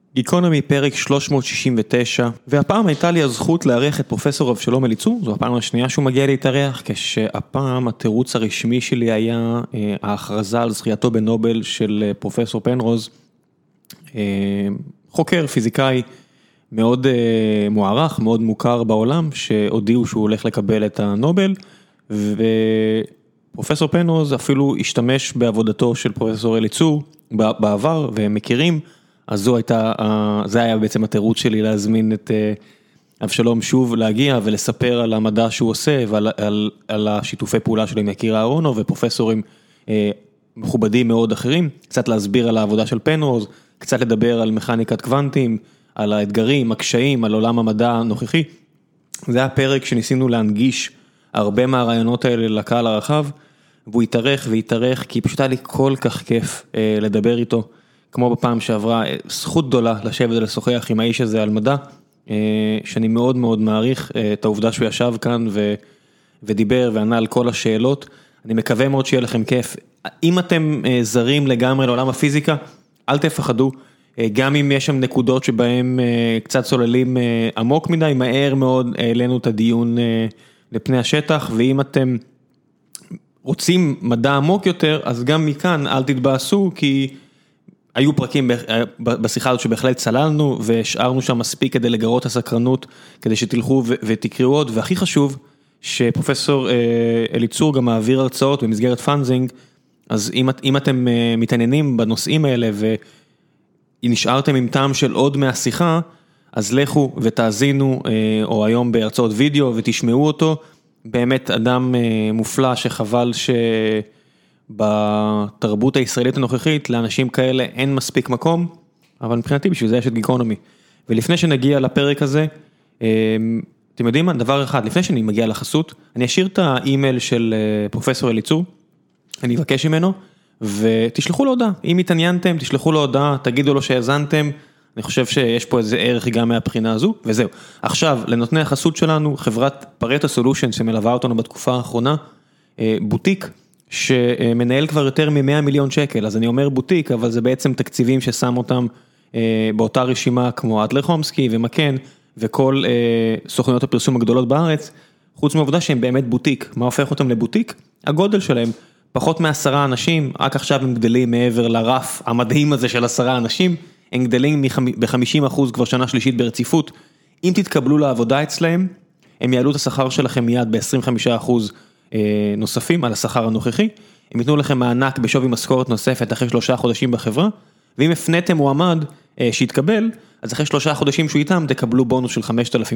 גיקונומי פרק 369, והפעם הייתה לי הזכות לארח את פרופסור אבשלום אליצור, זו הפעם השנייה שהוא מגיע להתארח, כשהפעם התירוץ הרשמי שלי היה ההכרזה על זכייתו בנובל של פרופסור פנרוז, חוקר פיזיקאי מאוד מוערך, מאוד מוכר בעולם, שהודיעו שהוא הולך לקבל את הנובל, ופרופסור פנרוז אפילו השתמש בעבודתו של פרופסור אליצור בעבר, והם מכירים, אז זה היה בעצם התירוץ שלי להזמין את אבשלום שוב להגיע ולספר על המדע שהוא עושה ועל השיתופי פעולה שלו עם יקיר אהרונוב ופרופסורים מכובדים מאוד אחרים, קצת להסביר על העבודה של פנרוז, קצת לדבר על מכניקת קוונטים, על האתגרים, הקשיים, על עולם המדע הנוכחי. זה היה פרק שניסינו להנגיש הרבה מהרעיונות האלה לקהל הרחב, והוא התארך כי פשוט היה לי כל כך כיף לדבר איתו. כמו בפעם שעברה, זכות גדולה לשבת ולשוחח עם האיש הזה על מדע, שאני מאוד מאוד מעריך את העובדה שהוא ישב כאן ודיבר וענה על כל השאלות. אני מקווה מאוד שיהיה לכם כיף. אם אתם זרים לגמרי לעולם הפיזיקה, אל תפחדו, גם אם יש שם נקודות שבהם קצת צוללים עמוק מדי, מהר מאוד העלינו את הדיון לפני השטח, ואם אתם רוצים מדע עמוק יותר, אז גם מכאן אל תתבאסו, כי היו פרקים בשיחה הזאת שבהחלט צללנו, והשארנו שם מספיק כדי לגרות הסקרנות, כדי שתלכו ותקראו עוד, והכי חשוב, שפרופסור אליצור גם מעביר הרצאות במסגרת פאנזינג, אז אם אתם מתעניינים בנושאים האלה, ונשארתם עם טעם של עוד מהשיחה, אז לכו ותאזינו, או היום בהרצאות וידאו, ותשמעו אותו, באמת אדם מופלא שחבל בתרבות הישראלית הנוכחית, לאנשים כאלה אין מספיק מקום, אבל מבחינתי בשביל זה יש את גיקונומי. ולפני שנגיע לפרק הזה, אתם יודעים מה? דבר אחד, לפני שאני מגיע לחסות, אני אשאיר את האימייל של פרופסור אליצור, אני אבקש ממנו, ותשלחו לו הודעה. אם התעניינתם, תשלחו לו הודעה, תגידו לו שהאזנתם, אני חושב שיש פה איזה ערך גם מהבחינה הזו, וזהו. עכשיו, לנותני החסות שלנו, חברת פרטו סולושן שמלווה אותנו בתקופה האחרונה, בוטיק, שמנהל כבר יותר מ100 מיליון שקל, אז אני אומר בוטיק, אבל זה בעצם תקציבים ששם אותם באותה רשימה, כמו אדלר חומסקי ומקן, וכל סוכנויות הפרסום הגדולות בארץ, חוץ מהעובדה שהם באמת בוטיק. מה הופך אותם לבוטיק? הגודל שלהם, פחות מ10 אנשים, רק עכשיו הם גדלים מעבר לרף המדהים הזה של 10 אנשים, הם גדלים ב50% כבר שנה שלישית ברציפות. אם תתקבלו לעבודה אצלהם, הם יעלו את השכר שלכם מיד ב25% נוספים על השכר הנוכחי, הם ייתנו לכם מענק בשווי משכורת נוספת אחרי 3 חודשים בחברה, ואם הפניתם מועמד שיתקבל, אז אחרי 3 חודשים שהוא איתם, תקבלו בונוס של $5,000.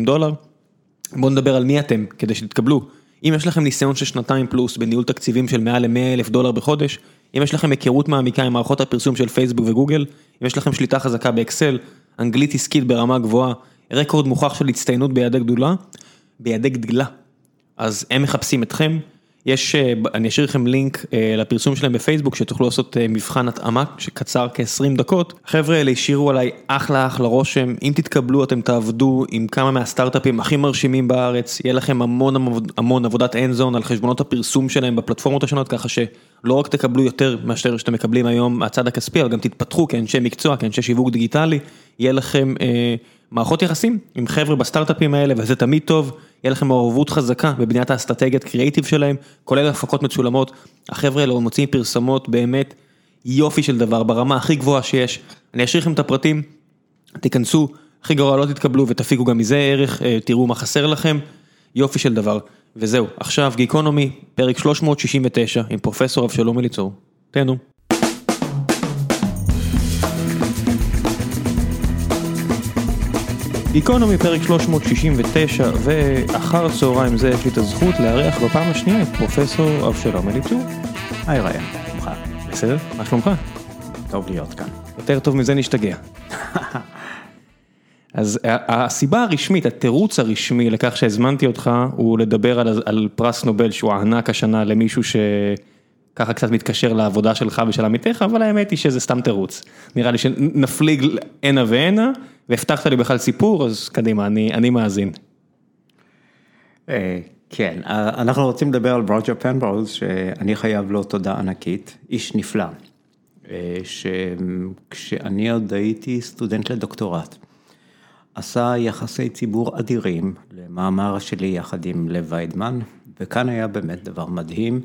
בואו נדבר על מי אתם כדי שתתקבלו. אם יש לכם ניסיון של 2 פלוס בניהול תקציבים של מעל $100,000 בחודש, אם יש לכם היכרות מעמיקה עם מערכות הפרסום של פייסבוק וגוגל, אם יש לכם שליטה חזקה באקסל, אנגלית עסקית ברמה גבוהה, רקורד מוכח של הצטיינות ביעדי גדילה, אז הם מחפשים אתכם. אני אשאיר לכם לינק לפרסום שלהם בפייסבוק, שתוכלו לעשות מבחן התאמה שקצר כ20 דקות. החבר'ה האלה השאירו עליי אחלה רושם. אם תתקבלו, אתם תעבדו עם כמה מהסטארט-אפים הכי מרשימים בארץ, יהיה לכם המון עבודת אנזון על חשבונות הפרסום שלהם בפלטפורמות השונות, ככה שלא רק תקבלו יותר מאשר שאתם מקבלים היום מהצד הכספי, אבל גם תתפתחו כאנשי מקצוע, כאנשי שיווק דיגיטלי, יהיה לכם מערכות יחסים עם חבר'ה בסטארט-אפים האלה, וזה תמיד טוב. יהיה לכם מעורבות חזקה בבניית האסטרטגיית קריאיטיב שלהם, כולל הפקות מצולמות. החבר'ה האלה מוצאים פרסמות באמת יופי של דבר, ברמה הכי גבוהה שיש. אני אשאיר לכם את הפרטים, תיכנסו, הכי גרוע לא תתקבלו ותפיקו גם מזה ערך, תראו מה חסר לכם, יופי של דבר. וזהו, עכשיו גיקונומי, פרק 369 עם פרופסור אבשלום אליצור. תהנו. גיקונומי פרק 369, ואחר צהריים זה יש לי את הזכות לארח בפעם השנייה את פרופסור אבשלום אליצור. היי ריין, שלומך? בסדר, מה שלומך? טוב להיות כאן. יותר טוב מזה נשתגע. אז הסיבה הרשמית, התירוץ הרשמי לכך שהזמנתי אותך, הוא לדבר על פרס נובל שהוא הענק השנה למישהו שככה קצת מתקשר לעבודה שלך ושל עמיתך, אבל האמת היא שזה סתם תירוץ. נראה לי שנפליג הנה והנה, והבטחת לי בכלל סיפור, אז קדימה, אני מאזין. כן, אנחנו רוצים לדבר על רוג'ר פנרוז, שאני חייב לו תודה ענקית, איש נפלא. שכשאני עוד הייתי סטודנט לדוקטורט, עשה יחסי ציבור אדירים למאמר שלי יחד עם לב ויידמן, וכאן היה באמת דבר מדהים.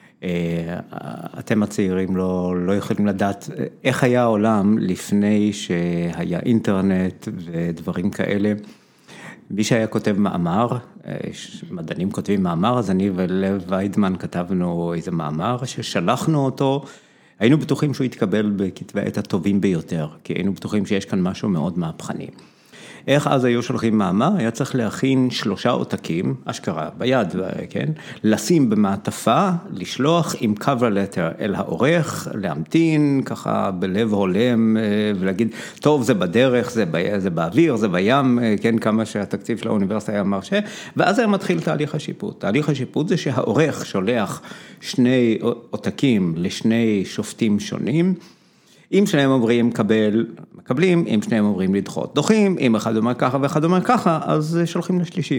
אתם הצעירים לא יכולים לדעת איך היה העולם לפני שהיה אינטרנט ודברים כאלה. מי שהיה כותב מאמר, מדענים כותבים מאמר, אז אני ולב ויידמן כתבנו איזה מאמר ששלחנו אותו, היינו בטוחים שהוא יתקבל בכתבי העת הטובים ביותר, כי היינו בטוחים שיש כאן משהו מאוד מהפכני. איך אז היו שולחים מאמר? היה צריך להכין 3 עותקים, אשכרה, ביד, כן? לשים במעטפה, לשלוח עם cover letter אל העורך, להמתין ככה בלב הולם, ולהגיד, טוב, זה בדרך, זה באוויר, זה בים, כן? כמה שהתקציב של האוניברסיטה היה מרשה, ואז היה מתחיל תהליך השיפוט. תהליך השיפוט זה שהעורך שולח 2 עותקים לשני שופטים שונים, אם שניהם אומרים מקבלים, אם שניהם אומרים לדחות, דוחים, אם אחד אומר ככה ואחד אומר ככה, אז שולחים לשלישי.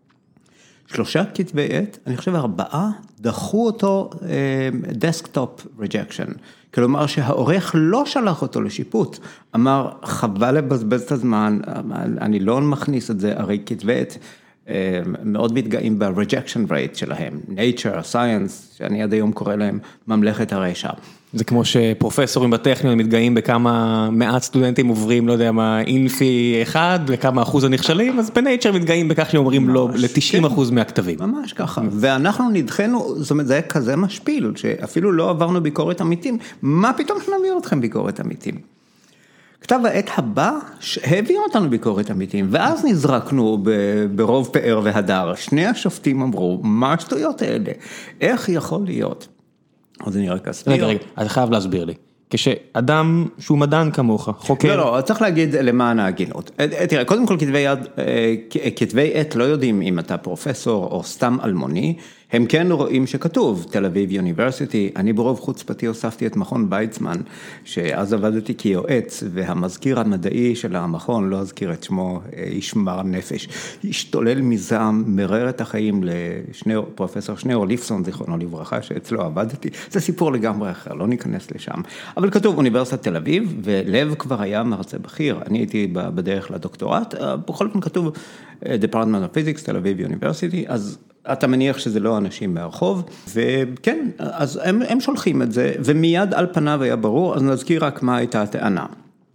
3 כתבי עת, אני חושב 4, דחו אותו desktop rejection. כלומר שהעורך לא שלח אותו לשיפוט, אמר חבל לבזבז את הזמן, אני לא מכניס את זה, הרי כתבי עת מאוד מתגאים ב-rejection rate שלהם, nature, science, שאני עד היום קורא להם ממלכת הרשע. זה כמו שפרופסורים בטכניון מתגאים בכמה מעט סטודנטים עוברים, לא יודע מה, אינפי 1 וכמה אחוז הנכשלים, אז בנייצ'ר מתגאים בכך שאומרים לא ל-90% מהכתבים. ממש ככה. ואנחנו נדחנו, זאת אומרת, זה היה כזה משפיל, שאפילו לא עברנו ביקורת עמיתים. מה פתאום שנעביר אתכם ביקורת עמיתים? כתב העת הבא העביר אותנו ביקורת עמיתים, ואז נזרקנו ברוב פאר והדר. 2 השופטים אמרו, מה השטויות האלה? איך יכול להיות? אז אני רק אסביר. רגע, אתה חייב להסביר לי. כשאדם שהוא מדען כמוך, חוקר. לא, צריך להגיד למען ההגינות. תראה, קודם כל כתבי עת לא יודעים אם אתה פרופסור או סתם אלמוני, הם כן רואים שכתוב, תל אביב יוניברסיטי, אני ברוב חוצפתי הוספתי את מכון ויצמן, שאז עבדתי כיועץ, והמזכיר המדעי של המכון, לא אזכיר את שמו, ישמר נפש, השתולל מזעם, מרר את החיים לפרופסור שניאור ליפסון, זיכרונו לברכה, שאצלו עבדתי, זה סיפור לגמרי אחר, לא ניכנס לשם, אבל כתוב אוניברסיטת תל אביב, ולב כבר היה מרצה בכיר, אני הייתי בדרך לדוקטורט, בכל פעם כתוב Department of Physics, תל אביב יוניברסיטי, אז אתה מניח שזה לא אנשים מהרחוב, וכן, אז הם שולחים את זה, ומיד על פניו היה ברור, אז נזכיר רק מה הייתה הטענה.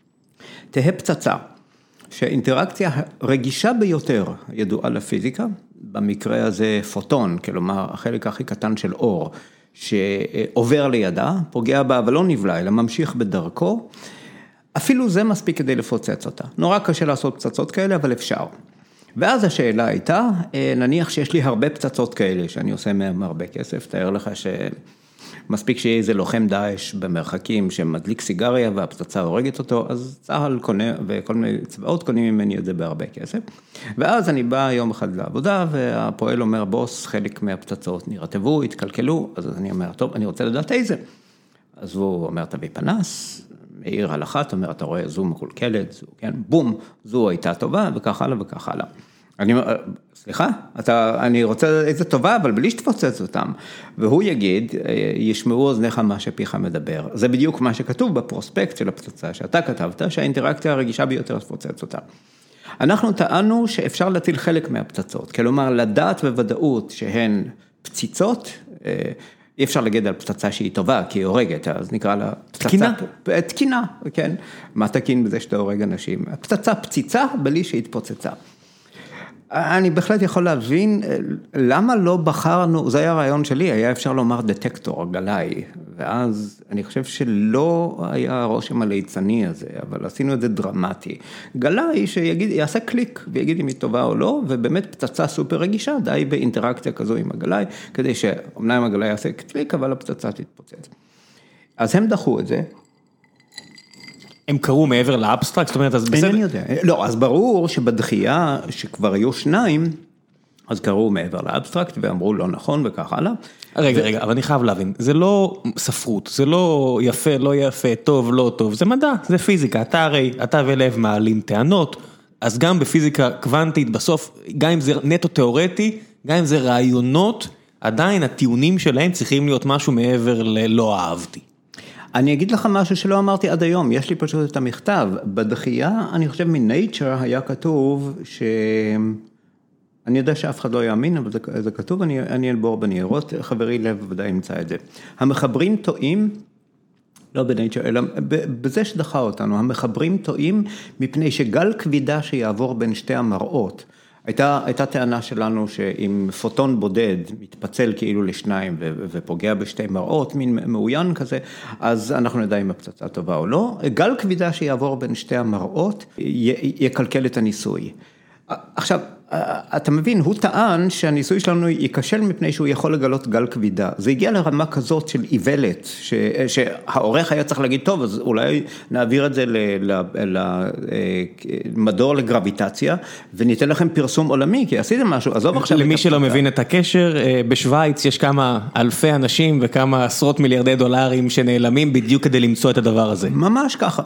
תהה פצצה, שהאינטראקציה רגישה ביותר ידועה לפיזיקה, במקרה הזה פוטון, כלומר החלק הכי קטן של אור, שעובר לידה, פוגע בה, אבל לא נבלע, אלא ממשיך בדרכו, אפילו זה מספיק כדי לפוצץ אותה. נורא קשה לעשות פצצות כאלה, אבל אפשר. ואז השאלה הייתה, נניח שיש לי הרבה פצצות כאלה, שאני עושה מהם הרבה כסף, תאר לך שמספיק שיהיה איזה לוחם דאעש במרחקים, שמדליק סיגריה והפצצה הורגת אותו, אז צהל קונה, וכל מיני צבאות קונים ממני את זה בהרבה כסף. ואז אני בא יום אחד לעבודה, והפועל אומר, בוס, חלק מהפצצות נרטבו, התקלקלו, אז אני אומר, טוב, אני רוצה לדעת איזה. אז הוא אומר, תביא פנס, מאיר על אחת, אומר, אתה רואה, זו מקולקלת, זו, כן, בום, זו הייתה טובה, וכך הלאה וכך הלאה. אני אומר, סליחה, אני רוצה איזה טובה, אבל בלי שתפוצץ אותם. והוא יגיד, ישמעו אוזניך מה שפיך מדבר. זה בדיוק מה שכתוב בפרוספקט של הפצצה, שאתה כתבת, שהאינטראקציה הרגישה ביותר תפוצץ אותה. אנחנו טענו שאפשר להטיל חלק מהפצצות, כלומר, לדעת בוודאות שהן פציצות, אי אפשר להגיד על פצצה שהיא טובה, כי היא הורגת, אז נקרא לה תקינה. תקינה, כן. מה תקין בזה שאתה הורג אנשים? פצצה פציצה, בלי שהתפוצצה. אני בהחלט יכול להבין למה לא בחרנו, זה היה הרעיון שלי, היה אפשר לומר דטקטור, גלאי, ואז אני חושב שלא היה הרושם הליצני הזה, אבל עשינו את זה דרמטי. גלאי שיעשה קליק ויגיד אם היא טובה או לא, ובאמת פצצה סופר רגישה, די באינטראקציה כזו עם הגלאי, כדי שאומנם הגלאי יעשה קליק, אבל הפצצה תתפוצץ. אז הם דחו את זה. הם קראו מעבר לאבסטרקט, זאת אומרת, אז בסדר. אינני יודע. לא, אז ברור שבדחייה, שכבר היו 2, אז קראו מעבר לאבסטרקט, ואמרו לא נכון וכך הלאה. רגע, אבל אני חייב להבין, זה לא ספרות, זה לא יפה, לא יפה, טוב, לא טוב, זה מדע, זה פיזיקה, אתה ולב מעלים טענות, אז גם בפיזיקה קוונטית, בסוף, גם אם זה נטו תיאורטי, גם אם זה רעיונות, עדיין הטיעונים שלהם צריכים להיות משהו מעבר ללא אהבתי. אני אגיד לך משהו שלא אמרתי עד היום, יש לי פשוט את המכתב. בדחייה, אני חושב מ-Nature היה כתוב אני יודע שאף אחד לא יאמין, אבל זה כתוב, אני אלבור בניירות, חברי לב ודאי ימצא את זה. המחברים טועים, לא ב-Nature, אלא בזה שדחה אותנו, המחברים טועים מפני שגל כבידה שיעבור בין שתי המראות, הייתה טענה שלנו שאם פוטון בודד מתפצל כאילו לשניים ופוגע בשתי מראות, מין מאוין כזה, אז אנחנו נדע אם הפצצה טובה או לא. גל כבידה שיעבור בין שתי המראות יקלקל את הניסוי. עכשיו, אתה מבין, הוא טען שהניסוי שלנו ייכשל מפני שהוא יכול לגלות גל כבידה. זה הגיע לרמה כזאת של איוולת, שהעורך היה צריך להגיד, טוב, אז אולי נעביר את זה למדור לגרביטציה, וניתן לכם פרסום עולמי, כי עשיתם משהו, עזוב עכשיו. למי שלא מבין את הקשר, בשוויץ יש כמה אלפי אנשים וכמה עשרות מיליארדי דולרים שנעלמים בדיוק כדי למצוא את הדבר הזה. ממש ככה.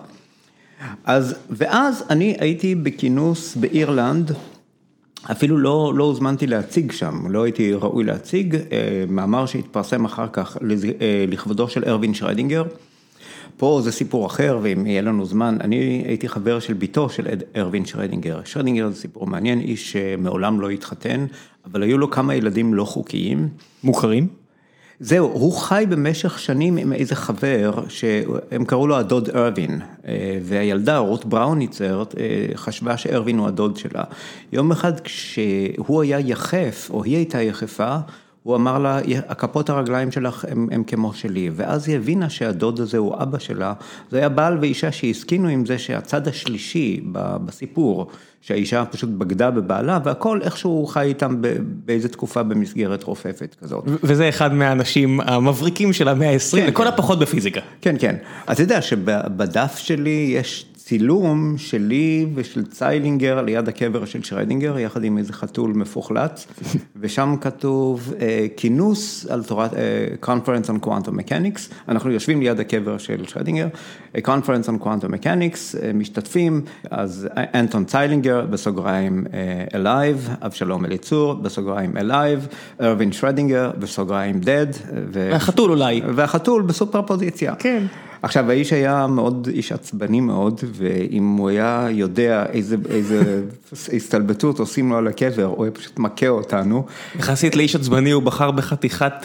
ואז אני הייתי בכינוס באירלנד, אפילו לא הוזמנתי להציג שם, לא הייתי ראוי להציג, מאמר שהתפרסם אחר כך לכבודו של ארווין שרדינגר, פה זה סיפור אחר, ואם יהיה לנו זמן, אני הייתי חבר של ביתו של ארווין שרדינגר, שרדינגר זה סיפור מעניין, איש שמעולם לא התחתן, אבל היו לו כמה ילדים לא חוקיים. מוכרים? זהו, הוא חי במשך שנים עם איזה חבר, שהם קראו לו הדוד ארווין, והילדה, רות בראוניצר, חשבה שארווין הוא הדוד שלה. יום אחד כשהוא היה יחף, או היא הייתה יחפה, הוא אמר לה, הכפות הרגליים שלך הם כמו שלי, ואז היא הבינה שהדוד הזה הוא אבא שלה, זה היה בעל ואישה שהסכינו עם זה שהצד השלישי בסיפור, שהאישה פשוט בגדה בבעלה, והכל איכשהו חי איתם באיזו תקופה במסגרת רופפת כזאת. וזה אחד מהאנשים המבריקים של המאה ה-20, כן, לכל כן. הפחות בפיזיקה. כן, כן. אתה יודע שבדף שלי יש צילום שלי ושל ציילינגר ליד הקבר של שרדינגר, יחד עם איזה חתול מפוחלץ, ושם כתוב כינוס על תורת, Conference on Quantum Mechanics, אנחנו יושבים ליד הקבר של שרדינגר, Conference on Quantum Mechanics, משתתפים, אז אנטון ציילינגר, בסוגריים Alive, אבשלום אליצור, בסוגריים Alive, ארווין שרדינגר, בסוגריים Dead, והחתול אולי. והחתול בסופר פוזיציה. כן. עכשיו, האיש היה מאוד איש עצבני מאוד, ואם הוא היה יודע איזה הסתלבטות עושים לו על הקבר, הוא היה פשוט מכה אותנו. יחסית לאיש עצבני, הוא בחר בחתיכת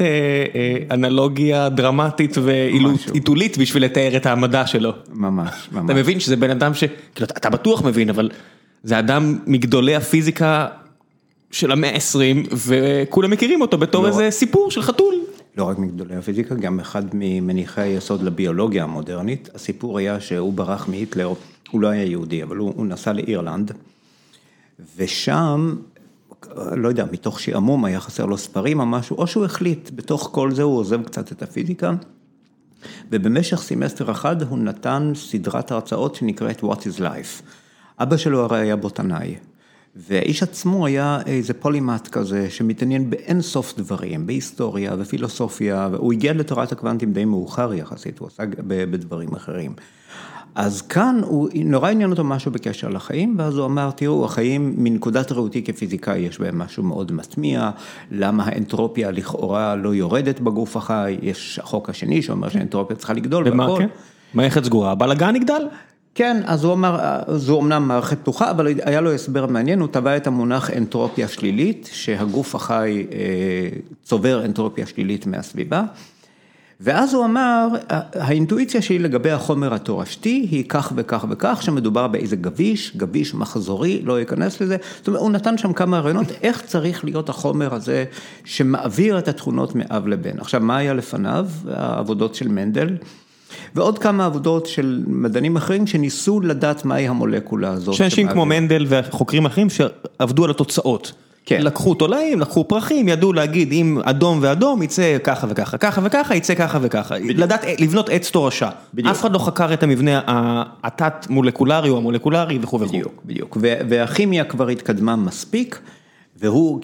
אנלוגיה דרמטית ועיתולית בשביל לתאר את העמדה שלו. ממש, ממש. אתה מבין שזה בן אדם כאילו, אתה בטוח מבין, אבל זה אדם מגדולי הפיזיקה של המאה ה-20, וכולם מכירים אותו בתור איזה סיפור של חתול. לא רק מגדולי הפיזיקה, גם אחד ממניחי היסוד לביולוגיה המודרנית. הסיפור היה שהוא ברח מהיטלר, הוא לא היה יהודי, אבל הוא נסע לאירלנד, ושם, לא יודע, מתוך שעמום היה חסר לו ספרים או משהו, או שהוא החליט, בתוך כל זה הוא עוזב קצת את הפיזיקה, ובמשך סמסטר אחד הוא נתן סדרת הרצאות שנקראת What is Life. אבא שלו הרי היה בוטנאי. והאיש עצמו היה איזה פולימט כזה, שמתעניין באין סוף דברים, בהיסטוריה ופילוסופיה, והוא הגיע לתורת הקוונטים די מאוחר יחסית, הוא עושה בדברים אחרים. אז כאן הוא נורא עניין אותו משהו בקשר לחיים, ואז הוא אמר, תראו, החיים מנקודת ראותי כפיזיקאי יש בהם משהו מאוד מטמיע, למה האנטרופיה לכאורה לא יורדת בגוף החי, יש החוק השני שאומר שהאנטרופיה צריכה לגדול. ומה כן? מערכת סגורה, הבלגן יגדל? כן, אז הוא אמר, זו אמנם מערכת פתוחה, אבל היה לו הסבר מעניין, הוא טבע את המונח אנטרופיה שלילית, שהגוף החי צובר אנטרופיה שלילית מהסביבה, ואז הוא אמר, האינטואיציה שלי לגבי החומר התורשתי היא כך וכך וכך, שמדובר באיזה גביש מחזורי, לא ייכנס לזה, זאת אומרת, הוא נתן שם כמה רעיונות, איך צריך להיות החומר הזה שמעביר את התכונות מאב לבן. עכשיו, מה היה לפניו? העבודות של מנדל, ועוד כמה עבודות של מדענים אחרים שניסו לדעת מהי המולקולה הזאת. שאנשים כמו מנדל וחוקרים אחרים שעבדו על התוצאות. כן. לקחו תולעים, לקחו פרחים, ידעו להגיד אם אדום ואדום יצא ככה וככה, ככה וככה יצא ככה וככה. לדעת, לבנות עץ תורשה. בדיוק. אף אחד לא חקר את המבנה התת מולקולרי או המולקולרי וכו' וכו'. בדיוק. והכימיה כבר התקדמה מספיק, והוא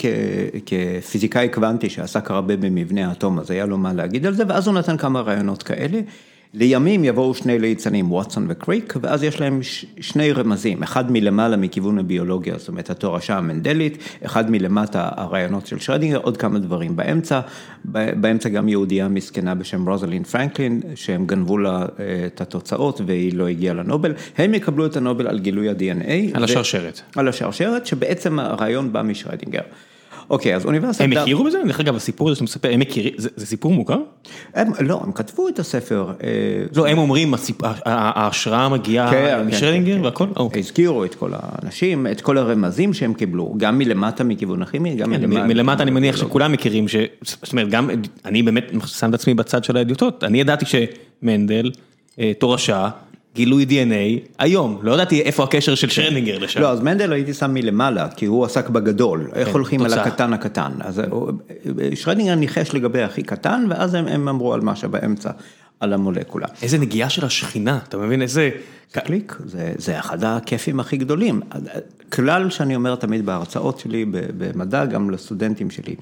כפיזיקאי קוונטי שעסק הרבה במבנה האטום, אז היה לו מה להגיד על זה, ואז הוא נתן כמה רעיונות כאלה. לימים יבואו שני ליצנים, ווטסון וקריק, ואז יש להם שני רמזים, אחד מלמעלה מכיוון הביולוגיה, זאת אומרת התורשה המנדלית, אחד מלמטה הרעיונות של שרדינגר, עוד כמה דברים באמצע גם יהודייה מסכנה בשם רוזלין פרנקלין, שהם גנבו לה את התוצאות והיא לא הגיעה לנובל, הם יקבלו את הנובל על גילוי ה-DNA. על השרשרת. על השרשרת, שבעצם הרעיון בא משרדינגר. אוקיי, אז אוניברסיטה... הם הכירו בזה? דרך אגב, הסיפור הזה שאתה מספר, הם מכירים, זה סיפור מוכר? לא, הם כתבו את הספר. לא, הם אומרים, ההשראה מגיעה משרדינגר והכל? הזכירו את כל האנשים, את כל הרמזים שהם קיבלו, גם מלמטה מכיוון הכימי, גם מלמטה. מלמטה אני מניח שכולם מכירים, זאת אומרת, גם אני באמת שם את עצמי בצד של העדויות, אני ידעתי שמנדל, תורשה, גילוי DNA, היום, לא ידעתי איפה הקשר של שרדינגר לשם. לא, אז מנדל הייתי שם מלמעלה, כי הוא עסק בגדול, איך הולכים על הקטן. אז שרדינגר ניחש לגבי הכי קטן, ואז הם אמרו על מה שבאמצע, על המולקולה. איזה נגיעה של השכינה, אתה מבין איזה... קליק, זה אחד הכיפים הכי גדולים. כלל שאני אומר תמיד בהרצאות שלי, במדע, גם לסטודנטים שלי,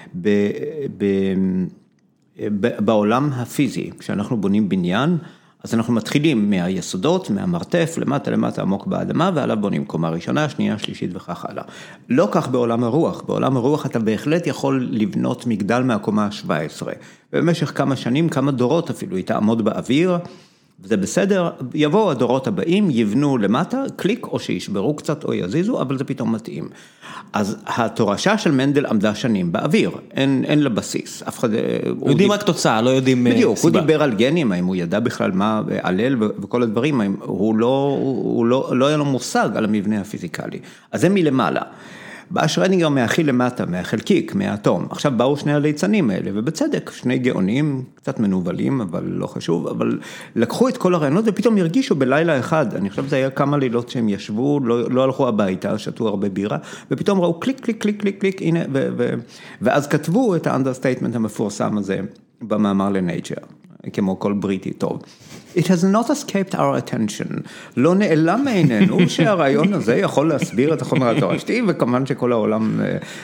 בעולם הפיזי, כשאנחנו בונים בניין, אז אנחנו מתחילים מהיסודות, מהמרתף, למטה עמוק באדמה, ועליו בונים קומה ראשונה, שנייה, שלישית וכך הלאה. לא כך בעולם הרוח, בעולם הרוח אתה בהחלט יכול לבנות מגדל מהקומה ה-17, ובמשך כמה שנים, כמה דורות אפילו, היא תעמוד באוויר, וזה בסדר, יבואו הדורות הבאים, יבנו למטה, קליק, או שישברו קצת או יזיזו, אבל זה פתאום מתאים. אז התורשה של מנדל עמדה שנים באוויר, אין לה בסיס, אף אחד... יודעים רק תוצאה, לא יודעים סיבה. בדיוק, הוא דיבר על גנים, האם הוא ידע בכלל מה עלל וכל הדברים, הוא לא היה לו מושג על המבנה הפיזיקלי. אז זה מלמעלה. בא שרדינגר מהכי למטה, מהחלקיק, מהאטום. עכשיו באו שני הליצנים האלה, ובצדק, שני גאונים, קצת מנובלים, אבל לא חשוב, אבל לקחו את כל הרעיונות ופתאום הרגישו בלילה אחד. אני חושב שזה היה כמה לילות שהם ישבו, לא הלכו הביתה, שתו הרבה בירה, ופתאום ראו קליק, קליק, קליק, קליק, קליק, הנה, ואז כתבו את האנדרסטייטמנט המפורסם הזה במאמר ל-Nature, כמו כל בריטי טוב. It has not escaped our attention. לא נעלם מעינינו שהרעיון הזה יכול להסביר את החומר התורשתי, וכמובן שכל העולם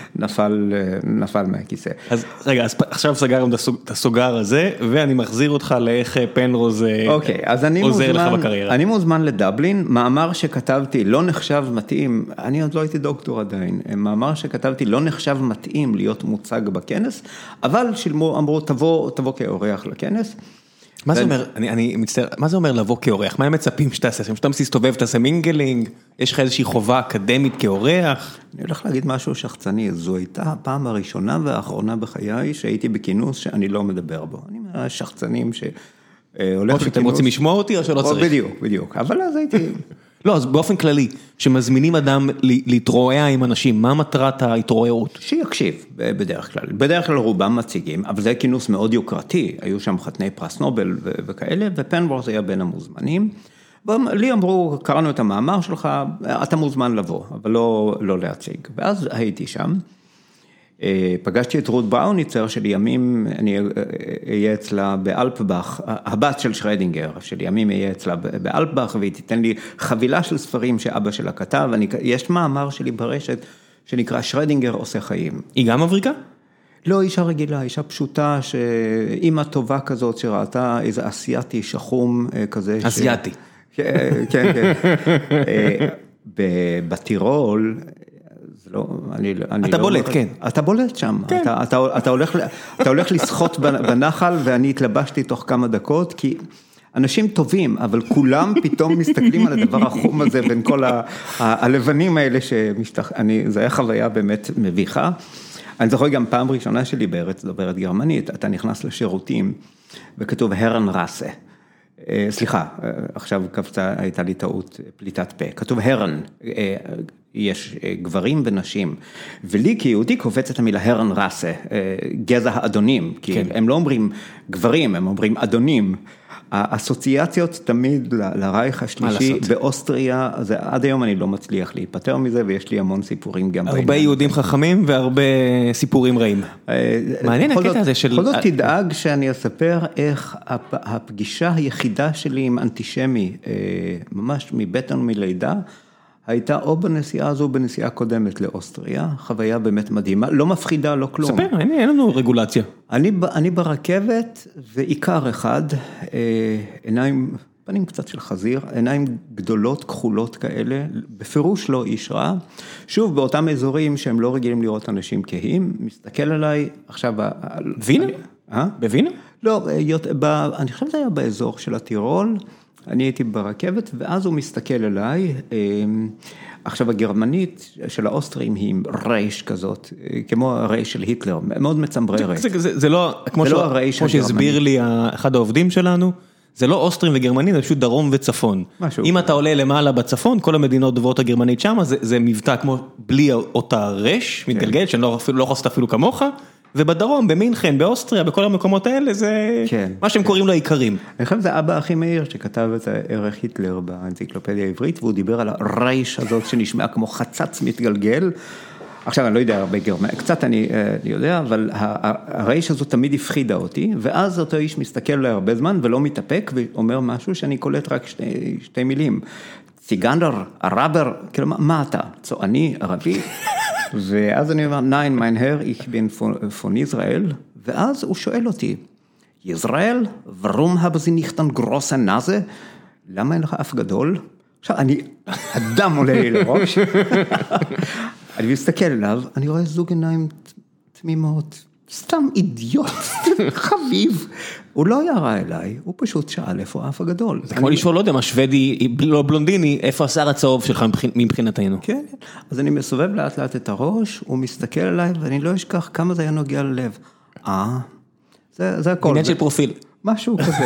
נפל מהכיסא. אז רגע, אז עכשיו סגרנו את הסוגר הזה, ואני מחזיר אותך לאיך פנרוז עוזר לך בקריירה. אני מוזמן לדבלין, מאמר שכתבתי לא נחשב מתאים, אני עוד לא הייתי דוקטור עדיין, מאמר שכתבתי לא נחשב מתאים להיות מוצג בכנס, אבל אמרו תבוא כאורח לכנס, מה זה אומר, אני מצטער, מה זה אומר לבוא כאורח? מה הם מצפים שתעשה? שאתה מסתובב, תעשה מינגלינג? יש לך איזושהי חובה אקדמית כאורח? אני הולך להגיד משהו שחצני, זו הייתה הפעם הראשונה והאחרונה בחיי שהייתי בכינוס שאני לא מדבר בו. אני מהשחצנים שהולך בכינוס. או שאתם רוצים לשמוע אותי או שלא צריך? בדיוק, אבל אז הייתי... לא, אז באופן כללי, שמזמינים אדם להתרועע עם אנשים, מה מטרת ההתרועעות? שיקשיב, בדרך כלל. בדרך כלל רובם מציגים, אבל זה כינוס מאוד יוקרתי, היו שם חתני פרס נובל וכאלה, ופנרוז היה בין המוזמנים. לי אמרו, קראנו את המאמר שלך, אתה מוזמן לבוא, אבל לא להציג. ואז הייתי שם, פגשתי את רות בראוניצר שלימים אני אהיה אצלה באלפבך, הבת של שרדינגר, שלימים אהיה אצלה באלפבך, והיא תיתן לי חבילה של ספרים שאבא שלה כתב, יש מאמר שלי ברשת שנקרא שרדינגר עושה חיים. היא גם מבריקה? לא, אישה רגילה, אישה פשוטה, שאימא טובה כזאת שראתה איזה אסיאתי שחום כזה. אסיאתי. כן. בטירול, אתה בולט, כן. אתה בולט שם, אתה הולך לשחות בנחל, ואני התלבשתי תוך כמה דקות, כי אנשים טובים, אבל כולם פתאום מסתכלים על הדבר החום הזה, בין כל הלבנים האלה, זה היה חוויה באמת מביכה. אני זוכר גם פעם ראשונה שלי בארץ דוברת גרמנית, אתה נכנס לשירותים, וכתוב הרן ראסה. סליחה, עכשיו הייתה לי טעות פליטת פה, כתוב הרן, יש גברים ונשים, ולי כיהודי קופץ את המילה הרן ראסה, גזע האדונים, כי הם לא אומרים גברים, הם אומרים אדונים, האסוציאציות תמיד לרייך השלישי באוסטריה, עד היום אני לא מצליח להיפטר מזה, ויש לי המון סיפורים גם בעניין. הרבה יהודים חכמים והרבה סיפורים רעים. מעניין הקטע הזה של... בכל זאת תדאג שאני אספר איך הפגישה היחידה שלי עם אנטישמי, ממש מבטן ומלידה, הייתה או בנסיעה הזו, בנסיעה קודמת לאוסטריה, חוויה באמת מדהימה, לא מפחידה, לא כלום. ספר, אין לנו רגולציה. אני ברכבת, ועיקר אחד, עיניים, פנים קצת של חזיר, עיניים גדולות, כחולות כאלה, בפירוש לא איש רע. שוב, באותם אזורים שהם לא רגילים לראות אנשים כהים, מסתכל עליי, עכשיו... וינה? בווינה? לא, אני חושב שזה היה באזור של הטירול, אני הייתי ברכבת, ואז הוא מסתכל אליי, עכשיו הגרמנית של האוסטרים היא עם רייש כזאת, כמו הרייש של היטלר, מאוד מצמבררת. זה לא, כמו שהסביר לי אחד העובדים שלנו, זה לא אוסטרים וגרמנים, זה פשוט דרום וצפון. אם אתה עולה למעלה בצפון, כל המדינות דוברות הגרמנית שם, זה מבטא כמו בלי אותה רש, מתגלגלת, שאני לא יכול לעשות אפילו כמוך, ובדרום, במינכן, באוסטריה, בכל המקומות האלה, זה מה שהם קוראים לו העיקרים. אני חושב שזה אבא הכי מאיר שכתב את הערך היטלר באנציקלופדיה העברית, והוא דיבר על הרייש הזאת שנשמע כמו חצץ מתגלגל. עכשיו אני לא יודע הרבה גרמניה, קצת אני יודע, אבל הרייש הזאת תמיד הפחידה אותי, ואז אותו איש מסתכל עליי הרבה זמן ולא מתאפק, ואומר משהו שאני קולט רק שתי מילים. ציגנדר, ערבר, כאילו מה אתה? צועני, ערבי? ואז אני אומר, nein, mein Herr, ich bin von Israel, ואז הוא שואל אותי, ישראל, warum haben Sie nicht eine große Nase? למה אין לך אף גדול? עכשיו, הדם עולה לי לראש, אני מסתכל עליו, אני רואה זוג עיניים תמימות, סתם אידיוט, חביב, הוא לא ירה אליי, הוא פשוט שאל איפה האף הגדול. זה כמו לשאול, לא יודע, מה שוודי, לא בלונדיני, איפה השיער הצהוב שלך מבחינתנו? כן, אז אני מסובב לאט לאט את הראש, הוא מסתכל עליי, ואני לא אשכח כמה זה היה נוגע ללב. זה הכל. עניין של פרופיל. משהו כזה.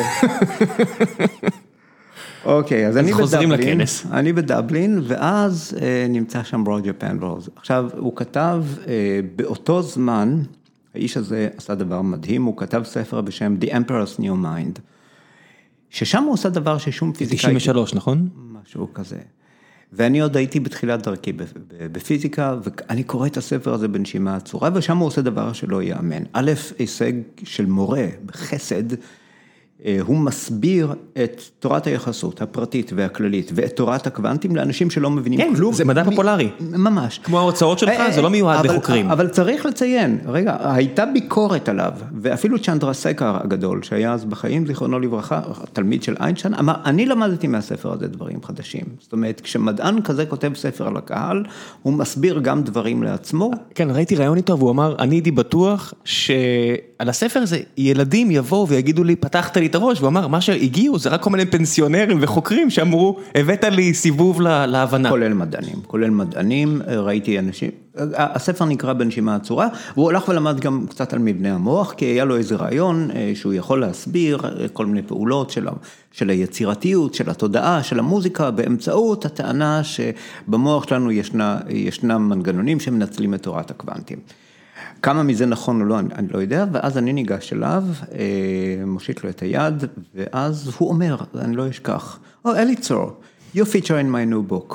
אוקיי, אז אני בדבלין, ואז נמצא שם רוג'ר פנרוז. עכשיו, הוא כתב באותו זמן, האיש הזה עשה דבר מדהים, הוא כתב ספר בשם The Emperor's New Mind, ששם הוא עושה דבר ששום פיזיקאי... 93, נכון? משהו כזה. ואני עוד הייתי בתחילת דרכי בפיזיקה, ואני קורא את הספר הזה בנשימה עצורה, ושם הוא עושה דבר שלא יאמן. א', הישג של מורה בחסד, הוא מסביר את תורת היחסות הפרטית והכללית, ואת תורת הקוונטים לאנשים שלא מבינים כלום. זה מדע פופולרי. ממש. כמו ההוצאות שלך, זה לא מיועד לחוקרים. אבל צריך לציין, רגע, הייתה ביקורת עליו, ואפילו צ'נדרה סקר הגדול, שהיה אז בחיים, זיכרונו לברכה, תלמיד של איינשטיין, אמר, אני למדתי מהספר הזה דברים חדשים. זאת אומרת, כשמדען כזה כותב ספר על הקהל, הוא מסביר גם דברים לעצמו. כן, ראיתי רעיון איתו, והוא אמר, אני הייתי בטוח שעל הספר הזה, ילדים יבואו ויגידו לי, פתחת לי את הראש, והוא אמר, מה שהגיעו זה רק כל מיני פנסיונרים וחוקרים שאמרו, הבאת לי סיבוב להבנה. כולל מדענים, ראיתי אנשים, הספר נקרא בנשימה עצורה, והוא הלך ולמד גם קצת על מבנה המוח, כי היה לו איזה רעיון שהוא יכול להסביר כל מיני פעולות של היצירתיות, של התודעה, של המוזיקה, באמצעות הטענה שבמוח שלנו ישנם מנגנונים שמנצלים את תורת הקוונטים. כמה מזה נכון או לא, אני לא יודע, ואז אני ניגש אליו, מושיט לו את היד, ואז הוא אומר, אני לא אשכח, אליצור, you feature in my new book.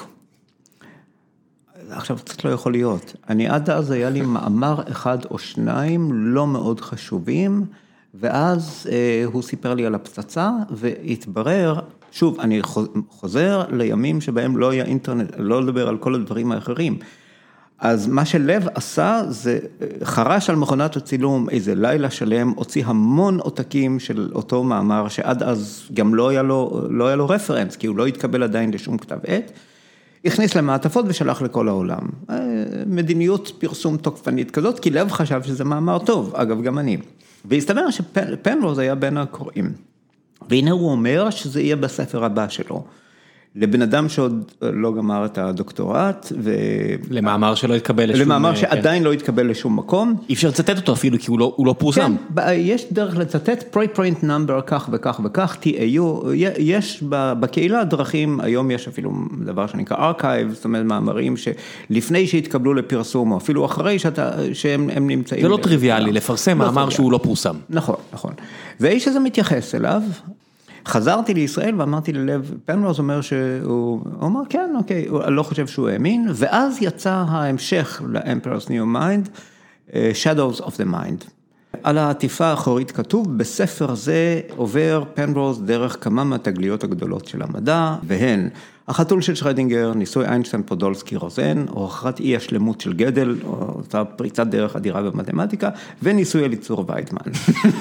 עכשיו קצת לא יכול להיות. עד אז היה לי מאמר אחד או שניים לא מאוד חשובים, ואז הוא סיפר לי על הפצצה, והתברר, שוב, אני חוזר לימים שבהם לא היה אינטרנט, לא לדבר על כל הדברים האחרים, אז מה שלב עשה זה חרש על מכונת הצילום איזה לילה שלם, הוציא המון עותקים של אותו מאמר שעד אז גם לא היה לו רפרנס, כי הוא לא התקבל עדיין לשום כתב עת, הכניס למעטפות ושלח לכל העולם. מדיניות פרסום תוקפנית כזאת, כי לב חשב שזה מאמר טוב, אגב גם אני. והסתבר שפנרוז היה בין הקוראים. והנה הוא אומר שזה יהיה בספר הבא שלו. לבן אדם שעוד לא גמר את הדוקטורט, למאמר שלא התקבל לשום... למאמר שעדיין לא התקבל לשום מקום. אי אפשר לצטט אותו אפילו, כי הוא לא פורסם. כן, יש דרך לצטט, point number, כך וכך וכך, TAU, יש בקהילה דרכים, היום יש אפילו דבר שנקרא archive, זאת אומרת מאמרים שלפני שהתקבלו לפרסום, או אפילו אחרי שהם נמצאים... זה לא טריוויאלי, לפרסם מאמר שהוא לא פורסם. נכון, נכון. והאיש הזה מתייחס אליו, חזרתי לישראל ואמרתי ללב, פנרוז אומר שהוא אומר, כן, אוקיי, הוא לא חושב שהוא האמין, ואז יצא ההמשך ל-Emperor's New Mind, Shadows of the Mind. על העטיפה האחורית כתוב, בספר זה עובר פנרוז דרך כמה מהתגליות הגדולות של המדע, והן החתול של שרדינגר, ניסוי איינשטיין פודולסקי רוזן, או הכרעת אי השלמות של גדל, או אותה פריצת דרך אדירה במתמטיקה, וניסוי אליצור וייטמן.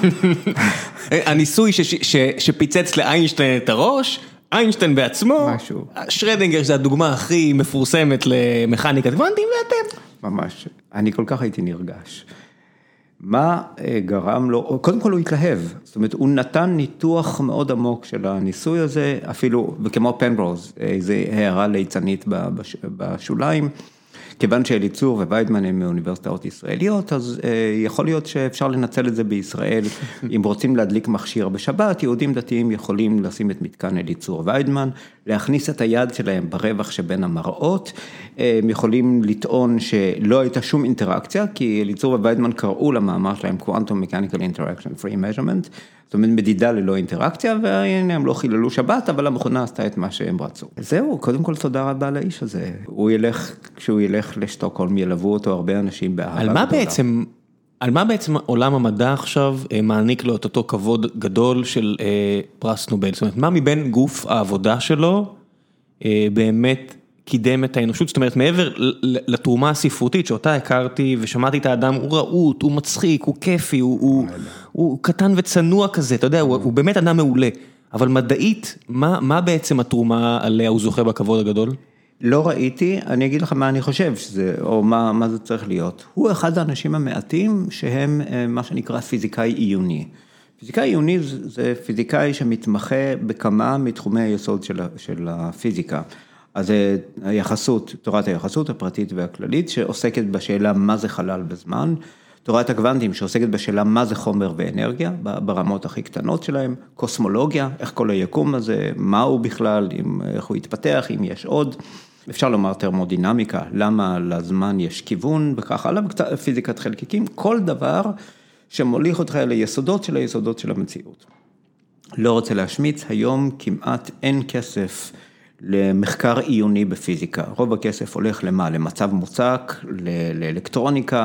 הניסוי שפיצץ לאיינשטיין את הראש, איינשטיין בעצמו, משהו. שרדינגר זה הדוגמה הכי מפורסמת למכניקת קוונטים, ואתם. ממש, אני כל כך הייתי נרגש. מה גרם לו, קודם כל הוא התלהב, זאת אומרת, הוא נתן ניתוח מאוד עמוק של הניסוי הזה, אפילו, וכמו פנרוז, איזו הערה ליצנית בשוליים, כיוון שאליצור וויידמן הם מאוניברסיטאות ישראליות, אז יכול להיות שאפשר לנצל את זה בישראל, אם רוצים להדליק מכשיר בשבת, יהודים דתיים יכולים לשים את מתקן אליצור ויידמן, להכניס את היד שלהם ברווח שבין המראות, הם יכולים לטעון שלא הייתה שום אינטראקציה, כי אליצור וויידמן קראו למאמר שלהם Quantum Mechanical Interaction Free Measurement, זאת אומרת מדידה ללא אינטראקציה, והנה הם לא חיללו שבת, אבל המכונה עשתה את מה שהם רצו. זהו, קודם כל תודה רבה לאיש הזה. כשהוא ילך לשטוקהולם, ילוו אותו הרבה אנשים באהבה. על מה בעצם עולם המדע עכשיו מעניק לו את אותו כבוד גדול של פרס נובל? זאת אומרת, מה מבין גוף העבודה שלו באמת קידם את האנושות? זאת אומרת, מעבר לתרומה הספרותית שאותה הכרתי ושמעתי את האדם, הוא רעות, הוא מצחיק, הוא כיפי, הוא קטן וצנוע כזה, אתה יודע, הוא באמת אדם מעולה. אבל מדעית, מה בעצם התרומה עליה הוא זוכה בכבוד הגדול? לא ראיתי, אני אגיד לך מה אני חושב שזה, או מה זה צריך להיות. הוא אחד האנשים המעטים שהם מה שנקרא פיזיקאי עיוני. פיזיקאי עיוני זה פיזיקאי שמתמחה בכמה מתחומי היסוד של הפיזיקה. אז זה היחסות, תורת היחסות הפרטית והכללית, שעוסקת בשאלה מה זה חלל בזמן, תורת הקוונטים שעוסקת בשאלה מה זה חומר ואנרגיה, ברמות הכי קטנות שלהם, קוסמולוגיה, איך כל היקום הזה, מה הוא בכלל, איך הוא יתפתח, אם יש עוד, אפשר לומר תרמודינמיקה, למה לזמן יש כיוון וכך הלאה, פיזיקת חלקיקים, כל דבר שמוליך אותך ליסודות של היסודות של המציאות. לא רוצה להשמיץ, היום כמעט אין כסף למחקר עיוני בפיזיקה, רוב הכסף הולך למה? למצב מוצק, לאלקטרוניקה,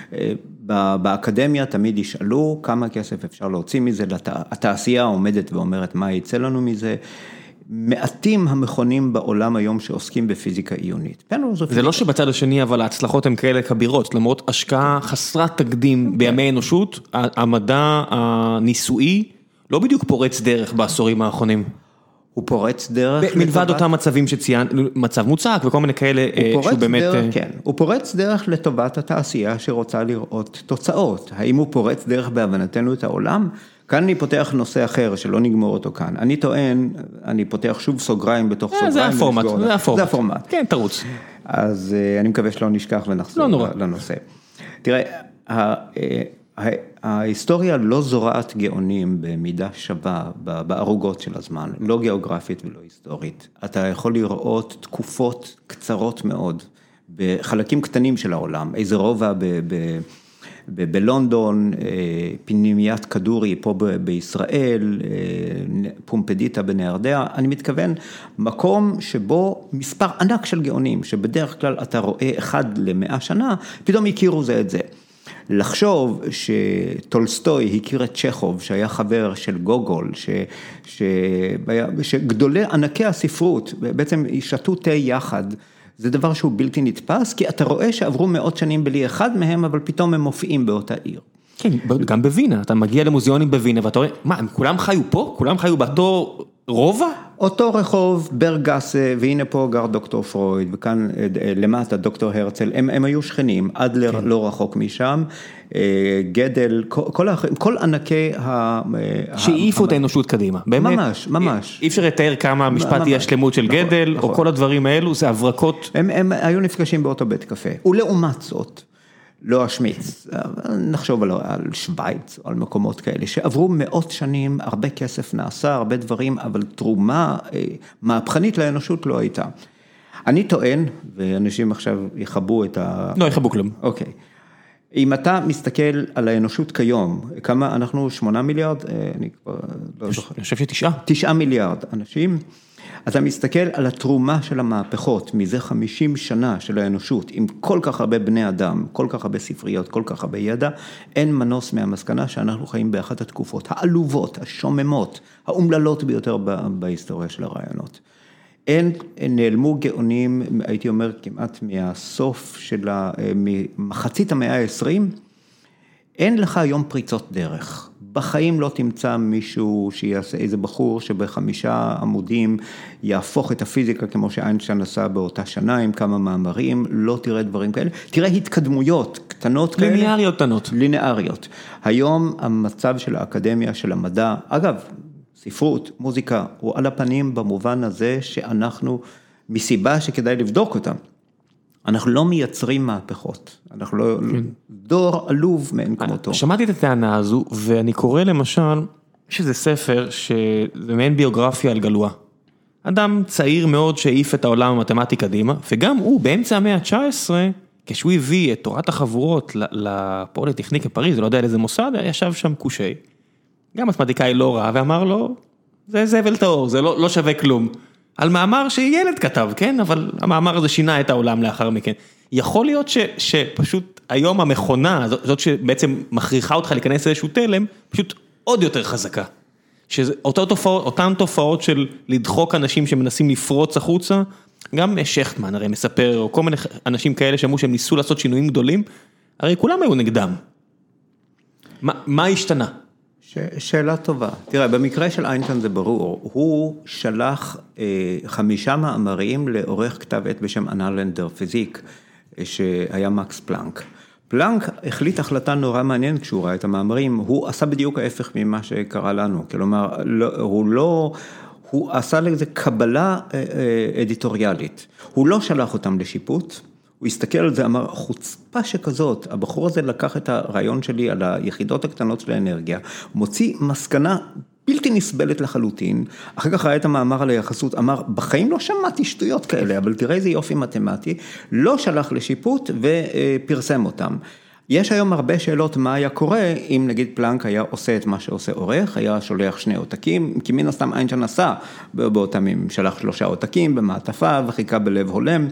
באקדמיה תמיד ישאלו כמה כסף אפשר להוציא מזה, התעשייה עומדת ואומרת מה יצא לנו מזה, מעטים המכונים בעולם היום שעוסקים בפיזיקה עיונית. זה לא שבצד השני, אבל ההצלחות הן כאלה כבירות, למרות השקעה חסרת תקדים בימי אנושות, המדע הניסויי לא בדיוק פורץ דרך בעשורים האחרונים. הוא פורץ דרך... מלבד אותם מצבים שציין, מצב מוצק וכל מיני כאלה שהוא באמת... כן, הוא פורץ דרך לטובת התעשייה שרוצה לראות תוצאות. האם הוא פורץ דרך בהבנתנו את העולם? כאן אני פותח נושא אחר שלא נגמור אותו כאן. אני טוען, אני פותח שוב סוגריים בתוך סוגריים. זה הפורמט, זה הפורמט. כן, תרוץ. אז אני מקווה שלא נשכח ונחזור לנושא. תראה, ההיסטוריה לא זורעת גאונים במידה שווה בערוגות של הזמן, לא גיאוגרפית ולא היסטורית. אתה יכול לראות תקופות קצרות מאוד, בחלקים קטנים של העולם, איזה רובע בלונדון, פנימיית כדורי פה בישראל, פומפדיטה בנהרדע, אני מתכוון מקום שבו מספר ענק של גאונים, שבדרך כלל אתה רואה 1 ל-100 שנה, פתאום הכירו זה את זה. לחשוב שטולסטוי הכיר את צ'כוב, שהיה חבר של גוגול, שגדולי ענקי הספרות בעצם ישתו תה יחד, זה דבר שהוא בלתי נתפס, כי אתה רואה שעברו מאות שנים בלי אחד מהם, אבל פתאום הם מופיעים באותה עיר. כן, גם בווינה, אתה מגיע למוזיאונים בווינה, ואתה רואה, מה, הם כולם חיו פה? כולם חיו באותו רובע? אותו רחוב, ברגסה, והנה פה גר דוקטור פרויד, וכאן למטה דוקטור הרצל, הם היו שכנים, עד לא רחוק משם, גדל, כל ענקי שאיפו את האנושות קדימה, באמת? ממש, ממש. אי אפשר לתאר כמה משפט היא השלמות של גדל, או כל הדברים האלו, זה הברקות. הם היו נפגשים באותו בית קפה, ולעומת זאת, לא אשמיץ, נחשוב על שוויץ, או על מקומות כאלה, שעברו מאות שנים, הרבה כסף נעשה, הרבה דברים, אבל תרומה מהפכנית לאנושות לא הייתה. אני טוען, ואנשים עכשיו יחבו את לא יחבו כלום. אוקיי. אם אתה מסתכל על האנושות כיום, כמה אנחנו 8 מיליארד, אני כבר לא זוכר. אני חושב ש9. 9 מיליארד אנשים, אתה מסתכל על התרומה של המהפכות מזה 50 שנה של האנושות, עם כל כך הרבה בני אדם, כל כך הרבה ספריות, כל כך הרבה ידע, אין מנוס מהמסקנה שאנחנו חיים באחת התקופות העלובות, השוממות, האומללות ביותר בהיסטוריה של הרעיונות. נעלמו גאונים, הייתי אומר כמעט מהסוף של מחצית המאה ה-20, אין לך היום פריצות דרך. בחיים לא תמצא מישהו שיעשה איזה בחור שב5 עמודים יהפוך את הפיזיקה כמו שאיינשטיין עשה באותה שנה עם כמה מאמרים, לא תראה דברים כאלה. תראה התקדמויות קטנות כאלה. ליניאריות קטנות. ליניאריות. היום המצב של האקדמיה, של המדע, אגב, ספרות, מוזיקה, הוא על הפנים במובן הזה שאנחנו, מסיבה שכדאי לבדוק אותם, אנחנו לא מייצרים מהפכות, אנחנו לא, דור עלוב מאין כמותו. שמעתי את הטענה הזו, ואני קורא למשל, יש איזה ספר שזה מעין ביוגרפיה על גלואה. אדם צעיר מאוד שהעיף את העולם המתמטי קדימה, וגם הוא באמצע המאה ה-19, כשהוא הביא את תורת החבורות לפוליטכניק בפריז, לא יודע על איזה מוסד, ישב שם קושי. גם מתמטיקאי לא רע, ואמר לו, זה זבל טהור, זה לא שווה כלום. על מאמר שילד כתב, כן? אבל המאמר הזה שינה את העולם לאחר מכן. יכול להיות שפשוט היום המכונה, זאת שבעצם מכריחה אותך להיכנס לאיזשהו תלם, פשוט עוד יותר חזקה. אותן תופעות של לדחוק אנשים שמנסים לפרוץ החוצה, גם שכטמן הרי מספר, או כל מיני אנשים כאלה שאמרו שהם ניסו לעשות שינויים גדולים, הרי כולם היו נגדם. מה השתנה? שאלה טובה. תראה, במקרה של איינשטיין זה ברור, הוא שלח 5 מאמרים לעורך כתב עת בשם אנלנדר פיזיק, שהיה מקס פלנק. פלנק החליט החלטה נורא מעניינת כשהוא ראה את המאמרים, הוא עשה בדיוק ההפך ממה שקרה לנו, כלומר, הוא עשה לזה קבלה אדיטוריאלית, הוא לא שלח אותם לשיפוט, הוא הסתכל על זה, אמר, חוצפה שכזאת, הבחור הזה לקח את הרעיון שלי על היחידות הקטנות של האנרגיה, מוציא מסקנה בלתי נסבלת לחלוטין, אחר כך ראה את המאמר על היחסות, אמר, בחיים לא שמעתי שטויות כאלה, אבל תראה איזה יופי מתמטי, לא שלח לשיפוט ופרסם אותם. יש היום הרבה שאלות מה היה קורה, אם נגיד פלנק היה עושה את מה שעושה עורך, היה שולח 2 עותקים, כי מן הסתם איינשטיין עשה באותם ימים, שלח 3 עותקים במעטפה וחיכה בלב הולם,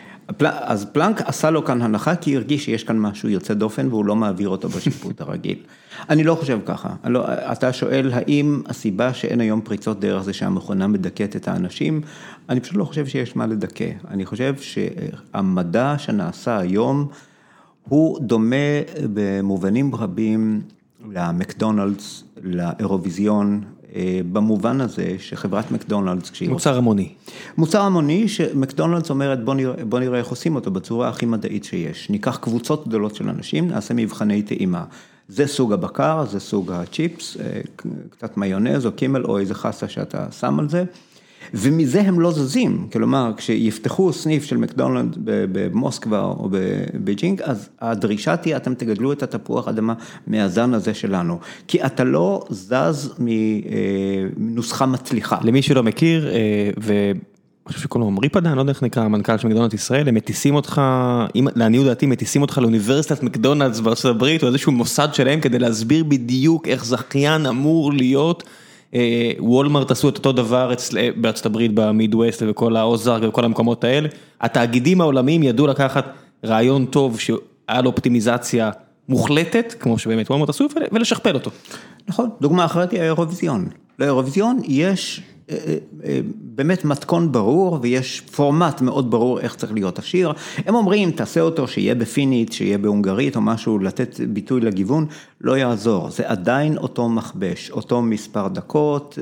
אז פלנק עשה לו כאן הנחה, כי הרגיש שיש כאן משהו יוצא דופן, והוא לא מעביר אותו בשיפוט הרגיל. אני לא חושב ככה. אתה שואל, האם הסיבה שאין היום פריצות דרך זה שהמכונה מדכאת את האנשים? אני פשוט לא חושב שיש מה לדכא. אני חושב שהמדע שנעשה היום, הוא דומה במובנים רבים למקדונלדס, לאירוויזיון, במובן הזה שחברת מקדונלדס, מוצר המוני. מוצר המוני שמקדונלדס אומרת בוא נראה איך עושים אותו בצורה הכי מדעית שיש. ניקח קבוצות גדולות של אנשים, נעשה מבחני טעימה. זה סוג הבקר, זה סוג הצ'יפס, קצת מיונז או קימל או איזה חסה שאתה שם על זה. ומזה הם לא זזים, כלומר, כשיפתחו סניף של מקדונלד במוסקבה או בבייג'ינג, אז הדרישה תהיה, אתם תגדלו את התפוח אדמה מהזן הזה שלנו, כי אתה לא זז מנוסחה מצליחה. למי שלא מכיר, ואני חושב שקוראים לו עמרי פדן, לא יודע איך נקרא, המנכ"ל של מקדונלדס ישראל, הם מטיסים אותך, לעניות דעתי, מטיסים אותך לאוניברסיטת מקדונלדס בארצות הברית, או איזשהו מוסד שלהם, כדי להסביר בדיוק איך זכיין אמור להיות, וולמרט עשו את אותו דבר בארצות הברית, במידווסט וכל האוזארק וכל המקומות האלה. התאגידים העולמיים ידעו לקחת רעיון טוב שהיה לו אופטימיזציה מוחלטת, כמו שבאמת וולמרט עשו, ולשכפל אותו. נכון, דוגמה אחרת היא האירוויזיון. לאירוויזיון יש באמת מתכון ברור, ויש פורמט מאוד ברור איך צריך להיות השיר. הם אומרים, תעשה אותו שיהיה בפינית, שיהיה בהונגרית או משהו, לתת ביטוי לגיוון, לא יעזור. זה עדיין אותו מחבש, אותו מספר דקות,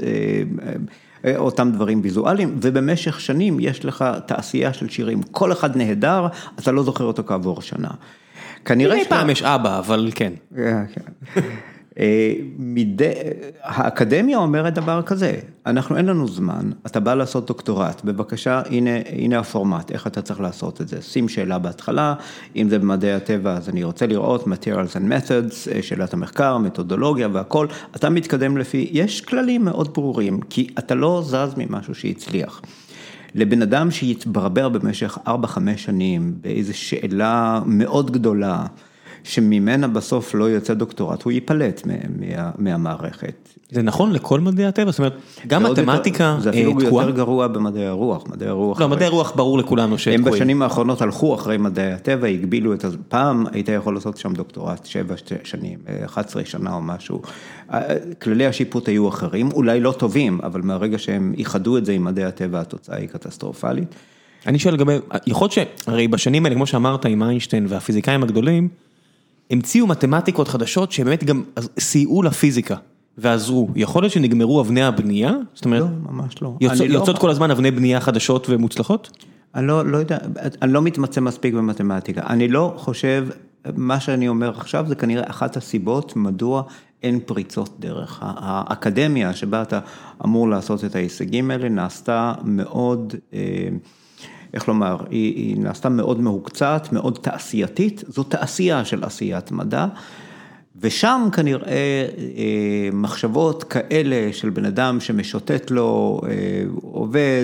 אותם דברים ויזואליים, ובמשך שנים יש לך תעשייה של שירים. כל אחד נהדר, אתה לא זוכר אותו כעבור שנה. כנראה פעם יש אבא, אבל כן. האקדמיה אומרת דבר כזה, אין לנו זמן, אתה בא לעשות דוקטורט, בבקשה, הנה הפורמט, איך אתה צריך לעשות את זה, שים שאלה בהתחלה, אם זה במדעי הטבע, אז אני רוצה לראות materials and methods, שאלת המחקר, מתודולוגיה והכל, אתה מתקדם לפי, יש כללים מאוד ברורים, כי אתה לא זז ממשהו שהצליח. לבן אדם שיתברבר במשך 4-5 שנים, באיזו שאלה מאוד גדולה, שממנה בסוף לא יוצא דוקטורט, הוא ייפלט מהמערכת. זה נכון לכל מדעי הטבע? זאת אומרת, גם מתמטיקה תקועה? זה אפילו יותר גרוע במדעי הרוח. לא, מדעי הרוח ברור לכולנו שתקועים. הם בשנים האחרונות הלכו אחרי מדעי הטבע, הגבילו את פעם, היית יכול לעשות שם דוקטורט 7 שנים, 11 שנה או משהו. כללי השיפוט היו אחרים, אולי לא טובים, אבל מהרגע שהם ייחדו את זה עם מדעי הטבע, התוצאה היא קטסטרופלית. אני שואל לגבי, יכול להיות שהרי בשנים האלה, כמו שאמרת עם איינשטיין והפיזיקאים הגדולים, המציאו מתמטיקות חדשות שבאמת גם סייעו לפיזיקה ועזרו. יכול להיות שנגמרו אבני הבנייה? זאת אומרת, לא, ממש לא. יוצאות כל הזמן אבני בנייה חדשות ומוצלחות? אני לא יודע, אני לא מתמצא מספיק במתמטיקה. אני לא חושב, מה שאני אומר עכשיו זה כנראה אחת הסיבות מדוע אין פריצות דרך. האקדמיה שבה אתה אמור לעשות את ההישגים האלה נעשתה מאוד, איך לומר, היא נעשתה מאוד מהוקצת, מאוד תעשייתית, זו תעשייה של עשיית מדע, ושם כנראה מחשבות כאלה של בן אדם שמשוטט לו, עובד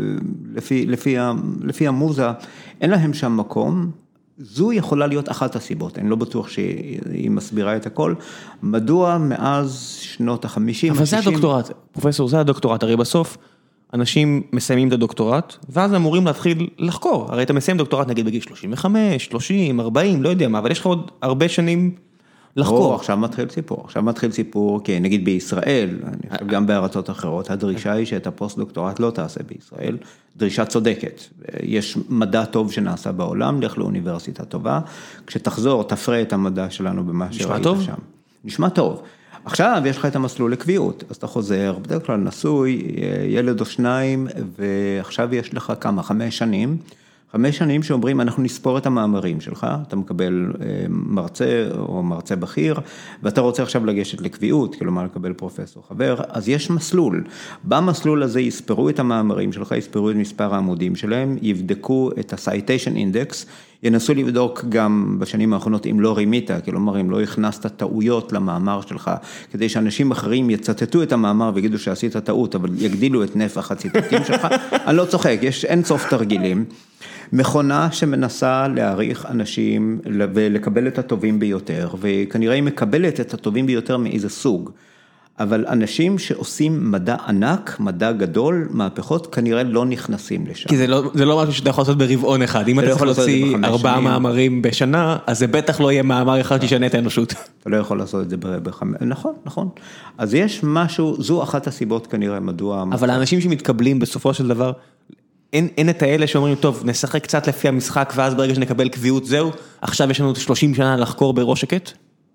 לפי המוזה, אין להם שם מקום, זו יכולה להיות אחת הסיבות, אני לא בטוח שהיא מסבירה את הכל, מדוע מאז שנות ה-50, אבל זה הדוקטורט, פרופסור, זה הדוקטורט, הרי בסוף אנשים מסיימים את הדוקטורט, ואז אמורים להתחיל לחקור, הרי אתה מסיים דוקטורט נגיד בגיל 35, 30, 40, לא יודע מה, אבל יש לך עוד הרבה שנים לחקור. עכשיו מתחיל סיפור, כי נגיד בישראל, אני חושב גם בארצות אחרות, הדרישה היא שאת הפוסט דוקטורט לא תעשה בישראל, דרישה צודקת. יש מדע טוב שנעשה בעולם, לך לאוניברסיטה טובה, כשתחזור, תפרה את המדע שלנו במה שראית שם. נשמע טוב. עכשיו יש לך את המסלול לקביעות, אז אתה חוזר, בדרך כלל נשוי, ילד או שניים, ועכשיו יש לך כמה, 5 שנים, 5 שנים שאומרים, אנחנו נספור את המאמרים שלך, אתה מקבל מרצה או מרצה בכיר, ואתה רוצה עכשיו לגשת לקביעות, כלומר לקבל פרופסור חבר, אז יש מסלול. במסלול הזה יספרו את המאמרים שלך, יספרו את מספר העמודים שלהם, יבדקו את ה-citation index, ינסו לבדוק גם בשנים האחרונות אם לא רימית, כלומר אם לא הכנסת טעויות למאמר שלך, כדי שאנשים אחרים יצטטו את המאמר ויגידו שעשית טעות, אבל יגדילו את נפח הציטוטים שלך. אני לא צוחק, אין סוף תרגילים. מכונה שמנסה להעריך אנשים ולקבל את הטובים ביותר, וכנראה היא מקבלת את הטובים ביותר מאיזה סוג. אבל אנשים שעושים מדע ענק, מדע גדול, מהפכות, כנראה לא נכנסים לשם. כי זה לא משהו שאתה יכול לעשות ברבעון אחד. אם אתה יכול להוציא 4 מאמרים בשנה, אז זה בטח לא יהיה מאמר אחד שישנה את האנושות. אתה לא יכול לעשות את זה נכון. אז יש משהו, זו אחת הסיבות כנראה מדוע... אבל האנשים שמתקבלים בסופו של דבר, אין את האלה שאומרים, טוב, נשחק קצת לפי המשחק, ואז ברגע שנקבל קביעות, זהו, עכשיו יש לנו 30 שנה לחקור בראש שקט?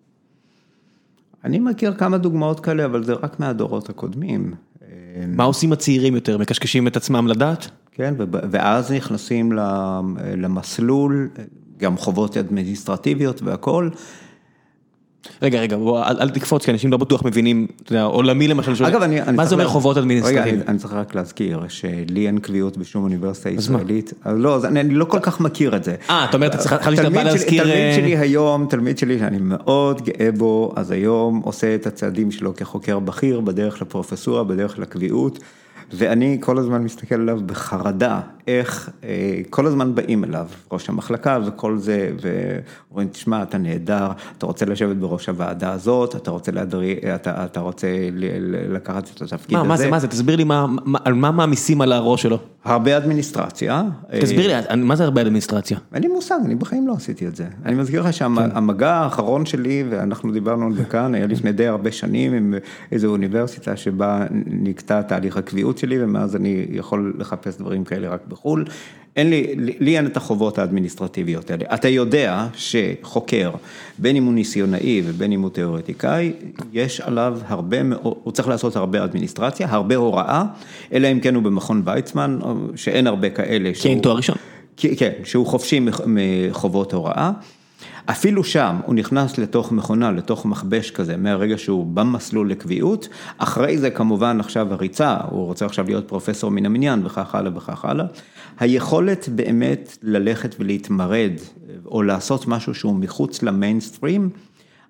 אני מכיר כמה דוגמאות כאלה, אבל זה רק מהדורות הקודמים. מה עושים הצעירים יותר? מקשקשים את עצמם לדעת? כן, ואז נכנסים למסלול, גם חובות אדמיניסטרטיביות והכל. רגע, אל תקפוץ, כי אנשים לא בטוח מבינים, אתה יודע, עולמי למשל, אגב, מה זה אומר חובות אדמיניסטרטיביות? רגע, אני צריך רק להזכיר שלי אין קביעות בשום אוניברסיטה ישראלית, לא, אני לא כל כך מכיר את זה. אתה אומר, אתה בא להזכיר... תלמיד שלי היום, תלמיד שלי שאני מאוד גאה בו, אז היום עושה את הצעדים שלו כחוקר בכיר, בדרך לפרופסורה, בדרך לקביעות, ואני כל הזמן מסתכל עליו בחרדה, איך כל הזמן באים אליו, ראש המחלקה וכל זה, ואומרים, תשמע, אתה נהדר, אתה רוצה לשבת בראש הוועדה הזאת, אתה רוצה לקחת את התפקיד הזה. מה זה? תסביר לי על מה מעמיסים על הראש שלו. הרבה אדמיניסטרציה. תסביר לי, מה זה הרבה אדמיניסטרציה? אין לי מושג, אני בחיים לא עשיתי את זה. אני מזכיר לך שהמגע האחרון שלי, ואנחנו דיברנו על זה כאן, היה לפני די הרבה שנים, עם איזו אוניברסיטה שבה נקטע תהליך הקביעות שלי, ומאז אני יכול לחפש דברים כאלה רק בחול. לי אין את החובות האדמיניסטרטיביות האלה. אתה יודע שחוקר, בין אם הוא ניסיונאי ובין אם הוא תיאורטיקאי, יש עליו הרבה מאוד, הוא צריך לעשות הרבה אדמיניסטרציה, הרבה הוראה, אלא אם כן הוא במכון ויצמן, שאין הרבה כאלה. כן, תואר ראשון. כן, שהוא חופשי מחובות הוראה. אפילו שם הוא נכנס לתוך מכונה, לתוך מכבש כזה, מהרגע שהוא במסלול לקביעות, אחרי זה כמובן עכשיו הריצה, הוא רוצה עכשיו להיות פרופסור מן המניין וכך הלאה וכך הלאה. היכולת באמת ללכת ולהתמרד, או לעשות משהו שהוא מחוץ למיינסטרים,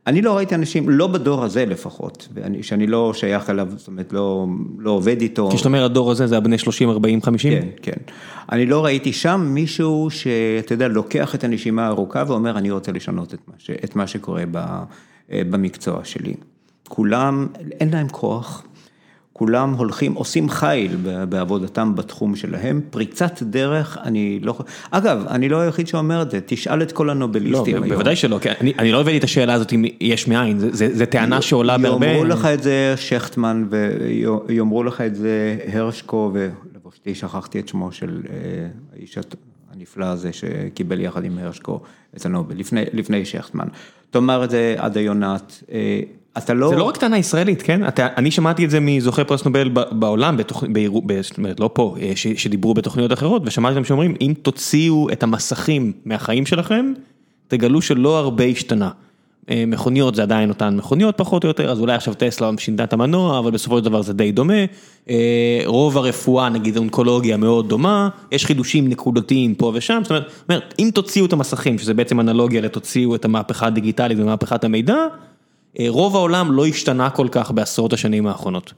אני לא ראיתי אנשים, לא בדור הזה לפחות, שאני לא שייך אליו, זאת אומרת, לא עובד איתו. כשאתה אומר הדור הזה, זה הבני 30, 40, 50? כן, כן. אני לא ראיתי שם מישהו שאתה יודע, לוקח את הנשימה הארוכה ואומר, אני רוצה לשנות את מה שקורה במקצוע שלי. כולם, אין להם כוח, כולם הולכים, עושים חיל בעבודתם בתחום שלהם, פריצת דרך, אגב, אני לא היחיד שאומר את זה, תשאל את כל הנובליסטים לא, היום. בוודאי שלא, אני לא הבאתי את השאלה הזאת אם יש מאין, זה טענה שעולה בהרבה. יאמרו לך את זה שכטמן, ויאמרו לך את זה הרשקו, ולבושתי שכחתי את שמו של האיש הנפלא הזה, שקיבל יחד עם הרשקו את הנובל, לפני שכטמן. תאמר את זה עד היונת, אתה לא... זה לא רק טענה ישראלית, כן? אני שמעתי את זה מזוכי פרס נובל בעולם, לא פה, שדיברו בתוכניות אחרות, ושמעתי them שאומרים, אם תוציאו את המסכים מהחיים שלכם, תגלו שלא הרבה השתנה. מכוניות זה עדיין אותן מכוניות פחות או יותר, אז אולי עכשיו טסלה שינתה את המנוע, אבל בסופו של דבר זה די דומה. רוב הרפואה, נגיד אונקולוגיה מאוד דומה, יש חידושים נקודתיים פה ושם, זאת אומרת, אם תוציאו את המסכים, שזה בעצם אנלוגיה לתוציאו את המהפכה הדיגיטלית ומהפכת המידע, רוב העולם לא השתנה כל כך בעשרות השנים האחרונות.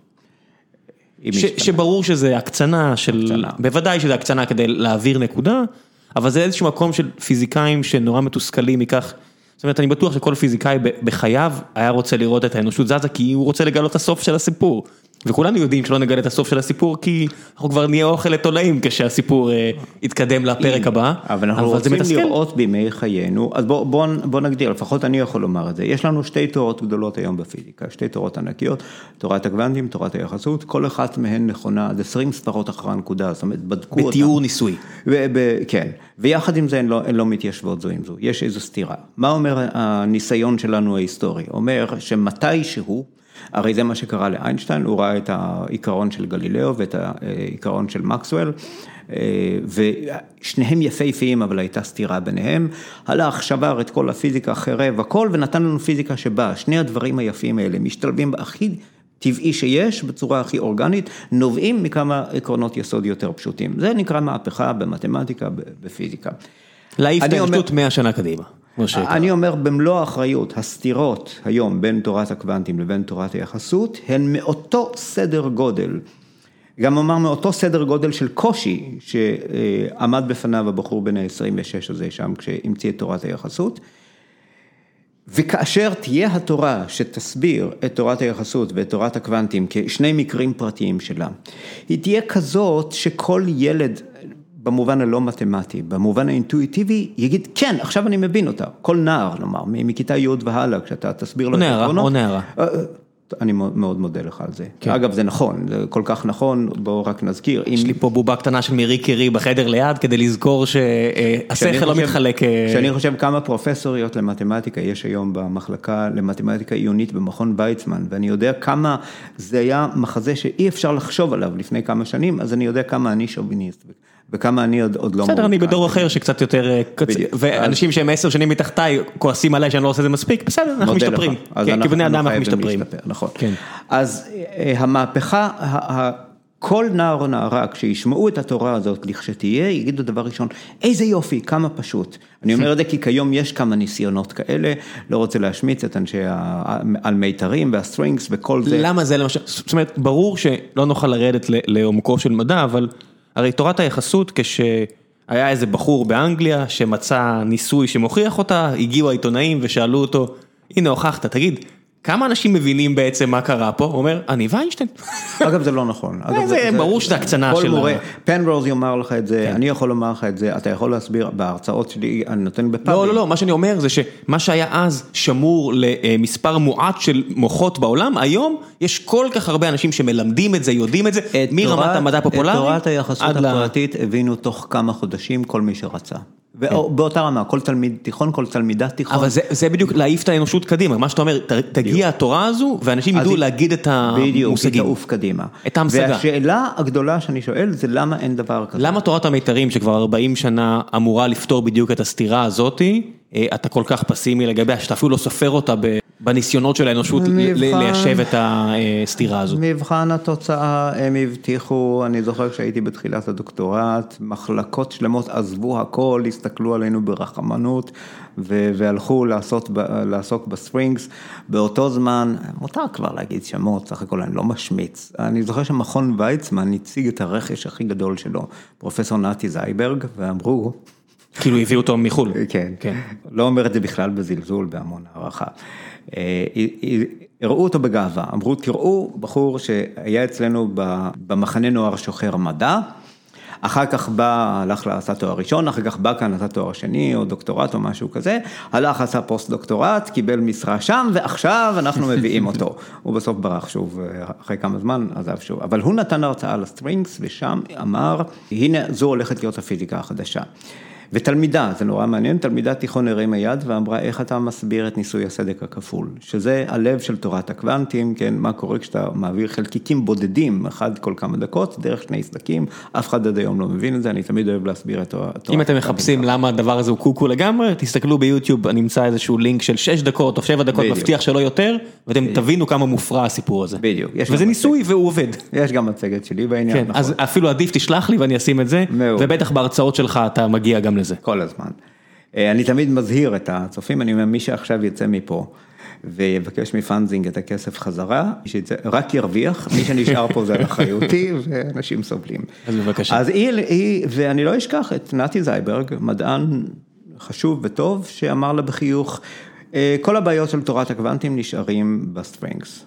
שברור שזה הקצנה של, בוודאי שזה הקצנה כדי להעביר נקודה, אבל זה איזשהו מקום של פיזיקאים שנורא מתוסכלים מכך, זאת אומרת, אני בטוח שכל פיזיקאי בחייו היה רוצה לראות את האנושות זזה, כי הוא רוצה לגלות את הסוף של הסיפור. וכולנו יודעים שלא נגלה את הסוף של הסיפור, כי אנחנו כבר נהיה אוכל לתולעים כשהסיפור יתקדם לפרק הבא. אבל אנחנו רוצים לראות בימי חיינו, אז בוא נגדיר, לפחות אני יכול לומר את זה. יש לנו שתי תורות גדולות היום בפיזיקה, שתי תורות ענקיות, תורת הקוונטים, תורת היחסות, כל אחת מהן נכונה עד 20 ספרות אחרי הנקודה, זאת אומרת, בדקו אותה. בתיאור ניסוי. כן, ויחד עם זה הן לא מתיישבות זו עם זו, יש איזו סתירה. מה אומר הניסיון שלנו ההיסטורי? אומר שמתישהו, הרי זה מה שקרה לאיינשטיין, הוא ראה את העיקרון של גלילאו ואת העיקרון של מקסוול, ושניהם יפהפיים, אבל הייתה סתירה ביניהם, הלך, שבר את כל הפיזיקה, חרב, הכל, ונתן לנו פיזיקה שבה, שני הדברים היפים האלה משתלבים הכי טבעי שיש, בצורה הכי אורגנית, נובעים מכמה עקרונות יסוד יותר פשוטים. זה נקרא מהפכה במתמטיקה, בפיזיקה. להעיף את האנושות 100 שנה קדימה. אני אומר במלוא האחריות, הסתירות היום בין תורת הקוונטים לבין תורת היחסות, הן מאותו סדר גודל, גם אומר מאותו סדר גודל של קושי, שעמד בפניו הבחור בן ה-26 הזה שם, כשהמציא את תורת היחסות, וכאשר תהיה התורה שתסביר את תורת היחסות ואת תורת הקוונטים כשני מקרים פרטיים שלה, היא תהיה כזאת שכל ילד, במובן הלא מתמטי, במובן האינטואיטיבי, יגיד, כן, עכשיו אני מבין אותה. כל נער, נאמר, מכיתה י' והלאה, כשאתה תסביר לו את העקרונות. או נערה. אני מאוד מודה לך על זה. אגב, זה נכון, זה כל כך נכון, בואו רק נזכיר. יש לי פה בובה קטנה של מירי קירי בחדר ליד, כדי לזכור שהשכל לא מתחלק. כשאני חושב כמה פרופסוריות למתמטיקה יש היום במחלקה למתמטיקה עיונית במכון ויצמן, ואני יודע כמה זה היה מחזה שאי אפשר לחשוב עליו לפני כמה שנים, אז אני יודע כמה אני שוביניסט, וכמה אני עוד לא מעודכן. בסדר, אני בדור אחר שקצת יותר, ואנשים שהם 10 שנים מתחתיי כועסים עליי שאני לא עושה זה מספיק, בסדר, אנחנו משתפרים. כבני אדם אנחנו משתפרים. נכון. אז המהפכה, כל נער או נערה, כשישמעו את התורה הזאת, לכשתהיה, יגידו דבר ראשון, איזה יופי, כמה פשוט. אני אומר את זה כי כיום יש כמה ניסיונות כאלה, לא רוצה להשמיץ את אנשי על מיתרים והסטרינגס וכל זה. למה זה למשל? זאת אומרת, ברור שלא נוכל לרדת לעומקו של מדע, אבל הרי תורת היחסות, כשהיה איזה בחור באנגליה שמצא ניסוי שמוכיח אותה, הגיעו העיתונאים ושאלו אותו, הנה הוכחת, תגיד, כמה אנשים מבינים בעצם מה קרה פה? הוא אומר, אני ואיינשטיין. אגב, זה לא נכון. זה ברור שזה הקצנה של... פנרוז יאמר לך את זה, אני יכול לומר לך את זה, אתה יכול להסביר בהרצאות שלי, אני נותן בפאבים. לא, מה שאני אומר זה שמה שהיה אז שמור למספר מועט של מוחות בעולם, היום יש כל כך הרבה אנשים שמלמדים את זה, יודעים את זה, מרמת המדע הפופולרי. את תורת היחסות הפרטית הבינו תוך כמה חודשים כל מי שרצה. באותה רמה, כל תלמיד תיכון, כל תלמידת תיכון. אבל זה בדיוק להעיף את האנושות קדימה, מה שאתה אומר, תגיע התורה הזו, ואנשים ידעו להגיד את המושגים. בדיוק, תעוף קדימה. את ההמשגה. והשאלה הגדולה שאני שואל, זה למה אין דבר כזה? למה תורת המיתרים, שכבר 40 שנה אמורה לפתור בדיוק את הסתירה הזאת, אתה כל כך פסימי לגביה, שאתה אפילו לא סופר אותה בניסיונות של האנושות ליישב את הסתירה הזו. מבחן התוצאה, הם הבטיחו, אני זוכר כשהייתי בתחילת הדוקטורט, מחלקות שלמות עזבו הכל, הסתכלו עלינו ברחמנות, והלכו לעסוק בספרינגס. באותו זמן, מותר כבר להגיד שמות, סך הכל אני לא משמיץ. אני זוכר שמכון ויצמן הציג את הרכש הכי גדול שלו, פרופסור נתי זייברג, ואמרו, כאילו הביאו אותו מחול. כן, כן. לא אומר את זה בכלל בזלזול, בהמון הערכה. הראו אותו בגאווה, אמרו, תראו בחור שהיה אצלנו במחנה נוער שוחר מדע, אחר כך הלך לעשה תואר ראשון, אחר כך בא כאן לעשה תואר שני, או דוקטורט או משהו כזה, הלך עשה פוסט דוקטורט, קיבל משרה שם, ועכשיו אנחנו מביאים אותו. הוא בסוף ברח שוב, אחרי כמה זמן עזב שוב. אבל הוא נתן הרצאה לסטרינגס, ושם אמר, הנה זו הולכת להיות הפיזיקה החדשה. ותלמידה, זה נורא מעניין, תלמידה תיכון הרימה יד ואמרה, איך אתה מסביר את ניסוי הסדק הכפול? שזה הלב של תורת הקוונטים, כן, מה קורה כשאתה מעביר חלקיקים בודדים, אחד כל כמה דקות, דרך שני סדקים, אף אחד עד היום לא מבין את זה, אני תמיד אוהב להסביר את תורת. אם אתם מחפשים למה הדבר הזה הוא קוקו לגמרי, תסתכלו ביוטיוב, נמצא איזשהו לינק של 6 דקות או 7 דקות, מבטיח שלא יותר, ואתם תבינו כמה מופרע הסיפור הזה. בדיוק. וזה ניסוי והוא עובד. יש גם מצגת שלי בעניין. כן, אז אפילו עדיף תשלח לי ואני אשים את זה, ובטח בהרצאות שלך אתה מגיע גם לזה. כל הזמן. אני תמיד מזהיר את הצופים, אני אומר, מי שעכשיו יצא מפה, ויבקש מפנזינג את הכסף חזרה, רק ירוויח, מי שנשאר פה זה על אחריותי, ואנשים סובלים. אז בבקשה. אז ואני לא אשכח את נתי זייברג, מדען חשוב וטוב, שאמר לה בחיוך, כל הבעיות של תורת הקוונטים נשארים בסטרינגס.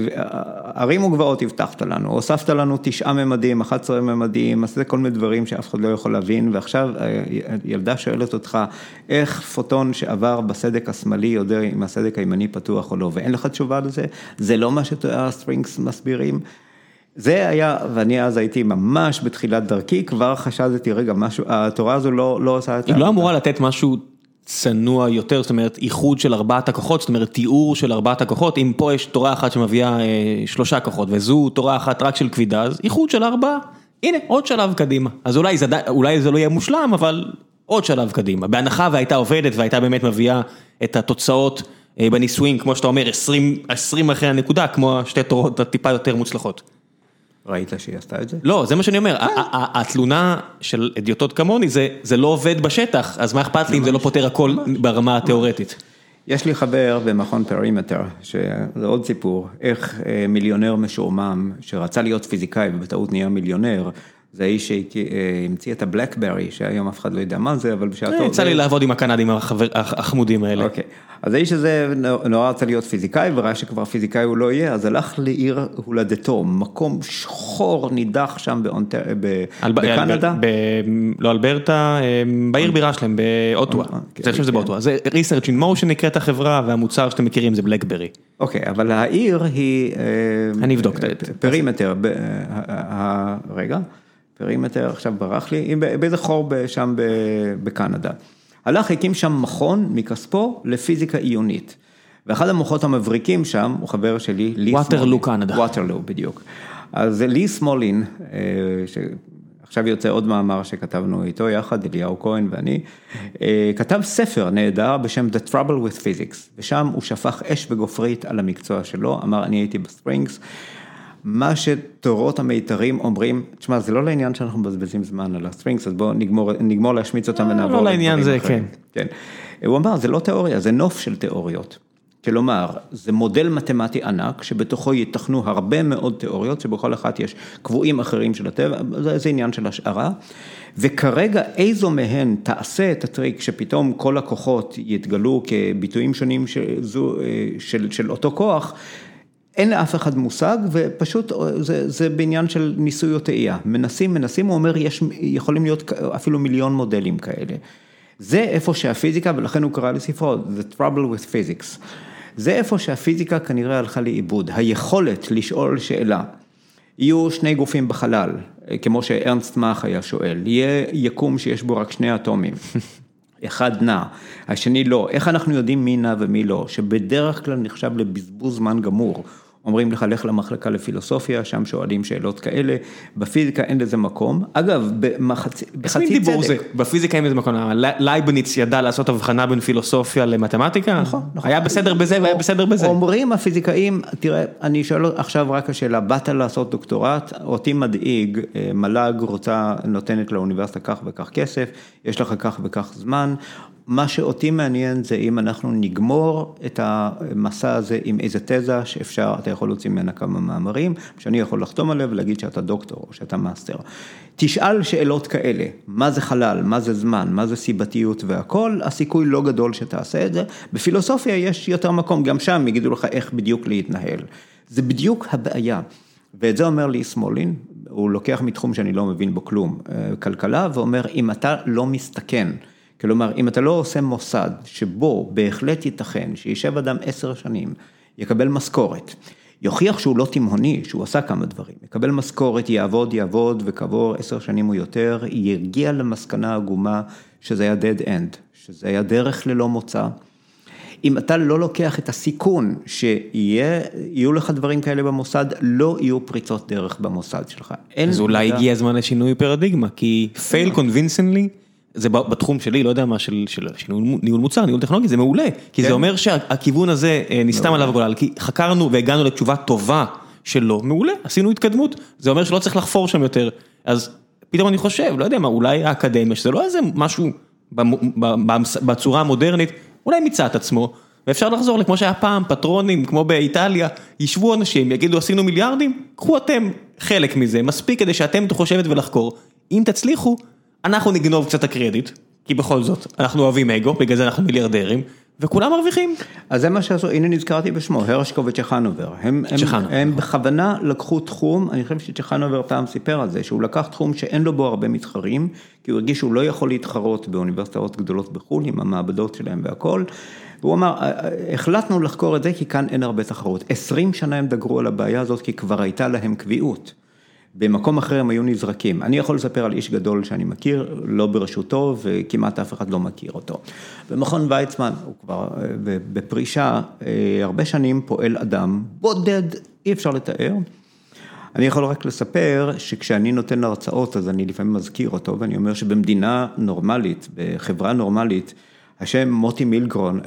ערים וגבעות הבטחת לנו, הוספת לנו 9 ממדים, 11 ממדים, עשית כל מיני דברים שאף אחד לא יכול להבין, ועכשיו ילדה שואלת אותך, איך פוטון שעבר בסדק השמאלי יודע אם הסדק הימני פתוח או לא, ואין לך תשובה לזה, זה לא מה שהסטרינגס מסבירים. זה היה, ואני אז הייתי ממש בתחילת דרכי, כבר חשדתי, רגע, משהו, התורה הזו לא עושה את זה. היא לא אמורה לתת משהו צנוע יותר, זאת אומרת, איחוד של 4 הכוחות, זאת אומרת, תיאור של 4 הכוחות, אם פה יש תורה אחת שמביאה 3 כוחות, וזו תורה אחת רק של כבידה, אז איחוד של 4, הנה, עוד שלב קדימה. אז אולי זה לא יהיה מושלם, אבל עוד שלב קדימה. בהנחה והייתה עובדת, והייתה באמת מביאה את התוצאות בניסויים, כמו שאתה אומר, 20 אחרי הנקודה, כמו 2 תורות הטיפה יותר מוצלחות. ראית שהיא עשתה את זה? לא, זה מה שאני אומר, התלונה של אדיוטות כמוני, זה לא עובד בשטח, אז מה אכפת לי אם זה לא פותר הכל ברמה התיאורטית? יש לי חבר במכון פרימטר, שזה עוד סיפור, איך מיליונר משועמם, שרצה להיות פיזיקאי ובטעות נהיה מיליונר, זה האיש שהמציא את הבלקברי, שהיום אף אחד לא יודע מה זה, אבל בשעתו... יצא לי לעבוד עם הקנדים החמודים האלה. אוקיי, אז האיש הזה נורא רצה להיות פיזיקאי, וראה שכבר פיזיקאי הוא לא יהיה, אז הלך לעיר הולדתו, מקום שחור נידח שם בקנדה. לא אלברטה, בעיר בירה שלהם, באוטווה. אני חושב שזה באוטווה. זה Research in Motion נקראת החברה, והמוצר שאתם מכירים זה בלקברי. אוקיי, אבל העיר היא... אני אבדוק. פרימטר, רגע. פרימטר, עכשיו ברח לי, באיזה חור שם בקנדה. הלך, הקים שם מכון מכספו לפיזיקה עיונית. ואחד המוחות המבריקים שם, הוא חבר שלי, לי סמולין. ווטרלו, קנדה. ווטרלו, בדיוק. אז לי סמולין, עכשיו יוצא עוד מאמר שכתבנו איתו יחד, אליהו כהן ואני, כתב ספר נהדר בשם The Trouble with Physics, ושם הוא שפך אש וגופרית על המקצוע שלו, אמר, אני הייתי בספרינגס, מה שתורות המיתרים אומרים, תשמע, זה לא לעניין שאנחנו מבזבזים זמן על הסטרינגס, אז בואו נגמור להשמיץ אותם ונעבור. לא לעניין זה, כן. כן. הוא אמר, זה לא תיאוריה, זה נוף של תיאוריות. כלומר, זה מודל מתמטי ענק, שבתוכו יתכנו הרבה מאוד תיאוריות, שבכל אחת יש קבועים אחרים של הטבע, זה עניין של השערה, וכרגע איזו מהן תעשה את הטריק, שפתאום כל הכוחות יתגלו כביטויים שונים של אותו כוח, אין לאף אחד מושג, ופשוט זה בעניין של ניסוי או תאייה. מנסים, הוא אומר, יכולים להיות אפילו 1,000,000 מודלים כאלה. זה איפה שהפיזיקה, ולכן הוא קרא לספרו, The Trouble with Physics. זה איפה שהפיזיקה כנראה הלכה לאיבוד. היכולת לשאול שאלה. יהיו 2 גופים בחלל, כמו שארנסט מאך היה שואל. יהיה יקום שיש בו רק 2 אטומים. אחד נע, השני לא. איך אנחנו יודעים מי נע ומי לא? שבדרך כלל נחשב לבזבוז זמן גמור. אומרים לך, לך למחלקה לפילוסופיה, שם שואלים שאלות כאלה, בפיזיקה אין לזה מקום. אגב, בחצי צדק. בפיזיקה אין לזה מקום, לייבניץ ידע לעשות הבחנה בין פילוסופיה למתמטיקה? נכון. היה בסדר בזה והיה בסדר בזה. אומרים הפיזיקאים, תראה, אני שואל עכשיו רק השאלה, באת לעשות דוקטורט, אותי מדאיג, מל"ג נותנת לאוניברסיטה כך וכך כסף, יש לך כך וכך זמן, מה שאותי מעניין זה אם אנחנו נגמור את המסע הזה עם איזה תזה שאפשר, אתה יכול להוציא ממנה כמה מאמרים, שאני יכול לחתום עליו ולהגיד שאתה דוקטור או שאתה מאסטר. תשאל שאלות כאלה, מה זה חלל, מה זה זמן, מה זה סיבתיות והכל, הסיכוי לא גדול שתעשה את זה. בפילוסופיה יש יותר מקום, גם שם יגידו לך איך בדיוק להתנהל. זה בדיוק הבעיה. ואת זה אומר לי סמולין, הוא לוקח מתחום שאני לא מבין בו כלום, כלכלה, ואומר, אם אתה לא מסתכן, כלומר, אם אתה לא עושה מוסד שבו בהחלט ייתכן שישב אדם 10 שנים, יקבל משכורת, יוכיח שהוא לא תימהוני, שהוא עשה כמה דברים, יקבל משכורת, יעבוד, וכעבור 10 שנים או יותר, יגיע למסקנה עגומה שזה היה dead end, שזה היה דרך ללא מוצא. אם אתה לא לוקח את הסיכון שיהיו לך דברים כאלה במוסד, לא יהיו פריצות דרך במוסד שלך. אז אולי הגיע הזמן לשינוי פרדיגמה, כי fail convincingly, זה בתחום שלי, לא יודע מה, של ניהול מוצר, ניהול טכנולוגי, זה מעולה, כי זה אומר שהכיוון הזה נסתם עליו גולל, כי חקרנו והגענו לתשובה טובה שלו, מעולה, עשינו התקדמות, זה אומר שלא צריך לחפור שם יותר, אז פתאום אני חושב, לא יודע מה, אולי האקדמיה, שזה לא איזה משהו בצורה המודרנית, אולי מיצה את עצמו, ואפשר לחזור לכמו שהיה פעם, פטרונים, כמו באיטליה, ישבו אנשים, יגידו, עשינו מיליארדים, קחו אתם חלק מזה, מספיק כדי שאתם תחושבת ולחקור, אם תצליחו, אנחנו נגנוב קצת הקרדיט, כי בכל זאת, אנחנו אוהבים אגו, בגלל זה אנחנו מיליארדרים, וכולם מרוויחים. אז זה מה שעשו, הנה נזכרתי בשמו, הרשקו וצ'חנובר. הם בכוונה לקחו תחום, אני חושב שצ'חנובר פעם סיפר על זה, שהוא לקח תחום שאין לו בו הרבה מתחרים, כי הוא הרגיש שהוא לא יכול להתחרות באוניברסיטאות גדולות בחול, עם המעבדות שלהם והכל, והוא אמר, החלטנו לחקור את זה, כי כאן אין הרבה תחרות. 20 שנה הם דגרו על הבעיה הזאת, כי כבר הייתה להם קביעות. במקום אחר הם היו נזרקים. אני יכול לספר על איש גדול שאני מכיר, לא בראשותו, וכמעט אף אחד לא מכיר אותו. במכון ויצמן, הוא כבר בפרישה, הרבה שנים פועל אדם, בודד, אי אפשר לתאר. אני יכול רק לספר שכשאני נותן הרצאות, אז אני לפעמים מזכיר אותו, ואני אומר שבמדינה נורמלית, בחברה נורמלית, השם מוטי מילגרון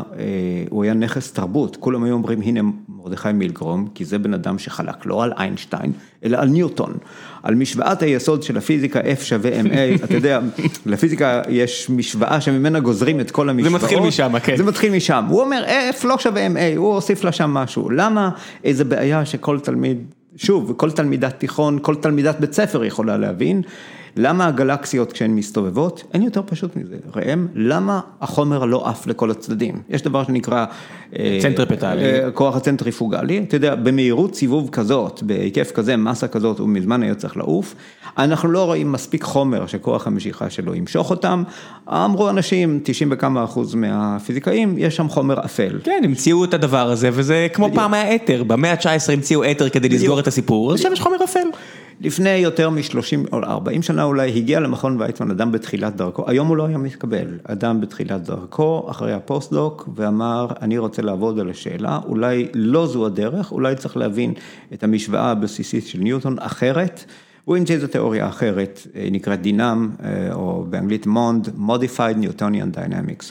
הוא היה נכס תרבות, כולם היו אומרים, הנה מרדכי מילגרון, כי זה בן אדם שחלק לא על איינשטיין, אלא על ניוטון, על משוואת היסוד של הפיזיקה F שווה MA, אתה יודע, לפיזיקה יש משוואה שממנה גוזרים את כל המשוואות. זה מתחיל משם, כן. זה מתחיל משם, הוא אומר, F לא שווה MA, הוא הוסיף לה שם משהו, למה איזו בעיה שכל תלמיד, שוב, כל תלמידת תיכון, כל תלמידת בית ספר יכולה להבין, למה הגלקסיות כשהן מסתובבות? אין יותר פשוט מזה. ראם, למה החומר לא עף לכל הצדדים? יש דבר שנקרא צנטריפטלי. כוח הצנטריפוגלי. אתה יודע, במהירות סיבוב כזאת, בהיקף כזה, מסה כזאת, ומזמן היה צריך לעוף, אנחנו לא רואים מספיק חומר שכוח המשיכה שלו ימשוך אותם. אמרו אנשים, 90 וכמה אחוז מהפיזיקאים, יש שם חומר אפל. כן, המציאו את הדבר הזה, וזה כמו פעם היה אתר. במאה ה-19 המציאו אתר כדי לסגור את הסיפור, אז שם יש חומר אפל. לפני יותר מ-30 או 40 שנה אולי הגיע למכון ויצמן אדם בתחילת דרכו, היום הוא לא היה מתקבל, אדם בתחילת דרכו אחרי הפוסט-דוק ואמר אני רוצה לעבוד על השאלה, אולי לא זו הדרך, אולי צריך להבין את המשוואה הבסיסית של ניוטון אחרת, הוא המציא איזו תיאוריה אחרת, נקראת דינם או באנגלית מונד, Modified Newtonian Dynamics.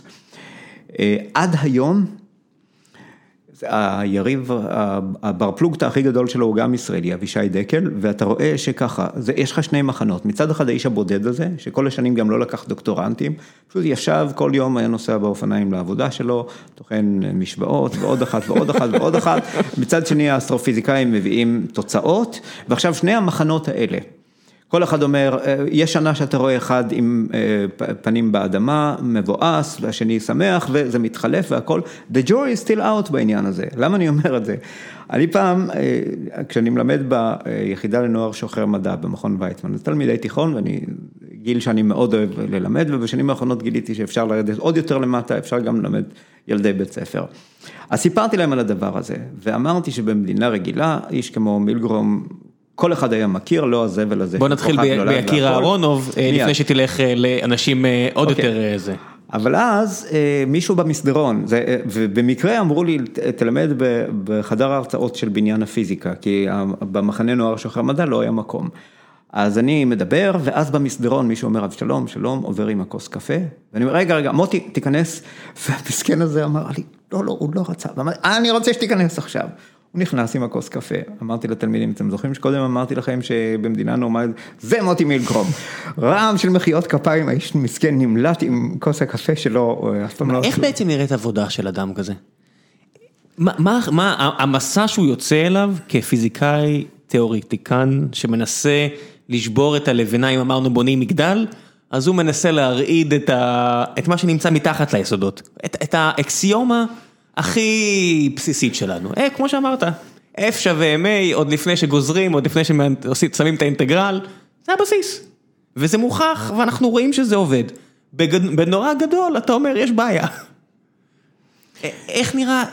עד היום, היריב, הבר פלוגתא הכי גדול שלו הוא גם ישראלי, אבישי דקל, ואתה רואה שככה, יש לך שני מחנות, מצד אחד האיש הבודד הזה, שכל השנים גם לא לקח דוקטורנטים, פשוט ישב כל יום היה נוסע באופניים לעבודה שלו, תוכן משוואות ועוד אחת ועוד אחת ועוד אחת, מצד שני האסטרופיזיקאים מביאים תוצאות, ועכשיו שני המחנות האלה, כל אחד אומר, יש שנה שאתה רואה אחד עם פנים באדמה, מבואס, והשני שמח, וזה מתחלף והכל. The jury is still out בעניין הזה. למה אני אומר את זה? אני פעם, כשאני מלמד ביחידה לנוער שוחר מדע במכון ויצמן, זה תלמידי תיכון, ואני גיל שאני מאוד אוהב ללמד, ובשנים האחרונות גיליתי שאפשר לרדת עוד יותר למטה, אפשר גם ללמד ילדי בית ספר. אז סיפרתי להם על הדבר הזה, ואמרתי שבמדינה רגילה, איש כמו מילגרום, כל אחד היה מכיר, לא הזבל הזה. בוא נתחיל ביקיר אהרונוב, לפני שתלך לאנשים עוד יותר זה. אבל אז מישהו במסדרון, ובמקרה אמרו לי, תלמד בחדר ההרצאות של בניין הפיזיקה, כי במחנה נוער שוחר מדע לא היה מקום. אז אני מדבר, ואז במסדרון מישהו אומר, שלום, שלום, עובר עם הכוס קפה, ואני אומר, רגע, מוטי, תיכנס, והמסכן הזה אמר לי, לא, הוא לא רצה, ואמרתי, אני רוצה שתיכנס עכשיו. הוא נכנס עם הכוס קפה, אמרתי לתלמידים, אתם זוכרים שקודם אמרתי לכם שבמדינה נורמלית, זה מוטי מילגרום, רעם של מחיאות כפיים, האיש מסכן נמלט עם כוס הקפה שלו, אף פעם לא... איך בעצם נראית עבודה של אדם כזה? מה המסע שהוא יוצא אליו כפיזיקאי תיאורטיקן, שמנסה לשבור את הלבנה, אם אמרנו בונים מגדל, אז הוא מנסה להרעיד את מה שנמצא מתחת ליסודות, את האקסיומה הכי בסיסית שלנו. כמו שאמרת, F שווה MA, עוד לפני שגוזרים, עוד לפני ששמים את האינטגרל, זה הבסיס. וזה מוכח, ואנחנו רואים שזה עובד. בנורא גדול, אתה אומר, יש בעיה. איך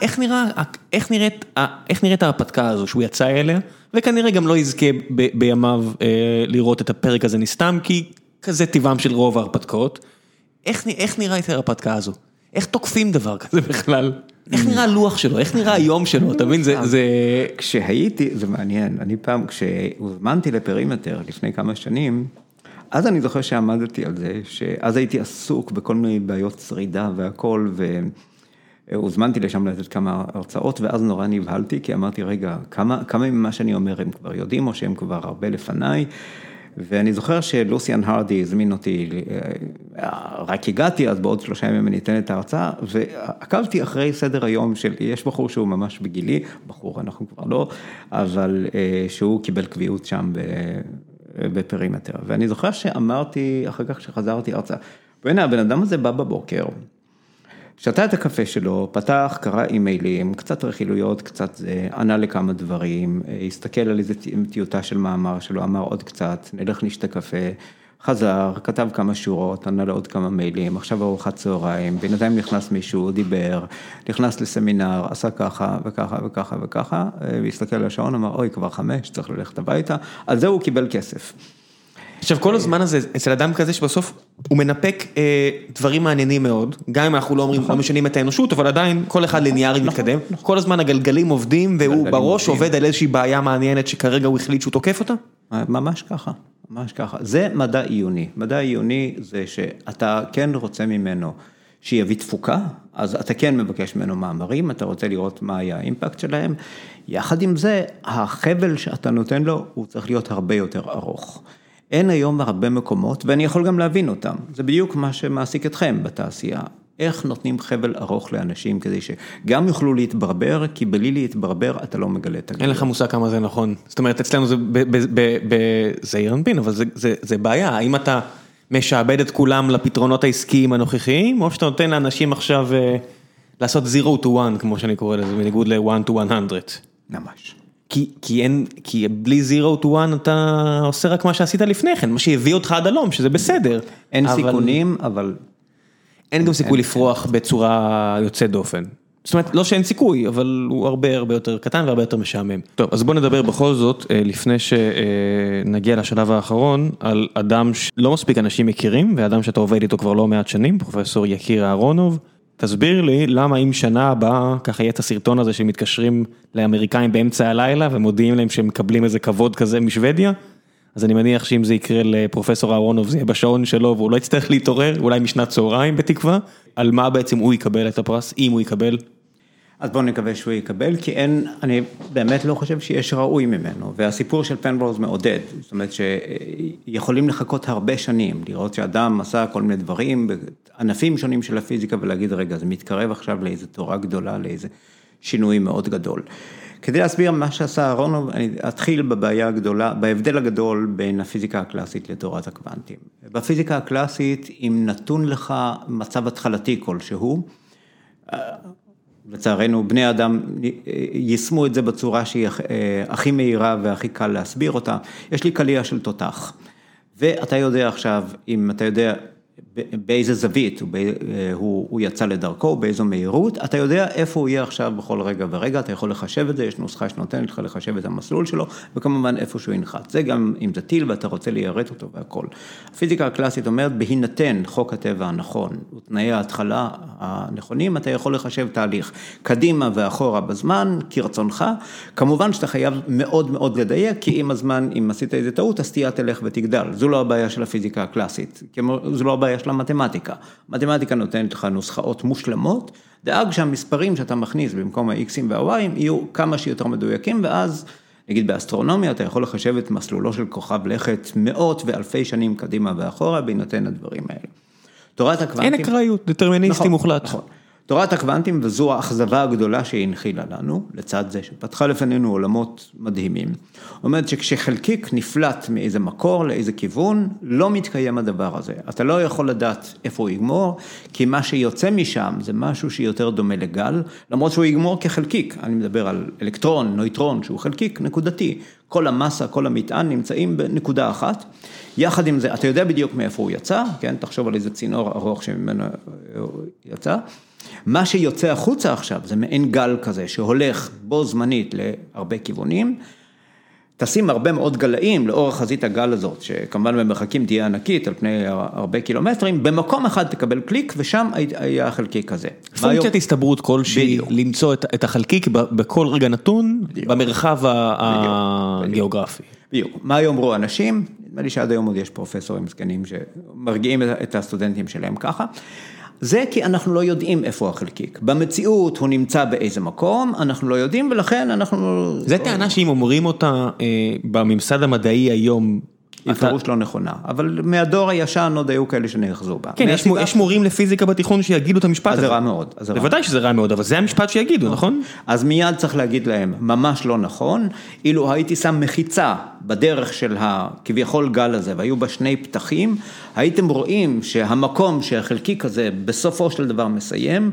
נראית ההרפתקה הזו שהוא יצא אליה, וכנראה גם לא יזכה בימיו לראות את הפרק הזה נסתם, כי כזה טבעם של רוב ההרפתקאות. איך נראית ההרפתקה הזו? איך תוקפים דבר כזה בכלל? איך נראה הלוח שלו? איך נראה היום שלו? אתה מבין? כשהייתי, זה מעניין, אני פעם, כשהוזמנתי לפרימטר לפני כמה שנים, אז אני זוכר שעמדתי על זה, שאז הייתי עסוק בכל מיני בעיות שרידה והכל, והוזמנתי לשם לתת כמה הרצאות, ואז נורא נבהלתי, כי אמרתי, רגע, כמה ממה שאני אומר הם כבר יודעים, או שהם כבר הרבה לפניי, ואני זוכר שלוסיאן הרדי הזמין אותי, רק הגעתי, אז בעוד 3 ימים אני אתן את ההרצאה, ועקבתי אחרי סדר היום של, יש בחור שהוא ממש בגילי, בחור אנחנו כבר לא, אבל שהוא קיבל קביעות שם בפרימטר, ואני זוכר שאמרתי, אחר כך שחזרתי הרצאה, והנה הבן אדם הזה בא בבוקר, שתה את הקפה שלו, פתח, קרא אימיילים, קצת רכילויות, קצת ענה לכמה דברים, הסתכל על איזו טיוטה של מאמר שלו, אמר עוד קצת, נלך נשתה קפה, חזר, כתב כמה שורות, ענה לעוד כמה מיילים, עכשיו ארוחת צהריים, בינתיים נכנס מישהו, דיבר, נכנס לסמינר, עשה ככה וככה וככה וככה, והסתכל על השעון, אמר, אוי, כבר 5, צריך ללכת הביתה, על זה הוא קיבל כסף. עכשיו, כל הזמן הזה, אצל אדם כזה שבסוף הוא מנפק דברים מעניינים מאוד, גם אם אנחנו לא אומרים, לא משנים את האנושות, אבל עדיין כל אחד ליניארי מתקדם, כל הזמן הגלגלים עובדים, והוא בראש עובד על איזושהי בעיה מעניינת, שכרגע הוא החליט שהוא תוקף אותה? ממש ככה, ממש ככה. זה מדע עיוני. מדע עיוני זה שאתה כן רוצה ממנו שיביא תפוקה, אז אתה כן מבקש ממנו מאמרים, אתה רוצה לראות מה היה האימפקט שלהם. יחד עם זה, החבל שאתה נותן לו, הוא צריך להיות הרבה יותר ארוך. אין היום הרבה מקומות, ואני יכול גם להבין אותם. זה בדיוק מה שמעסיק אתכם בתעשייה. איך נותנים חבל ארוך לאנשים כדי שגם יוכלו להתברבר, כי בלי להתברבר אתה לא מגלה את הגדול. אין לך מושג כמה זה נכון. זאת אומרת, אצלנו זה זעיר אנפין, אבל זה בעיה. האם אתה משעבד את כולם לפתרונות העסקיים הנוכחיים, או שאתה נותן לאנשים עכשיו לעשות 0 to 1, כמו שאני קורא לזה, בניגוד ל-1 to 100. ממש. כי בלי 0 to 1 אתה עושה רק מה שעשית לפני כן, מה שהביא אותך עד הלום, שזה בסדר. אין סיכונים, אבל... אין גם סיכוי לפרוח בצורה יוצאת דופן. זאת אומרת, לא שאין סיכוי, אבל הוא הרבה יותר קטן והרבה יותר משעמם. טוב, אז בוא נדבר בכל זאת, לפני שנגיע לשלב האחרון, על אדם שלא מספיק אנשים מכירים, ואדם שאתה עובד איתו כבר לא מעט שנים, פרופסור יקיר אהרונוב. תסביר לי למה אם שנה הבאה, ככה יהיה את הסרטון הזה שמתקשרים לאמריקאים באמצע הלילה, ומודיעים להם שהם מקבלים איזה כבוד כזה משוודיה, אז אני מניח שאם זה יקרה לפרופסור אהרונוב, זה יהיה בשעון שלו, והוא לא יצטרך להתעורר, אולי משנת צהריים בתקווה, על מה בעצם הוא יקבל את הפרס, אם הוא יקבל. אז בואו נקווה שהוא יקבל, כי אני באמת לא חושב שיש ראוי ממנו, והסיפור של פנרוז מעודד, זאת אומרת שיכולים לחכות הרבה שנים, לראות שאדם עשה כל מיני דברים, בענפים שונים של הפיזיקה, ולהגיד, רגע, זה מתקרב עכשיו לאיזו תורה גדולה, לאיזה שינוי מאוד גדול. כדי להסביר מה שעשה אהרונוב, אני אתחיל בבעיה הגדולה, בהבדל הגדול בין הפיזיקה הקלאסית לתורת הקוונטים. בפיזיקה הקלאסית, אם נתון לך מצב התחלתי כלשהו, לצערנו, בני אדם יישמו את זה בצורה שהיא הכי מהירה והכי קל להסביר אותה. יש לי קליע של תותח, ואתה יודע עכשיו, אם אתה יודע באיזה זווית הוא יצא לדרכו, באיזו מהירות, אתה יודע איפה הוא יהיה עכשיו בכל רגע ורגע, אתה יכול לחשב את זה, יש נוסחה שנותנת לך לחשב את המסלול שלו, וכמובן איפה שהוא ינחת. זה גם אם זה טיל ואתה רוצה ליירט אותו והכל. הפיזיקה הקלאסית אומרת, בהינתן חוק הטבע הנכון, ותנאי ההתחלה הנכונים, אתה יכול לחשב תהליך קדימה ואחורה בזמן, כרצונך. כמובן שאתה חייב מאוד מאוד לדייק, כי עם הזמן, אם עשית איזה טעות, הסטייה תלך ותגדל. זו לא הבעיה של הפיזיקה הקלאסית, זו לא הבעיה של המתמטיקה. מתמטיקה נותנת לך נוסחאות מושלמות, דאג שהמספרים שאתה מכניס במקום ה-X'ים וה-Y'ים יהיו כמה שיותר מדויקים, ואז, נגיד באסטרונומיה, אתה יכול לחשב את מסלולו של כוכב לכת מאות ואלפי שנים קדימה ואחורה, בהינתן הדברים האלה. תורת הקוונטים... אין אקראיות, דטרמיניסטי מוחלט. נכון. תורת הקוונטים, וזו האכזבה הגדולה שהיא הנחילה לנו, לצד זה שפתחה לפנינו עולמות מדהימים. אומרת שכשחלקיק נפלט מאיזה מקור לאיזה כיוון, לא מתקיים הדבר הזה. אתה לא יכול לדעת איפה הוא יגמור, כי מה שיוצא משם זה משהו שיותר דומה לגל, למרות שהוא יגמור כחלקיק. אני מדבר על אלקטרון, נויטרון, שהוא חלקיק נקודתי. כל המסה, כל המטען נמצאים בנקודה אחת. יחד עם זה, אתה יודע בדיוק מאיפה הוא יצא, כן? תחשוב על איזה צינור ארוך שממנו יצא. מה שיוצא החוצה עכשיו, זה מעין גל כזה, שהולך בו זמנית להרבה כיוונים, תשים הרבה מאוד גלאים לאורך חזית הגל הזאת, שכמובן במרחקים תהיה ענקית על פני הרבה קילומטרים, במקום אחד תקבל קליק, ושם היה החלקיק הזה. פונקציית הסתברות כלשהי, למצוא את החלקיק בכל רגע נתון, במרחב הגיאוגרפי. בדיוק. מה יאמרו אנשים? נדמה לי שעד היום עוד יש פרופסורים סגנים שמרגיעים את הסטודנטים שלהם ככה. זה כי אנחנו לא יודעים איפה החלקיק. במציאות הוא נמצא באיזה מקום, אנחנו לא יודעים, ולכן אנחנו... זה טענה שאם אומרים אותה בממסד המדעי היום... היא פירוש לא נכונה, אבל מהדור הישן עוד היו כאלה שנאחזו בה. כן, יש מורים לפיזיקה בתיכון שיגידו את המשפט הזה. זה רע מאוד. בוודאי שזה רע מאוד, אבל זה המשפט שיגידו, נכון? אז מיד צריך להגיד להם, ממש לא נכון, אילו הייתי שם מחיצה בדרך של כביכול גל הזה, והיו בה שני פתחים, הייתם רואים שהמקום שהחלקיק הזה בסופו של דבר מסיים,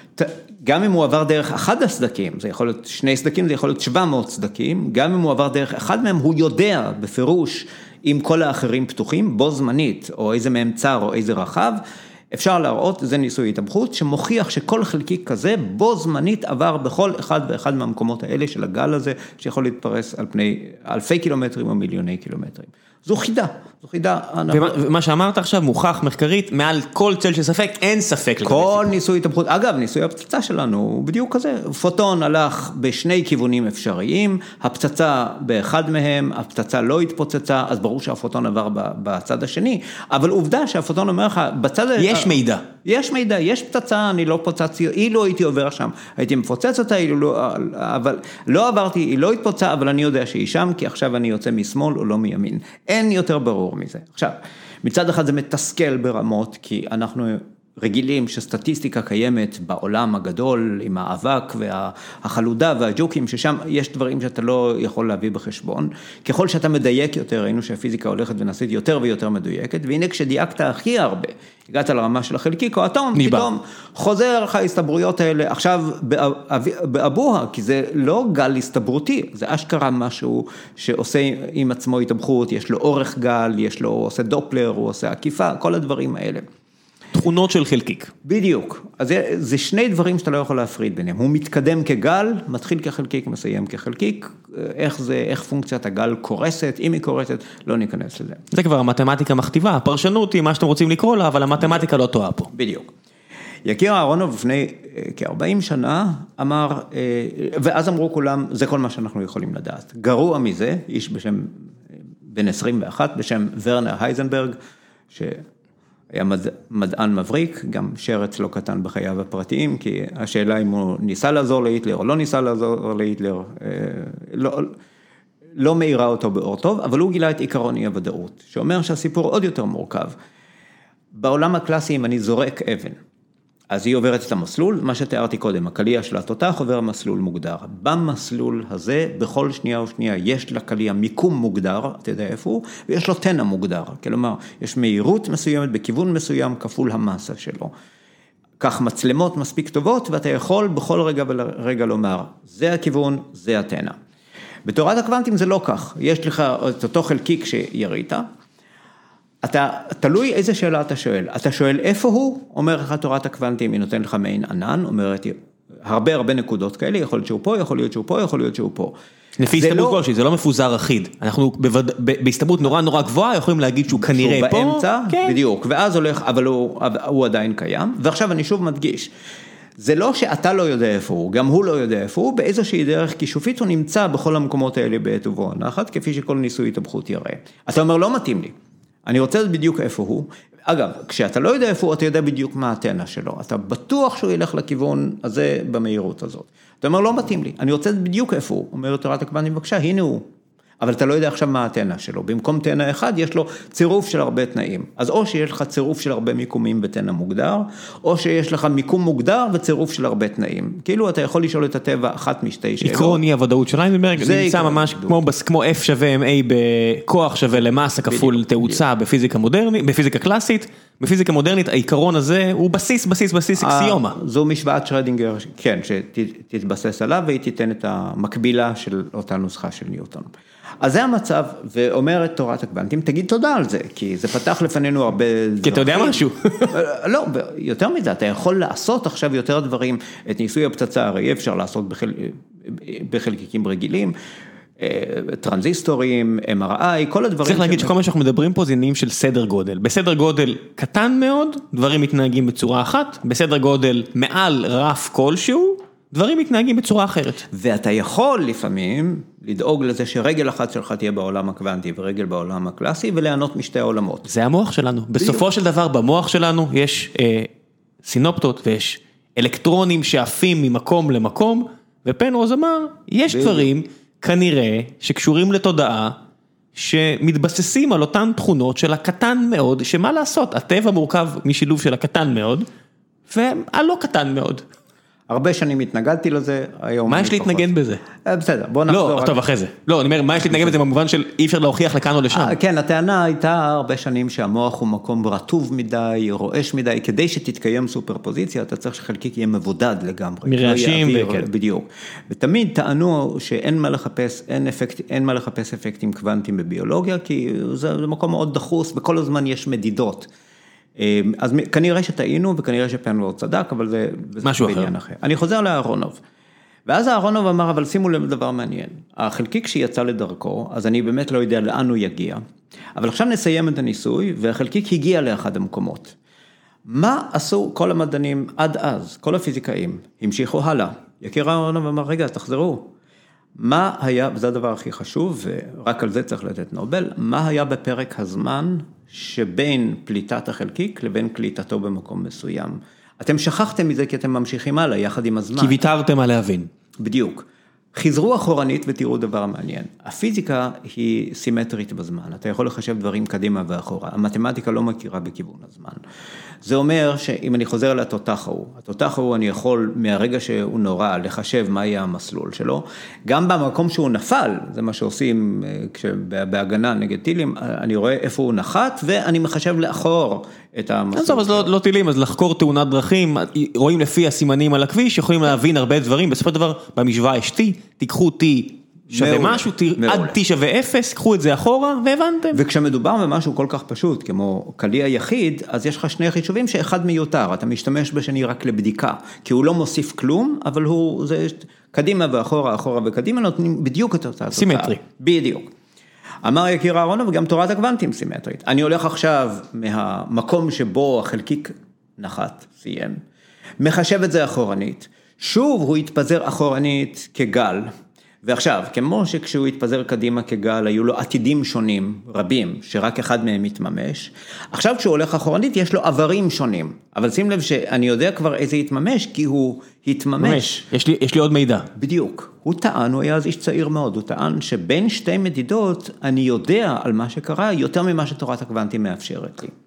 גם אם הוא עבר דרך אחד הסדקים, זה יכול להיות שני סדקים, זה יכול להיות 700 סדקים, גם אם הוא עבר דרך אחד מהם, הוא יודע בפירוש אם כל האחרים פתוחים, בו זמנית, או איזה מהם צר או איזה רחב, אפשר להראות, זה ניסוי התאבכות, שמוכיח שכל חלקיק כזה, בו זמנית עבר בכל אחד ואחד מהמקומות האלה של הגל הזה, שיכול להתפרס על פני אלפי קילומטרים או מיליוני קילומטרים. זו חידה, זו חידה. ומה שאמרת עכשיו, מוכח מחקרית, מעל כל צל של ספק, אין ספק. כל ניסוי התאבכות, אגב, ניסוי הפצצה שלנו, הוא בדיוק כזה, פוטון הלך בשני כיוונים אפשריים, הפצצה באחד מהם, הפצצה לא התפוצצה, אז ברור שהפוטון עבר בצד השני, אבל עובדה שהפוטון אומר לך, בצד... יש מידע. יש מידע, יש פצצה, אני לא פוצצתי, אילו הייתי עובר שם, הייתי מפוצץ אותה, אבל לא עברתי, היא לא התפוצצה, אבל אני יודע שהיא שם, כי עכשיו אני יוצא משמאל או לא מימין. אין יותר ברור מזה. עכשיו, מצד אחד זה מתסכל ברמות, כי אנחנו רגילים שסטטיסטיקה קיימת בעולם הגדול, עם האבק והחלודה והג'וקים, ששם יש דברים שאתה לא יכול להביא בחשבון. ככל שאתה מדייק יותר, ראינו שהפיזיקה הולכת ונעשית יותר ויותר מדויקת, והנה כשדייקת הכי הרבה, הגעת לרמה של החלקיק או אטום, פתאום חוזר לך ההסתברויות האלה, עכשיו באבוה, כי זה לא גל הסתברותי, זה אשכרה משהו שעושה עם עצמו התאבכות, יש לו אורך גל, יש לו, עושה דופלר, הוא עושה עקיפה, כל הדברים האלה. תכונות של חלקיק. בדיוק. אז זה שני דברים שאתה לא יכול להפריד ביניהם. הוא מתקדם כגל, מתחיל כחלקיק, מסיים כחלקיק. איך פונקציית הגל קורסת, אם היא קורסת, לא ניכנס לזה. זה כבר המתמטיקה מכתיבה, הפרשנות היא מה שאתם רוצים לקרוא לה, אבל המתמטיקה לא טועה פה. בדיוק. יקיר אהרונוב לפני כ-40 שנה אמר, ואז אמרו כולם, זה כל מה שאנחנו יכולים לדעת. גרוע מזה, איש בשם, בן 21, בשם ורנר הייזנברג, היה מדען מבריק, גם שרץ לא קטן בחייו הפרטיים, כי השאלה אם הוא ניסה לעזור להיטלר או לא ניסה לעזור להיטלר, לא מאירה אותו באור טוב, אבל הוא גילה את עיקרון אי-הוודאות, שאומר שהסיפור עוד יותר מורכב. בעולם הקלאסי, אם אני זורק אבן, אז היא עוברת את המסלול, מה שתיארתי קודם, הקליע של התותח עובר מסלול מוגדר. במסלול הזה, בכל שנייה ושנייה, יש לקליע מיקום מוגדר, אתה יודע איפה הוא, ויש לו תנע מוגדר. כלומר, יש מהירות מסוימת בכיוון מסוים כפול המסה שלו. כך מצלמות מספיק טובות, ואתה יכול בכל רגע ורגע לומר, זה הכיוון, זה התנע. בתורת הקוונטים זה לא כך. יש לך את אותו חלקיק שירית, תלוי איזה שאלה אתה שואל. אתה שואל איפה הוא, אומר לך תורת הקוונטים, היא נותן לך מעין ענן, אומרת הרבה נקודות כאלה, יכול להיות שהוא פה, יכול להיות שהוא פה, יכול להיות שהוא פה. לפי הסתברות כלשהי, זה לא מפוזר אחיד. אנחנו בהסתברות נורא גבוהה יכולים להגיד שהוא כנראה פה. שהוא באמצע, בדיוק, ואז הולך, אבל הוא עדיין קיים. ועכשיו אני שוב מדגיש, זה לא שאתה לא יודע איפה הוא, גם הוא לא יודע איפה הוא, באיזושהי דרך כישופית הוא נמצא בכל המקומות האלה בעת ובעונה אחת, כפי שכל ניסוי התהפכות יראה. אתה אומר, לא מתאים לי. אני רוצה לדעת בדיוק איפה הוא. אגב, כשאתה לא יודע איפה הוא, אתה יודע בדיוק מה האנטנה שלו. אתה בטוח שהוא ילך לכיוון הזה במהירות הזאת. אתה אומר, לא מתאים לי. אני רוצה לדעת בדיוק איפה הוא. אומר תורת הקוונטים, בבקשה, הנה הוא. אבל אתה לא יודע עכשיו מה האנטנה שלו. במקום תנע אחד, יש לו צירוף של הרבה תנאים. אז או שיש לך צירוף של הרבה מיקומים בתנע מוגדר, או שיש לך מיקום מוגדר וצירוף של הרבה תנאים. כאילו אתה יכול לשאול את הטבע אחת משתי שאלות. עקרון אי הוודאות של הייזנברג, נמצא ממש כמו F שווה MA בכוח שווה למסה כפול תאוצה בפיזיקה מודרנית, בפיזיקה קלאסית. בפיזיקה מודרנית העיקרון הזה הוא בסיס אקסיומה. זו משוואת שרדינגר, כן, שתתבסס עליו והיא תיתן את המקבילה של אותה נוסחה של ניוטון. אז זה המצב, ואומרת תורת הקוונטים, תגיד תודה על זה, כי זה פתח לפנינו הרבה דברים. כי אתה יודע משהו. לא, יותר מזה, אתה יכול לעשות עכשיו יותר דברים, את ניסוי הפצצה, הרי אפשר לעשות בחלקיקים רגילים, טרנזיסטורים, MRI, כל הדברים. צריך להגיד שכל מה שאנחנו מדברים פה זה עניינים של סדר גודל. בסדר גודל קטן מאוד, דברים מתנהגים בצורה אחת, בסדר גודל מעל רף כלשהו, דברים מתנהגים בצורה אחרת. ואתה יכול לפעמים לדאוג לזה שרגל אחת שלך תהיה בעולם הקוונטי ורגל בעולם הקלאסי, וליהנות משתי העולמות. זה המוח שלנו. בסופו של דבר במוח שלנו יש סינופטות ויש אלקטרונים שעפים ממקום למקום, ופנרוז אמר, יש דברים כנראה שקשורים לתודעה, שמתבססים על אותן תכונות של הקטן מאוד, שמה לעשות, הטבע מורכב משילוב של הקטן מאוד, והלא קטן מאוד. הרבה שנים התנגדתי לזה, היום... מה יש להתנגד בזה? בסדר, בוא נחזור... לא, טוב, אחרי זה. לא, אני אומר, מה יש להתנגד בזה במובן של אי אפשר להוכיח לכאן או לשם? כן, הטענה הייתה הרבה שנים שהמוח הוא מקום רטוב מדי, רועש מדי, כדי שתתקיים סופרפוזיציה, אתה צריך שחלקיק יהיה מבודד לגמרי. מרעשים וכן. בדיוק. ותמיד טענו שאין מה לחפש אפקטים קוונטיים בביולוגיה, כי זה מקום מאוד דחוס, וכל הזמן יש מדידות. אז כנראה שטעינו, וכנראה שפנרוז צדק, אבל זה משהו אחר. אני חוזר לאהרונוב. ואז אהרונוב אמר, אבל שימו לב לדבר מעניין. החלקיק שיצא לדרכו, אז אני באמת לא יודע לאן הוא יגיע. אבל עכשיו נסיים את הניסוי, והחלקיק הגיע לאחד המקומות. מה עשו כל המדענים עד אז, כל הפיזיקאים? המשיכו הלאה. יקיר אהרונוב אמר, רגע, תחזרו. מה היה, וזה הדבר הכי חשוב, ורק על זה צריך לתת נובל, מה היה בפרק הזמן שבין פליטת החלקיק לבין קליטתו במקום מסוים? אתם שכחתם מזה כי אתם ממשיכים הלאה, יחד עם הזמן. כי ויתרתם על להבין. בדיוק. חזרו אחורנית ותראו דבר מעניין. הפיזיקה היא סימטרית בזמן. אתה יכול לחשב דברים קדימה ואחורה. המתמטיקה לא מכירה בכיוון הזמן. זה אומר שאם אני חוזר לתותח ההוא אני יכול מהרגע שהוא נורא לחשב מה יהיה המסלול שלו. גם במקום שהוא נפל, זה מה שעושים בהגנה נגד טילים, אני רואה איפה הוא נחת ואני מחשב לאחור את המסלול. אז לא טילים, אז לחקור תאונת דרכים, רואים לפי הסימנים על הכביש, יכולים להבין הרבה דברים, בסופו של דבר במשוואה יש T, תיקחו T שווה משהו, עד T שווה 0, קחו את זה אחורה והבנתם. וכשמדובר במשהו כל כך פשוט, כמו קלי היחיד, אז יש לך שני חישובים שאחד מיותר, אתה משתמש בשני רק לבדיקה, כי הוא לא מוסיף כלום, אבל הוא, זה קדימה ואחורה, אחורה וקדימה, נותנים בדיוק את אותה תוצאה. סימטרי. בדיוק. אמר יקיר אהרונוב, וגם תורת הקוונטים סימטרית. אני הולך עכשיו מהמקום שבו החלקיק נחת, סיים, מחשב את זה אחורנית, שוב הוא התפזר אחורנית כגל, ועכשיו, כמו שכשהוא התפזר קדימה כגל, היו לו עתידים שונים, רבים, שרק אחד מהם מתממש, עכשיו כשהוא הולך אחורנית, יש לו עברים שונים, אבל שים לב שאני יודע כבר איזה יתממש, כי הוא התממש. יש לי עוד מידע. בדיוק. הוא טען, הוא היה אז איש צעיר מאוד, הוא טען שבין שתי מדידות, אני יודע על מה שקרה, יותר ממה שתורת הקוונטים מאפשרת לי.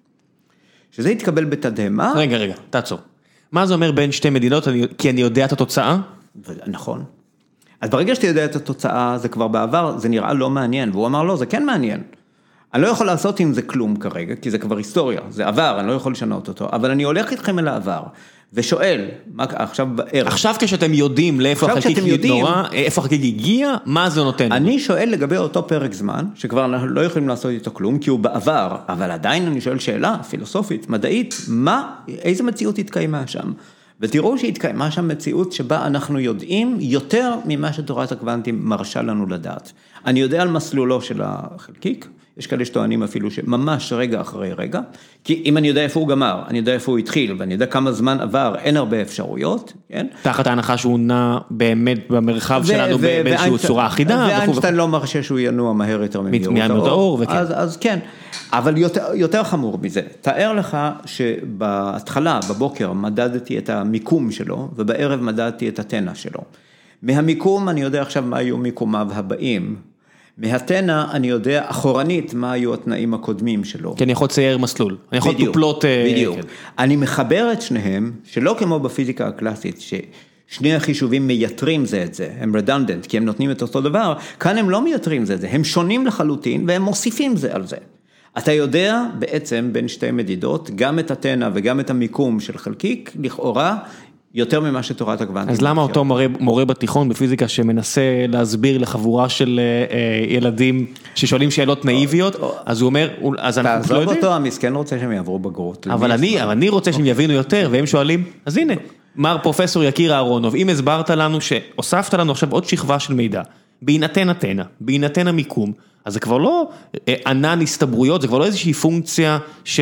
שזה יתקבל בתדהמה. רגע, תעצור. מה זה אומר בין שתי מדידות? כי אני יודע את התוצאה? נכון. אז ברגע שאתה יודע את התוצאה, זה כבר בעבר, זה נראה לא מעניין, והוא אמר לא, זה כן מעניין. אני לא יכול לעשות עם זה כלום כרגע, כי זה כבר היסטוריה, זה עבר, אני לא יכול לשנות אותו, אבל אני הולך איתכם אל העבר, ושואל, עכשיו בערב. עכשיו כשאתם יודעים לאיפה החלקיק נורא, איפה החלקיק הגיע, מה זה נותן? אני שואל לגבי אותו פרק זמן, שכבר אנחנו לא יכולים לעשות איתו כלום, כי הוא בעבר, אבל עדיין אני שואל שאלה פילוסופית, מדעית, איזה מציאות התקיימה שם? ותראו שהתקיימה שם מציאות שבה אנחנו יודעים יותר ממה שתורת הקוונטים מרשה לנו לדעת. אני יודע על מסלולו של החלקיק, יש כאלה שטוענים אפילו שממש רגע אחרי רגע, כי אם אני יודע איפה הוא גמר, אני יודע איפה הוא התחיל, ואני יודע כמה זמן עבר, אין הרבה אפשרויות, כן? תחת ההנחה שהוא נע באמת במרחב שלנו באיזושהי צורה אחידה. ואיינשטיין לא מרשה שהוא ינוע מהר יותר ממהירות האור. אז כן, אבל יותר חמור מזה, תאר לך שבהתחלה, בבוקר, מדדתי את המיקום שלו, ובערב מדדתי את התנע שלו. מהמיקום אני יודע עכשיו מה היו מיקומיו הבאים, מהתנע אני יודע אחורנית מה היו התנאים הקודמים שלו. כי אני יכול לצייר מסלול, אני יכול טופלות. בדיוק. אני מחבר את שניהם, שלא כמו בפיזיקה הקלאסית, ששני החישובים מייתרים זה את זה, הם redundant, כי הם נותנים את אותו דבר, כאן הם לא מייתרים זה את זה, הם שונים לחלוטין, והם מוסיפים זה על זה. אתה יודע בעצם בין שתי מדידות, גם את התנע וגם את המיקום של חלקיק, לכאורה, יותר ממה שתורת הקוונטים. אז למה אותו מורה בתיכון בפיזיקה שמנסה להסביר לחבורה של ילדים ששואלים שאלות נאיביות, אז הוא אומר, אז אנחנו לא יודעים. תעזוב אותו, המסכן רוצה שהם יעברו בגרות. אבל אני רוצה שהם יבינו יותר, והם שואלים, אז הנה, מר פרופסור יקיר אהרונוב, אם הסברת לנו שהוספת לנו עכשיו עוד שכבה של מידע, בהינתן התנע, בהינתן המיקום, אז זה כבר לא ענן הסתברויות, זה כבר לא איזושהי פונקציה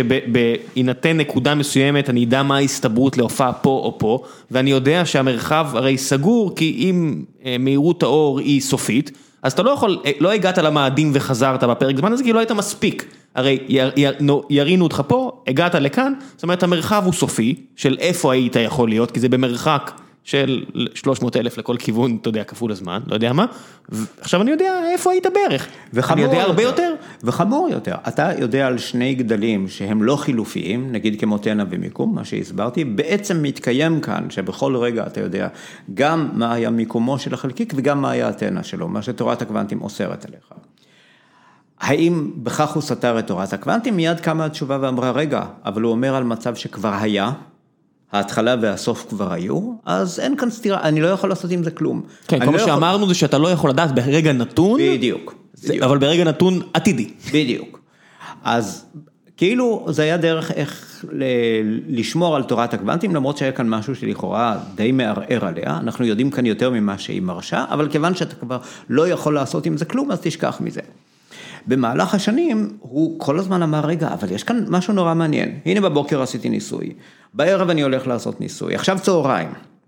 שבהינתן נקודה מסוימת, אני יודע מה ההסתברות להופעה פה או פה, ואני יודע שהמרחב הרי סגור, כי אם מהירות האור היא סופית, אז אתה לא יכול, לא הגעת למאדים וחזרת בפרק זמן הזה, כי לא היית מספיק. הרי ירינו אותך פה, הגעת לכאן, זאת אומרת המרחב הוא סופי, של איפה היית יכול להיות, כי זה במרחק של 300,000 לכל כיוון, אתה יודע, כפול הזמן, לא יודע מה, עכשיו אני יודע איפה היית בערך, אני יודע הרבה יותר. וחמור יותר, אתה יודע על שני גדלים שהם לא חילופיים, נגיד כמו תנע ומיקום, מה שהסברתי, בעצם מתקיים כאן, שבכל רגע אתה יודע גם מה היה מיקומו של החלקיק, וגם מה היה התנע שלו, מה שתורת הקוונטים אוסרת עליך. האם בכך הוא סתר את תורת הקוונטים? מיד קמה התשובה ואמרה, רגע, אבל הוא אומר על מצב שכבר היה, ההתחלה והסוף כבר היו, אז אין כאן סתירה, אני לא יכול לעשות עם זה כלום. כן, כל מה שאמרנו זה שאתה לא יכול לדעת ברגע נתון, בדיוק. אבל ברגע נתון עתידי. בדיוק. אז כאילו זה היה דרך איך לשמור על תורת הקוונטים, למרות שהיה כאן משהו שלכאורה די מערער עליה, אנחנו יודעים כאן יותר ממה שהיא מרשה, אבל כיוון שאתה כבר לא יכול לעשות עם זה כלום, אז תשכח מזה. במהלך השנים הוא כל הזמן אמר, רגע, אבל יש כאן משהו נורא מעניין. הנה בבוקר עשיתי ניסוי, בערב אני הולך לעשות ניסוי, עכשיו צהריים.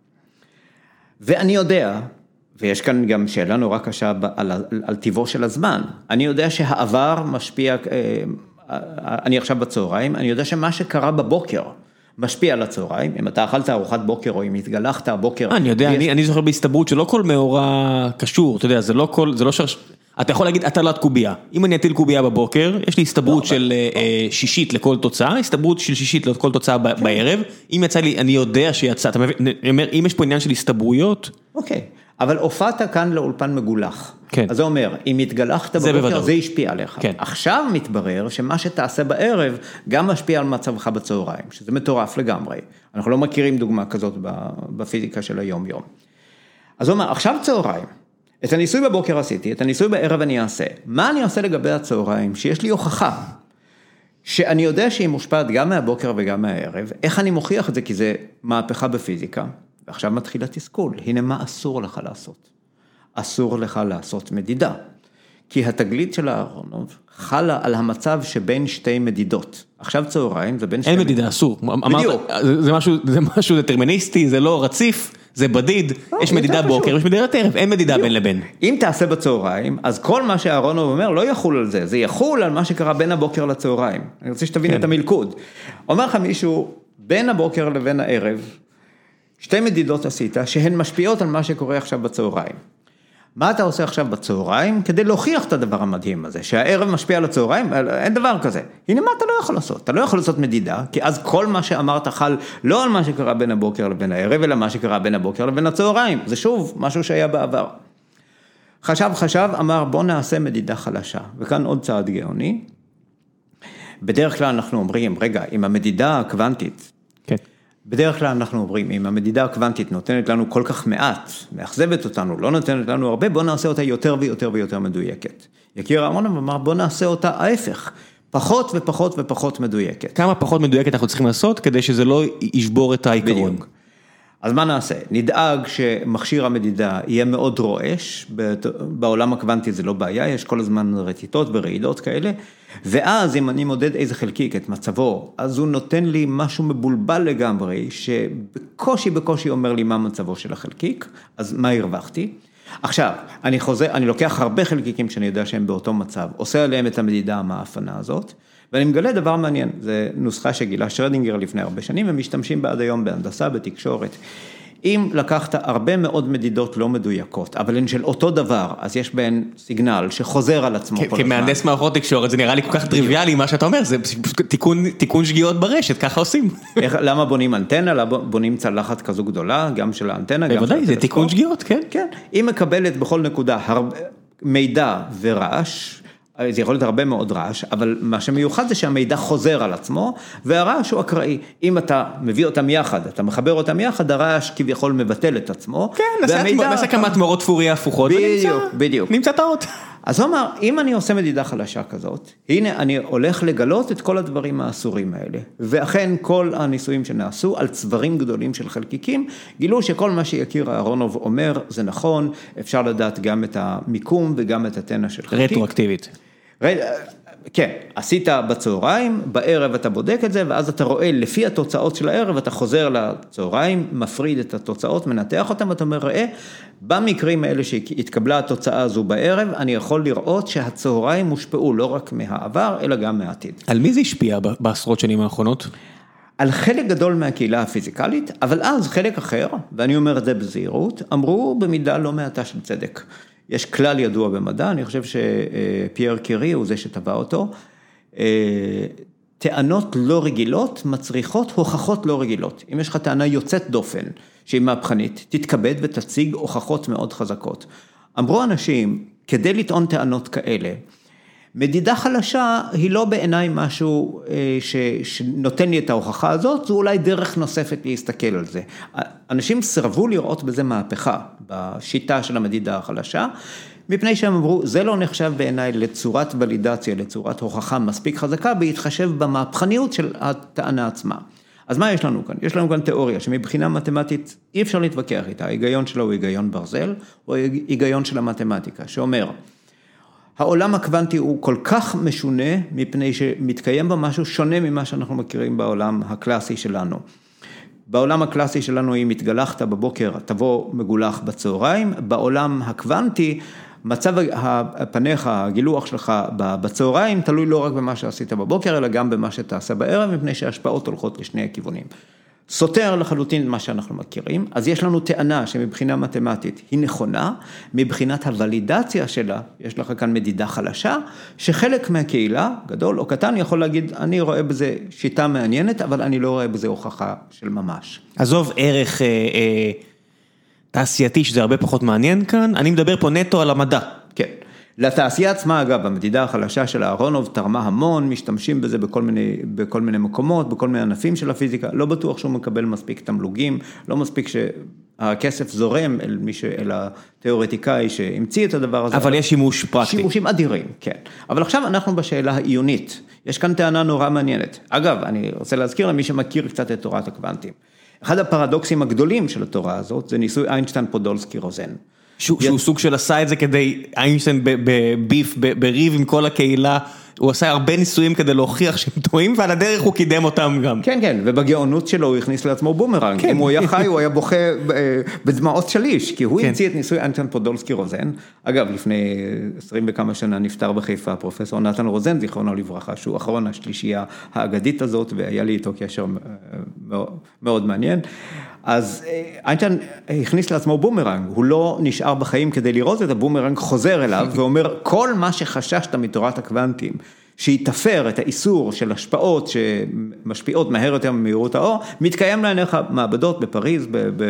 ואני יודע, ויש כאן גם שאלה נורא קשה על טיבו של הזמן, אני יודע שהעבר משפיע, אני עכשיו בצהריים, אני יודע שמה שקרה בבוקר משפיע על הצהריים, אם אתה אכלת ארוחת בוקר או אם התגלחת הבוקר. אני יודע, אני זוכר בהסתברות שלא כל מאורע קשור, אתה יודע, זה לא אתה יכול להגיד, אתה לא קובייה. אם אני אטיל קובייה בבוקר, יש לי הסתברות של שישית לכל תוצאה, הסתברות של שישית לכל תוצאה בערב. אם יצא לי, אני יודע שיצא, אתה מבין, אם יש פה עניין של הסתברויות. אוקיי, אבל הופעת כאן לאולפן מגולח. אז זה אומר, אם התגלחת בבוקר, זה השפיע עליך. עכשיו מתברר שמה שתעשה בערב, גם משפיע על מצבך בצהריים, שזה מטורף לגמרי. אנחנו לא מכירים דוגמה כזאת בפיזיקה של היום-יום. אז הוא אומר, עכשיו צהריים. את הניסוי בבוקר עשיתי, את הניסוי בערב אני אעשה. מה אני אעשה לגבי הצהריים? שיש לי הוכחה, שאני יודע שהיא מושפעת גם מהבוקר וגם מהערב. איך אני מוכיח את זה? כי זה מהפכה בפיזיקה. ועכשיו מתחיל התסכול. הנה מה אסור לך לעשות. אסור לך לעשות מדידה. כי התגלית של אהרונוב חלה על המצב שבין שתי מדידות. עכשיו צהריים זה בין שתי מדידות. אין מדידה, אסור. בדיוק. זה משהו דטרמיניסטי, זה לא רציף. זה בדיד, יש מדידה בוקר, יש מדידת ערב, אין מדידה בין לבין. אם תעשה בצהריים, אז כל מה שאהרונוב אומר לא יחול על זה, זה יחול על מה שקרה בין הבוקר לצהריים. אני רוצה שתבין את המלכוד. אומר לך מישהו, בין הבוקר לבין הערב, שתי מדידות עשית, שהן משפיעות על מה שקורה עכשיו בצהריים. מה אתה עושה עכשיו בצהריים? כדי להוכיח את הדבר המדהים הזה, שהערב משפיע על הצהריים, אין דבר כזה. הנה מה אתה לא יכול לעשות? אתה לא יכול לעשות מדידה, כי אז כל מה שאמרת חל לא על מה שקרה בין הבוקר לבין הערב, אלא מה שקרה בין הבוקר לבין הצהריים. זה שוב משהו שהיה בעבר. חשב, אמר בוא נעשה מדידה חלשה, וכאן עוד צעד גאוני. בדרך כלל אנחנו אומרים, רגע, עם המדידה הקוונטית, כן. בדרך כלל אנחנו אומרים, אם המדידה הקוונטית נותנת לנו כל כך מעט, מאכזבת אותנו, לא נותנת לנו הרבה, בוא נעשה אותה יותר ויותר ויותר מדויקת. יקיר אהרונוב אמר, בוא נעשה אותה ההפך, פחות ופחות ופחות מדויקת. כמה פחות מדויקת אנחנו צריכים לעשות, כדי שזה לא ישבור את העיקרון. בדיוק. אז מה נעשה? נדאג שמכשיר המדידה יהיה מאוד רועש, בעולם הקוונטי זה לא בעיה, יש כל הזמן רטיטות ורעידות כאלה, ואז אם אני מודד איזה חלקיק את מצבו, אז הוא נותן לי משהו מבולבל לגמרי, שבקושי אומר לי מה מצבו של החלקיק, אז מה הרווחתי? עכשיו, אני לוקח הרבה חלקיקים שאני יודע שהם באותו מצב, עושה עליהם את המדידה המאפנה הזאת, ואני מגלה דבר מעניין, זה נוסחה שגילה שרדינגר לפני הרבה שנים, הם משתמשים בה עד היום בהנדסה, בתקשורת. אם לקחת הרבה מאוד מדידות לא מדויקות, אבל הן של אותו דבר, אז יש בהן סיגנל שחוזר על עצמו כל הזמן. כמהנדס מערכות תקשורת, זה נראה לי כל כך טריוויאלי מה שאתה אומר, זה תיקון שגיאות ברשת, ככה עושים. למה בונים אנטנה? למה בונים צלחת כזו גדולה, גם של האנטנה, גם של בוודאי, זה תיקון שגיאות, כן. כן, היא מקבלת בכל נקודה מידע ורעש, זה יכול להיות הרבה מאוד רעש, אבל מה שמיוחד זה שהמידע חוזר על עצמו, והרעש הוא אקראי. אם אתה מביא אותם יחד, אתה מחבר אותם יחד, הרעש כביכול מבטל את עצמו. כן, נעשה כמה תמורות פוריה הפוכות, ונמצא טעות. אז הוא אמר, אם אני עושה מדידה חלשה כזאת, הנה אני הולך לגלות את כל הדברים האסורים האלה, ואכן כל הניסויים שנעשו על צברים גדולים של חלקיקים, גילו שכל מה שיקיר אהרונוב אומר זה נכון, אפשר לדעת גם את המיקום וגם את התנה של חלקיק. רטרואקטיבית. כן, עשית בצהריים, בערב אתה בודק את זה, ואז אתה רואה לפי התוצאות של הערב, אתה חוזר לצהריים, מפריד את התוצאות, מנתח אותם, ואתה אומר, ראה, במקרים האלה שהתקבלה התוצאה הזו בערב, אני יכול לראות שהצהריים מושפעו לא רק מהעבר, אלא גם מהעתיד. על מי זה השפיע בעשרות שנים האחרונות? על חלק גדול מהקהילה הפיזיקלית, אבל אז חלק אחר, ואני אומר את זה בזהירות, אמרו במידה לא מעטה של צדק. יש כלל ידוע במדע, אני חושב שפייר קירי הוא זה שטבע אותו, טענות לא רגילות מצריכות הוכחות לא רגילות. אם יש לך טענה יוצאת דופן, שהיא מהפכנית, תתכבד ותציג הוכחות מאוד חזקות. אמרו אנשים, כדי לטעון טענות כאלה, מדידה חלשה היא לא בעיניי משהו שנותן לי את ההוכחה הזאת, זו אולי דרך נוספת להסתכל על זה. אנשים סרבו לראות בזה מהפכה, בשיטה של המדידה החלשה, מפני שהם אמרו, זה לא נחשב בעיניי לצורת ולידציה, לצורת הוכחה מספיק חזקה, בהתחשב במהפכניות של הטענה עצמה. אז מה יש לנו כאן? יש לנו כאן תיאוריה שמבחינה מתמטית אי אפשר להתווכח איתה, ההיגיון שלו הוא היגיון ברזל, או היגיון של המתמטיקה, שאומר, העולם הקוונטי הוא כל כך משונה, מפני שמתקיים בה משהו שונה ממה שאנחנו מכירים בעולם הקלאסי שלנו. בעולם הקלאסי שלנו, אם התגלחת בבוקר, תבוא מגולח בצהריים, בעולם הקוונטי, מצב פניך, הגילוח שלך בצהריים, תלוי לא רק במה שעשית בבוקר, אלא גם במה שתעשה בערב, מפני שההשפעות הולכות לשני הכיוונים. סותר לחלוטין מה שאנחנו מכירים, אז יש לנו טענה שמבחינה מתמטית היא נכונה, מבחינת הוולידציה שלה, יש לך כאן מדידה חלשה, שחלק מהקהילה, גדול או קטן, יכול להגיד, אני רואה בזה שיטה מעניינת, אבל אני לא רואה בזה הוכחה של ממש. עזוב ערך תעשייתי, שזה הרבה פחות מעניין כאן, אני מדבר פה נטו על המדע. כן. לתעשייה עצמה, אגב, המדידה החלשה של אהרונוב תרמה המון, משתמשים בזה בכל מיני מקומות, בכל מיני ענפים של הפיזיקה, לא בטוח שהוא מקבל מספיק תמלוגים, לא מספיק שהכסף זורם אל התיאורטיקאי שהמציא את הדבר הזה. אבל יש שימוש פרקטי. שימושים אדירים, כן. אבל עכשיו אנחנו בשאלה העיונית. יש כאן טענה נורא מעניינת. אגב, אני רוצה להזכיר למי שמכיר קצת את תורת הקוונטים. אחד הפרדוקסים הגדולים של התורה הזאת, זה ניסוי איינשטיין-פודולסקי-רוזן. שהוא סוג של עשה את זה כדי, איינשטיין בביף, בריב עם כל הקהילה, הוא עשה הרבה ניסויים כדי להוכיח שהם טועים, ועל הדרך הוא קידם אותם גם. כן, כן, ובגאונות שלו הוא הכניס לעצמו בומרנג. אם הוא היה חי, הוא היה בוכה בדמעות שליש, כי הוא המציא את ניסוי איינשטיין פודולסקי רוזן. אגב, לפני 20 וכמה שנה נפטר בחיפה פרופסור נתן רוזן, זיכרונו לברכה, שהוא אחרון השלישייה האגדית הזאת, והיה לי איתו קשר מאוד מעניין. אז איינשטיין הכניס לעצמו בומרנג, הוא לא נשאר בחיים כדי לראות את הבומרנג, חוזר אליו ואומר, כל מה שחששת מתורת הקוונטים, שיתפר את האיסור של השפעות שמשפיעות מהר יותר ממהירות האור, מתקיים לעיניך מעבדות בפריז,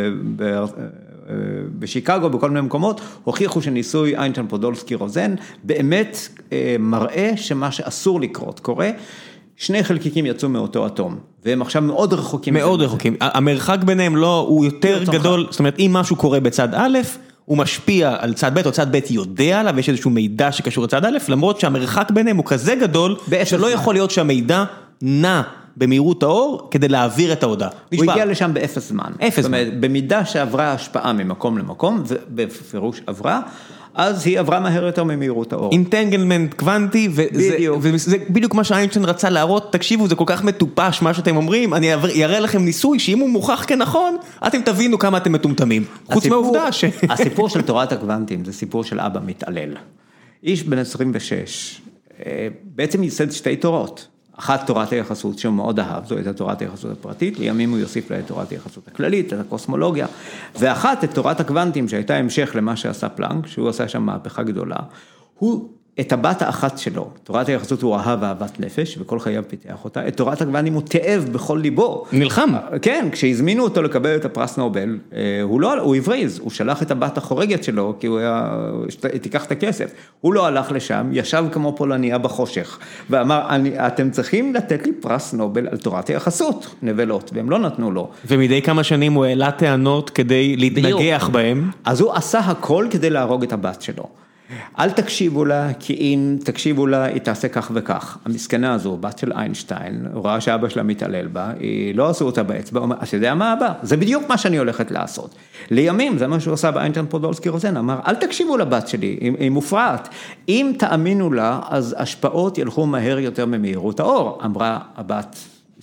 בשיקגו, בכל מיני מקומות, הוכיחו שניסוי איינשטיין פודולסקי רוזן, באמת מראה שמה שאסור לקרות קורה, שני חלקיקים יצאו מאותו אטום, והם עכשיו מאוד רחוקים. מאוד רחוקים. המרחק ביניהם לא, הוא יותר גדול, זאת אומרת, אם משהו קורה בצד א', הוא משפיע על צד ב', או צד ב' יודע עליו, ויש איזשהו מידע שקשור לצד א', למרות שהמרחק ביניהם הוא כזה גדול, שלא יכול להיות שהמידע נע במהירות האור, כדי להעביר את ההודעה. הוא הגיע לשם באפס זמן. אפס זמן. זאת אומרת, במידה שעברה השפעה ממקום למקום, ובפירוש עברה, אז היא עברה מהר יותר ממהירות האור. אינטנגלמנט קוונטי, וזה בדיוק מה שאיינשטיין רצה להראות, תקשיבו, זה כל כך מטופש מה שאתם אומרים, אני אראה לכם ניסוי, שאם הוא מוכח כנכון, אתם תבינו כמה אתם מטומטמים. חוץ מהעובדה ש... הסיפור של תורת הקוונטים, זה סיפור של אבא מתעלל. איש בן 26, בעצם ייסד שתי תורות. אחת תורת היחסות שהוא מאוד אהב, זו הייתה תורת היחסות הפרטית, לימים הוא יוסיף לה את תורת היחסות הכללית, את הקוסמולוגיה, ואחת את תורת הקוונטים שהייתה המשך למה שעשה פלנק, שהוא עשה שם מהפכה גדולה, הוא את הבת האחת שלו, תורת היחסות הוא אהב אהבת נפש, וכל חייו פיתח אותה, את תורת הקוונטים הוא תאב בכל ליבו. נלחם. כן, כשהזמינו אותו לקבל את הפרס נובל, הוא הבריז, הוא שלח את הבת החורגת שלו, כי הוא היה, תיקח את הכסף. הוא לא הלך לשם, ישב כמו פולניה בחושך, ואמר, אתם צריכים לתת לי פרס נובל על תורת היחסות, נבלות, והם לא נתנו לו. ומדי כמה שנים הוא העלה טענות כדי להתנגח בהם. אז הוא עשה הכל כדי להרוג את הבת שלו. אל תקשיבו לה, כי אם תקשיבו לה, היא תעשה כך וכך. המסכנה הזו, בת של איינשטיין, הוא ראה שאבא שלה מתעלל בה, היא לא עשו אותה באצבע, הוא אומר, אתה יודע מה הבא? זה בדיוק מה שאני הולכת לעשות. לימים, זה מה שהוא עשה באיינשטיין פודולסקי רוזן, אמר, אל תקשיבו לבת שלי, היא מופרעת. אם תאמינו לה, אז השפעות ילכו מהר יותר ממהירות האור, אמרה הבת.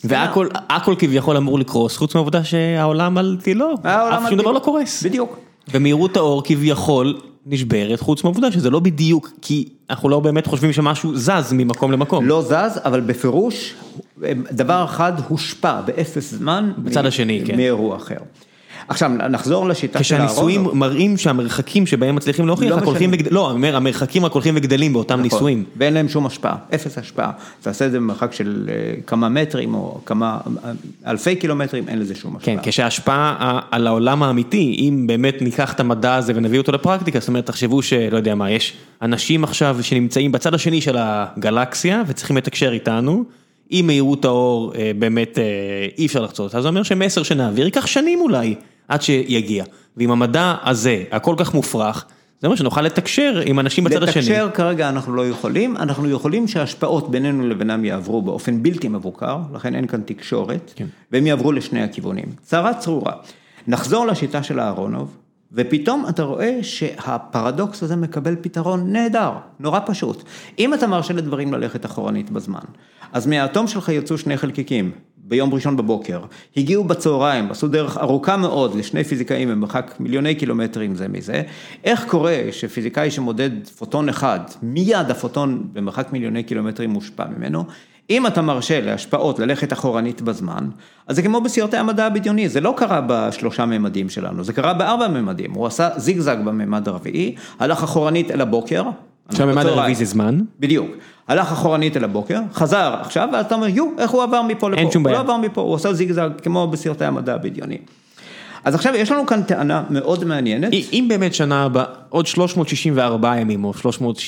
והכל כביכול אמור לקרוס, חוץ מהעובדה שהעולם על תילו, אף שום דבר לא קורס. בדיוק. ומהירות האור כביכול נשברת, חוץ מהעובדה שזה לא בדיוק, כי אנחנו לא באמת חושבים שמשהו זז ממקום למקום. לא זז, אבל בפירוש, דבר אחד הושפע באפס זמן, בצד השני, כן. מאירוע אחר. עכשיו, נחזור לשיטה של הארונוב. כשהניסויים מראים שהמרחקים שבהם מצליחים להוכיח, לא, המרחקים רק הולכים וגדלים באותם ניסויים. ואין להם שום השפעה, אפס השפעה. תעשה את זה במרחק של כמה מטרים או כמה אלפי קילומטרים, אין לזה שום השפעה. כן, כשההשפעה על העולם האמיתי, אם באמת ניקח את המדע הזה ונביא אותו לפרקטיקה, זאת אומרת, תחשבו שלא יודע מה, יש אנשים עכשיו שנמצאים בצד השני של הגלקסיה, וצריכים לתקשר איתנו, אם מהירות האור באמת אי אפשר לחצות, אז זה אומר ש10 שנה, וייקח שנים אולי, עד שיגיע. ועם המדע הזה, הכל כך מופרך, זה אומר שנוכל לתקשר עם אנשים בצד השני. לתקשר כרגע אנחנו לא יכולים, אנחנו יכולים שההשפעות בינינו לבינם יעברו באופן בלתי מבוקר, לכן אין כאן תקשורת, כן. והם יעברו לשני הכיוונים. צרה צרורה. נחזור לשיטה של הארונוב, ופתאום אתה רואה שהפרדוקס הזה מקבל פתרון נהדר, נורא פשוט. אם אתה מרשה לדברים ללכת אחורנית בזמן, אז מהאטום שלך יצאו שני חלקיקים, ביום ראשון בבוקר, הגיעו בצהריים, עשו דרך ארוכה מאוד לשני פיזיקאים במרחק מיליוני קילומטרים זה מזה, איך קורה שפיזיקאי שמודד פוטון אחד, מיד הפוטון במרחק מיליוני קילומטרים מושפע ממנו, אם אתה מרשה להשפעות ללכת אחורנית בזמן, אז זה כמו בסרטי המדע הבדיוני, זה לא קרה בשלושה ממדים שלנו, זה קרה בארבע ממדים, הוא עשה זיגזג בממד הרביעי, הלך אחורנית אל הבוקר, שהממד הרביעי זה זמן. בדיוק, הלך אחורנית אל הבוקר, חזר עכשיו, ואז אתה אומר, איך הוא עבר מפה לפה? הוא לא עבר מפה, הוא עשה זיגזג כמו בסרטי המדע הבדיוני. אז עכשיו יש לנו כאן טענה מאוד מעניינת. אם באמת שנה הבאה, עוד 364 ימים או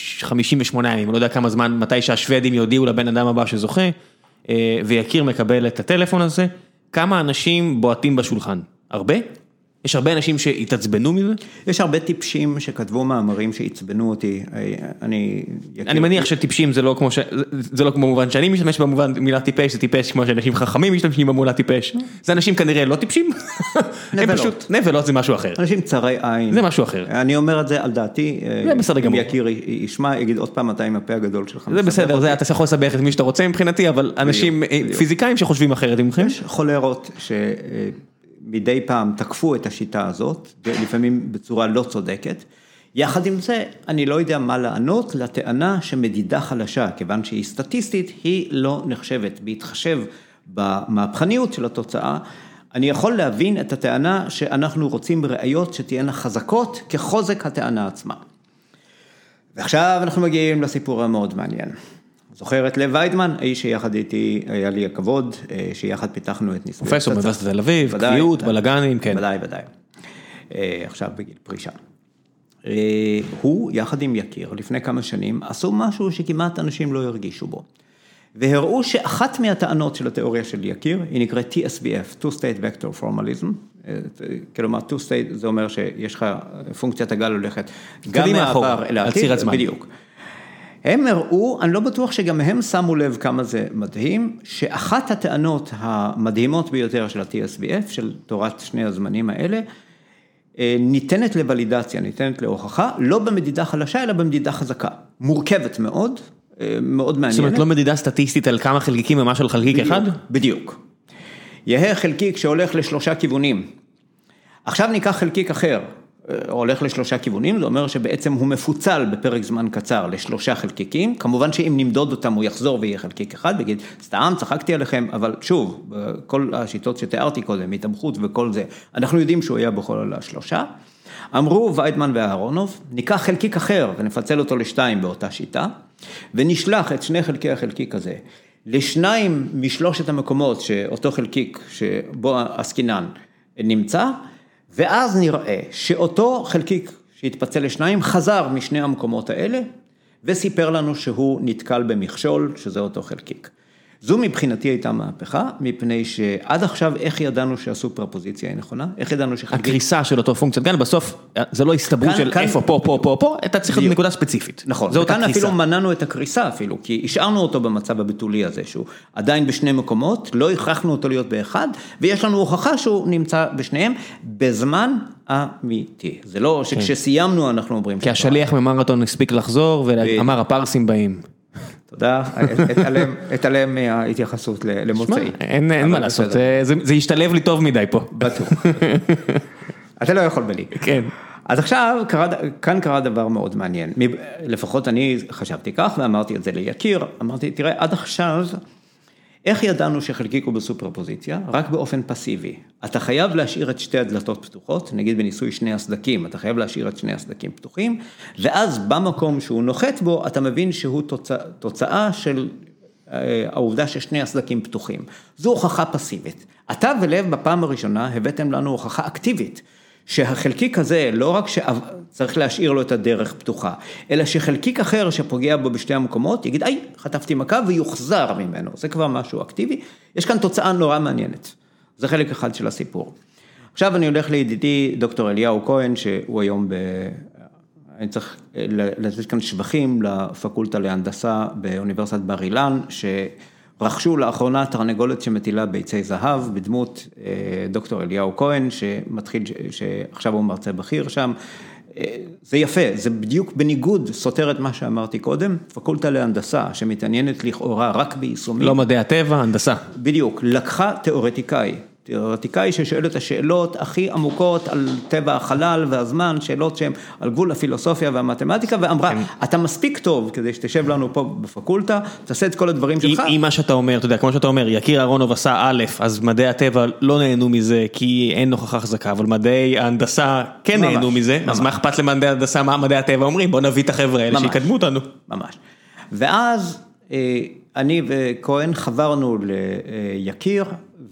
358 ימים, אני לא יודע כמה זמן, מתי שהשוודים יודיעו לבן אדם הבא שזוכה, ויקיר מקבל את הטלפון הזה, כמה אנשים בועטים בשולחן? הרבה? יש הרבה אנשים שהתעצבנו מזה? יש הרבה טיפשים שכתבו מאמרים שהצבנו אותי, אני מניח שטיפשים זה לא כמו מובן שאני משתמש במובן מילה טיפש, זה טיפש כמו שאנשים חכמים משתמשים במובן טיפש. זה אנשים כנראה לא טיפשים? נבלות. נבלות זה משהו אחר. אנשים צרי עין. זה משהו אחר. אני אומר את זה על דעתי, אם יקיר ישמע, יגיד עוד פעם אתה עם הפה הגדול שלך. זה בסדר, זה אתה יכול לסבך את מי שאתה רוצה מבחינתי, אבל אנשים פיזיקאים שחושבים אחרת ממכם. יש חולרות מדי פעם תקפו את השיטה הזאת, לפעמים בצורה לא צודקת. יחד עם זה, אני לא יודע מה לענות לטענה שמדידה חלשה, כיוון שהיא סטטיסטית, היא לא נחשבת. בהתחשב במהפכניות של התוצאה, אני יכול להבין את הטענה שאנחנו רוצים ראיות שתהיינה חזקות כחוזק הטענה עצמה. ועכשיו אנחנו מגיעים לסיפור המאוד מעניין. זוכרת לב ויידמן, האיש שיחד איתי, היה לי הכבוד, שיחד פיתחנו את ניסוי. פרופסור באוניברסיטת תל אביב, קביעות, בלגנים, כן. ודאי. עכשיו בגיל פרישה. הוא, יחד עם יקיר, לפני כמה שנים, עשו משהו שכמעט אנשים לא הרגישו בו. והראו שאחת מהטענות של התיאוריה של יקיר, היא נקראת TSVF, Two State Vector Formalism, כלומר Two State זה אומר שיש לך פונקציית הגל הולכת גם מהעבר אל העתיד, בדיוק. הם הראו, אני לא בטוח שגם הם שמו לב כמה זה מדהים, שאחת הטענות המדהימות ביותר של ה-TSVF, של תורת שני הזמנים האלה, ניתנת לוולידציה, ניתנת להוכחה, לא במדידה חלשה, אלא במדידה חזקה. מורכבת מאוד, מאוד מעניינת. זאת אומרת, לא מדידה סטטיסטית על כמה חלקיקים ומה של חלקיק אחד? בדיוק. יהיה חלקיק שהולך לשלושה כיוונים. עכשיו ניקח חלקיק אחר, הולך לשלושה כיוונים, זה אומר שבעצם הוא מפוצל בפרק זמן קצר לשלושה חלקיקים, כמובן שאם נמדוד אותם הוא יחזור ויהיה חלקיק אחד, ויגיד, סתם צחקתי עליכם, אבל שוב, כל השיטות שתיארתי קודם, התאבכות וכל זה, אנחנו יודעים שהוא היה בכל השלושה, אמרו ויידמן ואהרונוב, ניקח חלקיק אחר ונפצל אותו לשתיים באותה שיטה, ונשלח את שני חלקי החלקיק הזה, לשניים משלושת המקומות שאותו חלקיק שבו עסקינן נמצא, ואז נראה שאותו חלקיק שהתפצל לשניים חזר משני המקומות האלה, וסיפר לנו שהוא נתקל במכשול, שזה אותו חלקיק. זו מבחינתי הייתה מהפכה, מפני שעד עכשיו איך ידענו שהסופרפוזיציה היא נכונה? איך ידענו שחלקיק... הקריסה של אותו פונקציית גל, בסוף זה לא הסתברות של איפה, פה, אתה צריך להיות נקודה ספציפית. נכון, וכאן אפילו מנענו את הקריסה אפילו, כי השארנו אותו במצב הביטולי הזה, שהוא עדיין בשני מקומות, לא הכרחנו אותו להיות באחד, ויש לנו הוכחה שהוא נמצא בשניהם, בזמן אמיתי. זה לא שכשסיימנו אנחנו אומרים... כי השליח ממרתון הספיק לחזור, ואמר הפרסים באים. תודה, אתעלם מההתייחסות למוצאי. אין מה לעשות, זה ישתלב לי טוב מדי פה. בטוח. אתה לא יכול בלי. כן. אז עכשיו, כאן קרה דבר מאוד מעניין. לפחות אני חשבתי כך, ואמרתי את זה ליקיר, אמרתי, תראה, עד עכשיו, איך ידענו שחלקיק הוא בסופרפוזיציה? רק באופן פסיבי. אתה חייב להשאיר את שתי הדלתות פתוחות, נגיד בניסוי שני הסדקים, אתה חייב להשאיר את שני הסדקים פתוחים, ואז במקום שהוא נוחת בו, אתה מבין שהוא תוצאה של העובדה ששני הסדקים פתוחים. זו הוכחה פסיבית. אתה ולב בפעם הראשונה הבאתם לנו הוכחה אקטיבית, שהחלקיק הזה לא רק שצריך להשאיר לו את הדרך פתוחה, אלא שחלקיק אחר שפוגע בו בשתי המקומות, יגיד, חטפתי מכה ויוחזר ממנו. זה כבר משהו אקטיבי. יש כאן תוצאה נורא מעניינת. זה חלק אחד של הסיפור. עכשיו אני הולך לידידי דוקטור אליהו כהן, שהוא היום אני צריך לתת כאן שבחים לפקולטה להנדסה באוניברסיטת בר אילן, רכשו לאחרונה תרנגולת שמטילה ביצי זהב, בדמות דוקטור אליהו כהן, שעכשיו הוא מרצה בכיר שם. זה יפה, זה בדיוק בניגוד, סותר את מה שאמרתי קודם, פקולטה להנדסה, שמתעניינת לכאורה רק ביישומים. לא מדעי הטבע, הנדסה. בדיוק, לקחה תיאורטיקאי ששואל את השאלות הכי עמוקות על טבע החלל והזמן, שאלות שהן על גבול הפילוסופיה והמתמטיקה, ואמרה, אתה מספיק טוב כדי שתשב לנו פה בפקולטה, תעשה את כל הדברים שלך. אם מה שאתה אומר, אתה יודע, כמו שאתה אומר, יקיר אהרונוב עשה א', אז מדעי הטבע לא נהנו מזה, כי אין נוכחה חזקה, אבל מדעי ההנדסה כן נהנו מזה, אז מה אכפת למדעי ההנדסה, מה מדעי הטבע אומרים? בוא נביא את החבר'ה האלה שיקדמו אותנו. ממש. ואז אני וכהן חברנו ליקיר,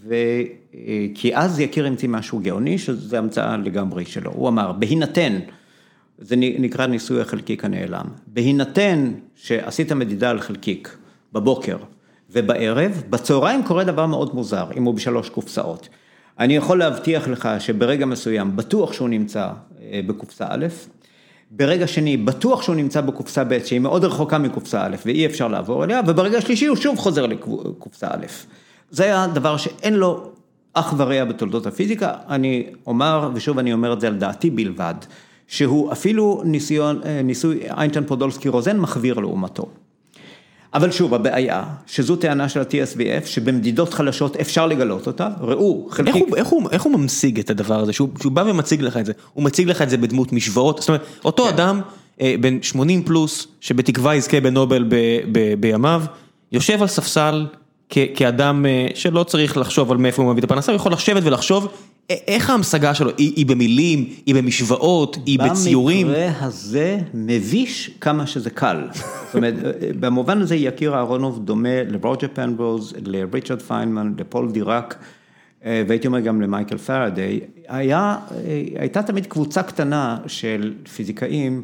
כי אז יקיר המציא משהו גאוני, שזה המצאה לגמרי שלו. הוא אמר, בהינתן, זה נקרא ניסוי החלקיק הנעלם, בהינתן שעשית מדידה על חלקיק בבוקר ובערב, בצהריים קורה דבר מאוד מוזר, אם הוא בשלוש קופסאות. אני יכול להבטיח לך שברגע מסוים, בטוח שהוא נמצא בקופסה א', ברגע שני, בטוח שהוא נמצא בקופסה ב', שהיא מאוד רחוקה מקופסה א', ואי אפשר לעבור אליה, וברגע שלישי הוא שוב חוזר לקופסה א'. זה היה דבר שאין לו אח ורע בתולדות הפיזיקה, אני אומר, ושוב אני אומר את זה על דעתי בלבד, שהוא אפילו ניסוי איינשטיין פודולסקי רוזן מחוויר לעומתו. אבל שוב, הבעיה, שזו טענה של ה-TSVF, שבמדידות חלשות אפשר לגלות אותה, ראו, חלקיק... איך הוא ממשיג את הדבר הזה? שהוא בא ומציג לך את זה, הוא מציג לך את זה בדמות משוואות, זאת אומרת, אותו אדם, בן 80 פלוס, שבתקווה יזכה בנובל בימיו, יושב על ספסל, כאדם שלא צריך לחשוב על מאיפה הוא מביא את הפרנסה, הוא יכול לשבת ולחשוב איך ההמשגה שלו, היא במילים, היא במשוואות, היא בציורים. במקרה הזה מביש כמה שזה קל. זאת אומרת, במובן הזה יקיר אהרונוב דומה לרוג'ר פנרוז, לריצ'רד פיינמן, לפול דיראק, והייתי אומר גם למייקל פאראדיי. הייתה תמיד קבוצה קטנה של פיזיקאים,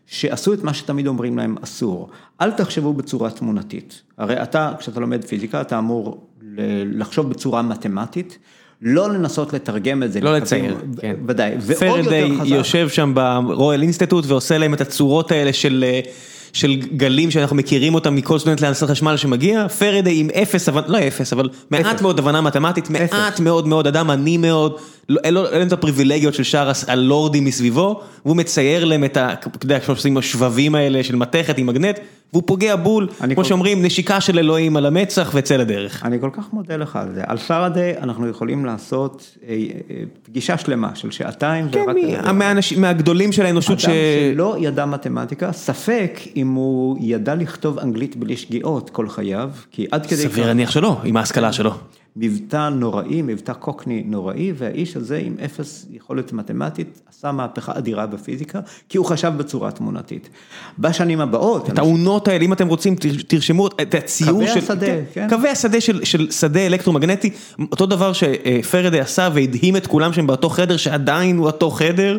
שעשו את מה שתמיד אומרים להם אסור. אל תחשבו בצורה תמונתית. הרי אתה, כשאתה לומד פיזיקה, אתה אמור לחשוב בצורה מתמטית, לא לנסות לתרגם את זה. לא לצייר, כן. ודאי. פרדיי יושב שם ברויאל אינסטיטוט ועושה להם את הצורות האלה של גלים שאנחנו מכירים אותם מכל סטודנט להנדסת חשמל שמגיע, פרדיי עם אפס, לא אפס, אבל מעט מאוד הבנה מתמטית, מעט מאוד מאוד אדם עני מאוד, אין לו את הפריבילגיות של שאר הלורדים מסביבו, והוא מצייר להם את שעושים השבבים האלה של מתכת עם מגנט, והוא פוגע בול, כמו שאומרים, נשיקה של אלוהים על המצח ויצא לדרך. אני כל כך מודה לך על זה. על פרדיי אנחנו יכולים לעשות פגישה שלמה של שעתיים. כן, מהגדולים של האנושות אדם שלא ידע מתמטיקה, ספק אם הוא ידע לכתוב אנגלית בלי שגיאות כל חייו, כי עד כדי סביר להניח שלא, עם ההשכלה שלו. מבטא נוראי, מבטא קוקני נוראי, והאיש הזה עם אפס יכולת מתמטית, עשה מהפכה אדירה בפיזיקה, כי הוא חשב בצורה תמונתית. בשנים הבאות... את העונות האלה, אם אתם רוצים, תרשמו את הציור של... קווי השדה, כן. קווי השדה של שדה אלקטרומגנטי, אותו דבר שפרדיי עשה והדהים את כולם שהם באותו חדר, שעדיין הוא אותו חדר,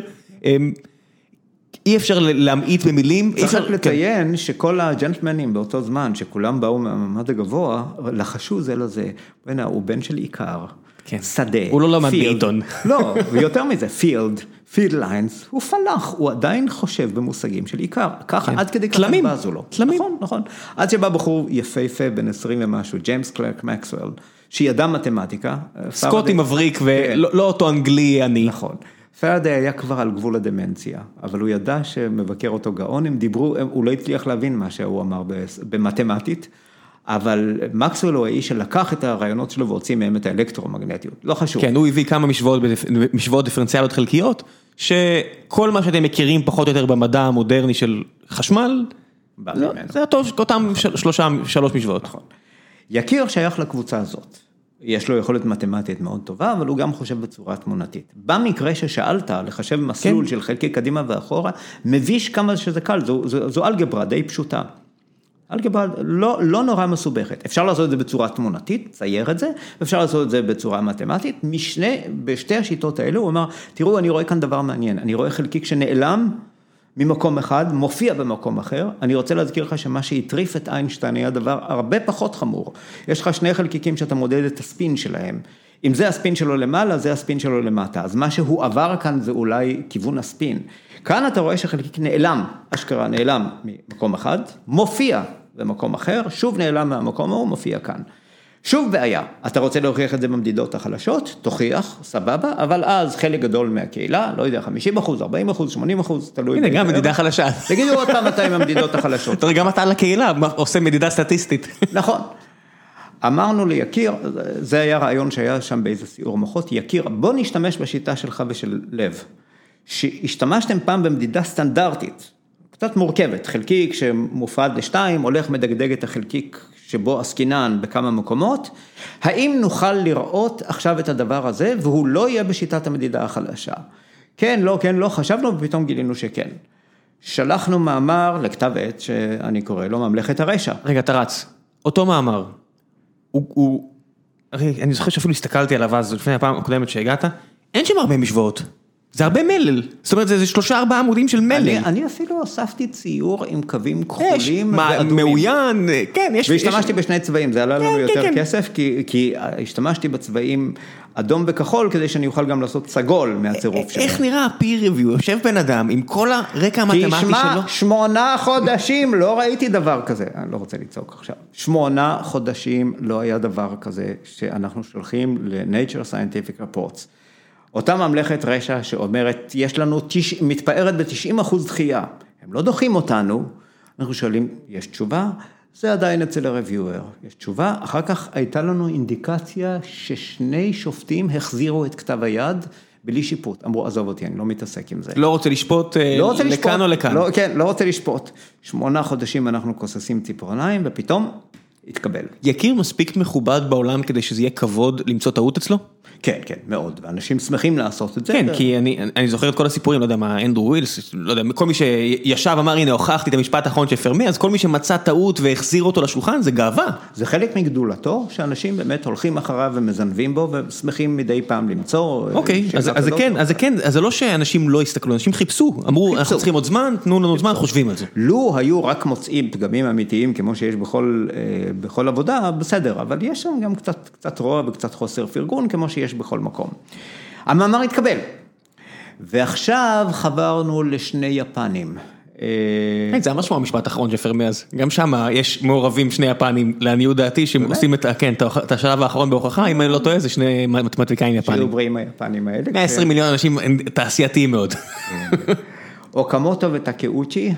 אי אפשר להמעיט במילים. צריך לציין שכל הג'נטלמנים באותו זמן, שכולם באו מהמעמד הגבוה, לחשו זה לזה, הוא בן של עיקר, שדה, הוא לא למד בעיתון. לא, ויותר מזה, field lines, הוא פלח, הוא עדיין חושב במושגים של עיקר, ככה, עד כדי ככה בזו לו. נכון, נכון. עד שבא בחור יפהפה בן 20 ומשהו, ג'יימס קלרק מקסוול, שידע מתמטיקה. סקוטי מבריק ולא אותו אנגלי אני. נכון. פרדיי היה כבר על גבול הדמנציה, אבל הוא ידע שמבקר אותו גאון, הם דיברו, הוא לא הצליח להבין מה שהוא אמר במתמטית, אבל מקסוול הוא האיש שלקח את הרעיונות שלו והוציא מהם את האלקטרומגנטיות, לא חשוב. כן, הוא הביא כמה משוואות דיפרנציאליות חלקיות, שכל מה שאתם מכירים פחות או יותר במדע המודרני של חשמל, זה אותם שלוש משוואות. נכון. יקיר שייך לקבוצה הזאת. יש לו יכולת מתמטית מאוד טובה, אבל הוא גם חושב בצורה תמונתית. במקרה ששאלת, לחשב מסלול של חלקי קדימה ואחורה, מביש כמה שזה קל, זו אלגברה די פשוטה. אלגברה לא נורא מסובכת. אפשר לעשות את זה בצורה תמונתית, צייר את זה, ואפשר לעשות את זה בצורה מתמטית. בשתי השיטות האלה הוא אמר, תראו, אני רואה כאן דבר מעניין, אני רואה חלקיק שנעלם ממקום אחד, מופיע במקום אחר, אני רוצה להזכיר לך שמה שהטריף את איינשטיין היה דבר הרבה פחות חמור. יש לך שני חלקיקים שאתה מודד את הספין שלהם. אם זה הספין שלו למעלה, זה הספין שלו למטה. אז מה שהוא עבר כאן זה אולי כיוון הספין. כאן אתה רואה שחלקיק נעלם, אשכרה נעלם ממקום אחד, מופיע במקום אחר, שוב נעלם מהמקום ההוא, מופיע כאן. שוב בעיה, אתה רוצה להוכיח את זה במדידות החלשות, תוכיח, סבבה, אבל אז חלק גדול מהקהילה, לא יודע, 50%, 40%, 80%, תלוי. הנה, גם מדידה חלשה. תגידו עוד פעם מתי עם המדידות החלשות. תראה, גם אתה על הקהילה, עושה מדידה סטטיסטית. נכון. אמרנו ליקיר, זה היה רעיון שהיה שם באיזה סיור מוחות, יקיר, בוא נשתמש בשיטה שלך ושל לב, שהשתמשתם פעם במדידה סטנדרטית, קצת מורכבת, חלקיק שמופרד לשתיים, הולך מדגדג את החלקיק שבו עסקינן בכמה מקומות, האם נוכל לראות עכשיו את הדבר הזה, והוא לא יהיה בשיטת המדידה החלשה? כן, לא, חשבנו ופתאום גילינו שכן. שלחנו מאמר לכתב עת שאני קורא לו ממלכת הרשע. רגע, אתה רץ. אותו מאמר, אני זוכר שאפילו הסתכלתי עליו אז, לפני הפעם הקודמת שהגעת, אין שם הרבה משוואות. זה הרבה מלל, זאת אומרת, זה 3-4 עמודים של מלל. אני אפילו הוספתי ציור עם קווים כחולים. מעוין, כן, יש. והשתמשתי בשני צבעים, זה עלה לנו יותר כסף, כי השתמשתי בצבעים אדום וכחול, כדי שאני אוכל גם לעשות סגול מהצירוף שלו. איך נראה ה-peer review? יושב בן אדם עם כל הרקע המתמטי שלו? כי 8 חודשים לא ראיתי דבר כזה. אני לא רוצה לצעוק עכשיו. 8 חודשים לא היה דבר כזה, שאנחנו שולחים ל-Nature Scientific Reports. אותה ממלכת רשע שאומרת, יש לנו, מתפארת ב-90% דחייה. הם לא דוחים אותנו, אנחנו שואלים, יש תשובה? זה עדיין אצל הרביואר. יש תשובה? אחר כך הייתה לנו אינדיקציה ששני שופטים החזירו את כתב היד בלי שיפוט. אמרו, עזוב אותי, אני לא מתעסק עם זה. לא רוצה לשפוט לכאן או לכאן. כן, לא רוצה לשפוט. 8 חודשים אנחנו כוססים ציפורניים, ופתאום התקבל. יקיר מספיק מכובד בעולם כדי שזה יהיה כבוד למצוא טעות אצלו? כן, כן, מאוד, ואנשים שמחים לעשות את זה. כן, כי אני זוכר את כל הסיפורים, לא יודע מה, אנדרו ווילס, לא יודע, כל מי שישב אמר, הנה, הוכחתי את המשפט האחרון של פרמי, אז כל מי שמצא טעות והחזיר אותו לשולחן, זה גאווה. זה חלק מגדולתו, שאנשים באמת הולכים אחריו ומזנבים בו, ושמחים מדי פעם למצוא. אוקיי, אז זה כן, אז זה לא שאנשים לא הסתכלו, אנשים חיפשו, אמרו, אנחנו צריכים עוד זמן, תנו לנו זמן, חושבים על זה. לו היו רק מוצאים פגמים אמיתיים, כמו שיש בכל עבודה, בסדר, אבל יש שם גם קצת רוע וקצת חוסר פרגון, כמו שיש בכל מקום. המאמר התקבל, ועכשיו חברנו לשני יפנים. זה ממש כמו המשפט האחרון של פרמי אז, גם שם יש מעורבים שני יפנים, לעניות דעתי, שעושים את השלב האחרון בהוכחה, אם אני לא טועה, זה שני מתמטיקאים יפנים. שיהיו בריאים היפנים האלה. 120 מיליון אנשים תעשייתיים מאוד. אוקמוטו וטקאוצ'י.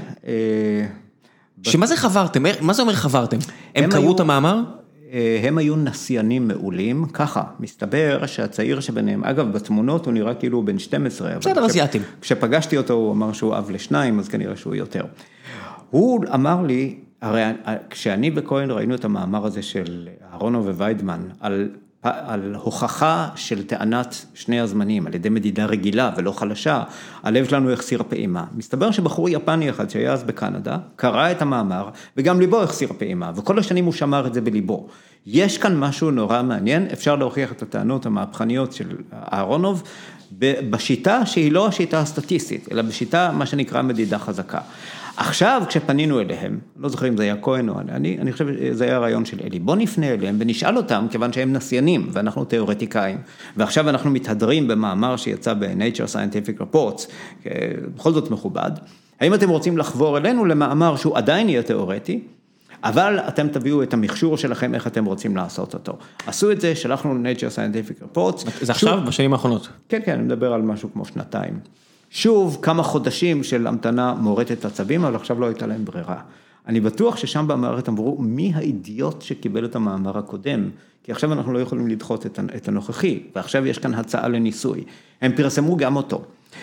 שמה זה חברתם? מה זה אומר חברתם? הם קראו את המאמר? הם היו נסיינים מעולים, ככה, מסתבר שהצעיר שביניהם, אגב, בתמונות הוא נראה כאילו בן 12. בסדר, אסיאטים. כשפגשתי אותו הוא אמר שהוא אב לשניים, אז כנראה שהוא יותר. הוא אמר לי, הרי כשאני וכהן ראינו את המאמר הזה של אהרונוב וויידמן, על הוכחה של טענת שני הזמנים, על ידי מדידה רגילה ולא חלשה, הלב שלנו החסיר פעימה. מסתבר שבחור יפני אחד שהיה אז בקנדה, קרא את המאמר, וגם ליבו החסיר פעימה, וכל השנים הוא שמר את זה בליבו. יש כאן משהו נורא מעניין, אפשר להוכיח את הטענות המהפכניות של אהרונוב, בשיטה שהיא לא השיטה הסטטיסטית, אלא בשיטה מה שנקרא מדידה חזקה. עכשיו, כשפנינו אליהם, לא זוכר אם זה היה כהן או אני חושב שזה היה הרעיון של אלי, בוא נפנה אליהם ונשאל אותם, כיוון שהם נסיינים ואנחנו תיאורטיקאים, ועכשיו אנחנו מתהדרים במאמר שיצא ב-Nature Scientific Reports, בכל זאת מכובד, האם אתם רוצים לחבור אלינו למאמר שהוא עדיין יהיה תיאורטי, אבל אתם תביאו את המכשור שלכם, איך אתם רוצים לעשות אותו. עשו את זה, שלחנו ל-Nature Scientific Reports. זה עכשיו, בשנים האחרונות. כן, כן, אני מדבר על משהו כמו שנתיים. שוב, כמה חודשים של המתנה מורטת עצבים, אבל עכשיו לא הייתה להם ברירה. אני בטוח ששם במערכת אמרו, מי האידיוט שקיבל את המאמר הקודם? כי עכשיו אנחנו לא יכולים לדחות את הנוכחי, ועכשיו יש כאן הצעה לניסוי. הם פרסמו גם אותו.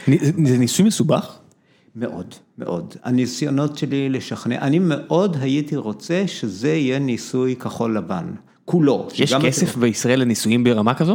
זה ניסוי מסובך? מאוד, מאוד. הניסיונות שלי לשכנע, אני מאוד הייתי רוצה שזה יהיה ניסוי כחול לבן, כולו. יש כסף בישראל לניסויים ברמה כזו?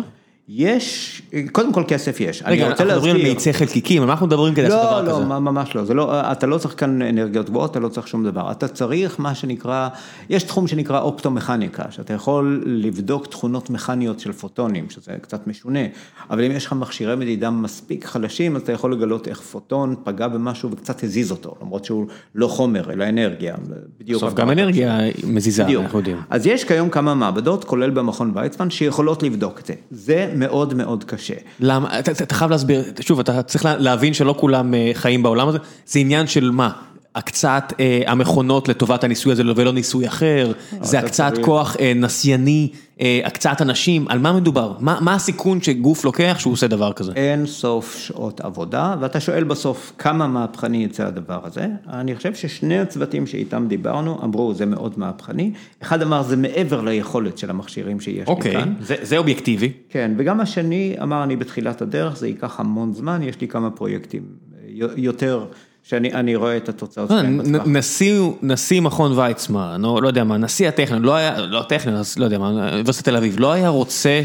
יש, קודם כל כסף יש. רגע, אנחנו מדברים על מאיצי חלקיקים, על מה אנחנו מדברים כדי לעשות דבר כזה? לא, ממש לא. אתה לא צריך כאן אנרגיות גבוהות, אתה לא צריך שום דבר. אתה צריך מה שנקרא, יש תחום שנקרא אופטומכניקה, שאתה יכול לבדוק תכונות מכניות של פוטונים, שזה קצת משונה, אבל אם יש לך מכשירי מדידה מספיק חלשים, אז אתה יכול לגלות איך פוטון פגע במשהו וקצת הזיז אותו, למרות שהוא לא חומר, אלא אנרגיה. בסוף גם אנרגיה מזיזה, אנחנו יודעים. אז יש כיום כמה מעבדות, כולל במכון ויצמן, שיכולות לבדוק את זה. זה מאוד מאוד קשה. למה? אתה חייב להסביר, שוב, אתה צריך להבין שלא כולם חיים בעולם הזה, זה עניין של מה? הקצת המכונות לטובת הניסוי הזה ולא ניסוי אחר, זה הקצת כוח נסייני, הקצת אנשים, על מה מדובר? מה הסיכון שגוף לוקח שהוא עושה דבר כזה? אין סוף שעות עבודה, ואתה שואל בסוף כמה מהפכני יצא הדבר הזה. אני חושב ששני הצוותים שאיתם דיברנו אמרו, זה מאוד מהפכני. אחד אמר, זה מעבר ליכולת של המכשירים שיש לי כאן. זה אובייקטיבי. כן, וגם השני אמר, אני בתחילת הדרך, זה ייקח המון זמן, יש לי כמה פרויקטים יותר שאני רואה את התוצאות שלהם בטווח. נשיא מכון ויצמן, לא יודע מה, נשיא הטכניון, לא הטכניון, לא יודע מה, אוניברסיטת תל אביב, לא היה רוצה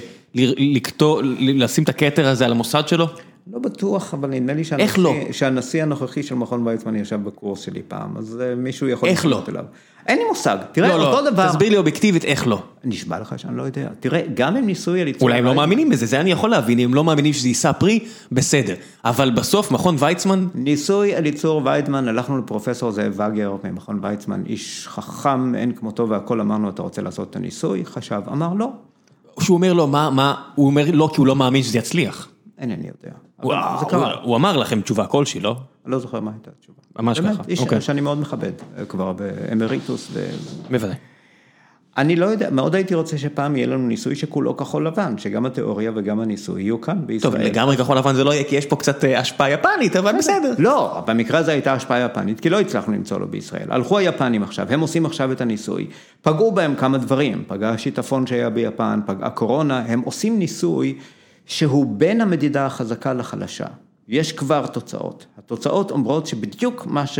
לשים את הכתר הזה על המוסד שלו? לא בטוח, אבל נדמה לי שהנשיא הנוכחי של מכון ויצמן ישב בקורס שלי פעם, אז מישהו יכול לפנות אליו. אין לי מושג, תראה, אותו דבר. תסביר לי אובייקטיבית, איך לא? נשבע לך שאני לא יודע. תראה, גם אם ניסוי על ייצור... אולי הם לא מאמינים בזה, זה אני יכול להבין, אם לא מאמינים שזה יישא פרי, בסדר. אבל בסוף, מכון ויצמן... ניסוי על ייצור ויצמן, הלכנו לפרופסור זאב וגר ממכון ויצמן, איש חכם, אין כמותו והכל, אמרנו, אתה רוצה לעשות את הניסוי? חשב, אמר לא. שהוא אומר לו, הוא אומר לא כי הוא לא מאמין שזה יצליח. אינני יודע. הוא אמר לכם תשובה כלשהי, לא? אני לא זוכר מה הייתה התשובה. ממש ככה. איש שאני מאוד מכבד, כבר באמריטוס. בוודאי. אני לא יודע, מאוד הייתי רוצה שפעם יהיה לנו ניסוי שכולו כחול לבן, שגם התיאוריה וגם הניסוי יהיו כאן בישראל. טוב, לגמרי כחול לבן זה לא יהיה, כי יש פה קצת השפעה יפנית, אבל בסדר. לא, במקרה הזה הייתה השפעה יפנית, כי לא הצלחנו למצוא לו בישראל. הלכו היפנים עכשיו, הם עושים עכשיו את הניסוי, פגעו בהם כמה דברים, פגע השיטפון שהיה ביפן, פגעה קורונה, הם עושים ניסוי שהוא בין המדידה החזקה לחלשה. יש כבר תוצאות. התוצאות אומרות שבדיוק מה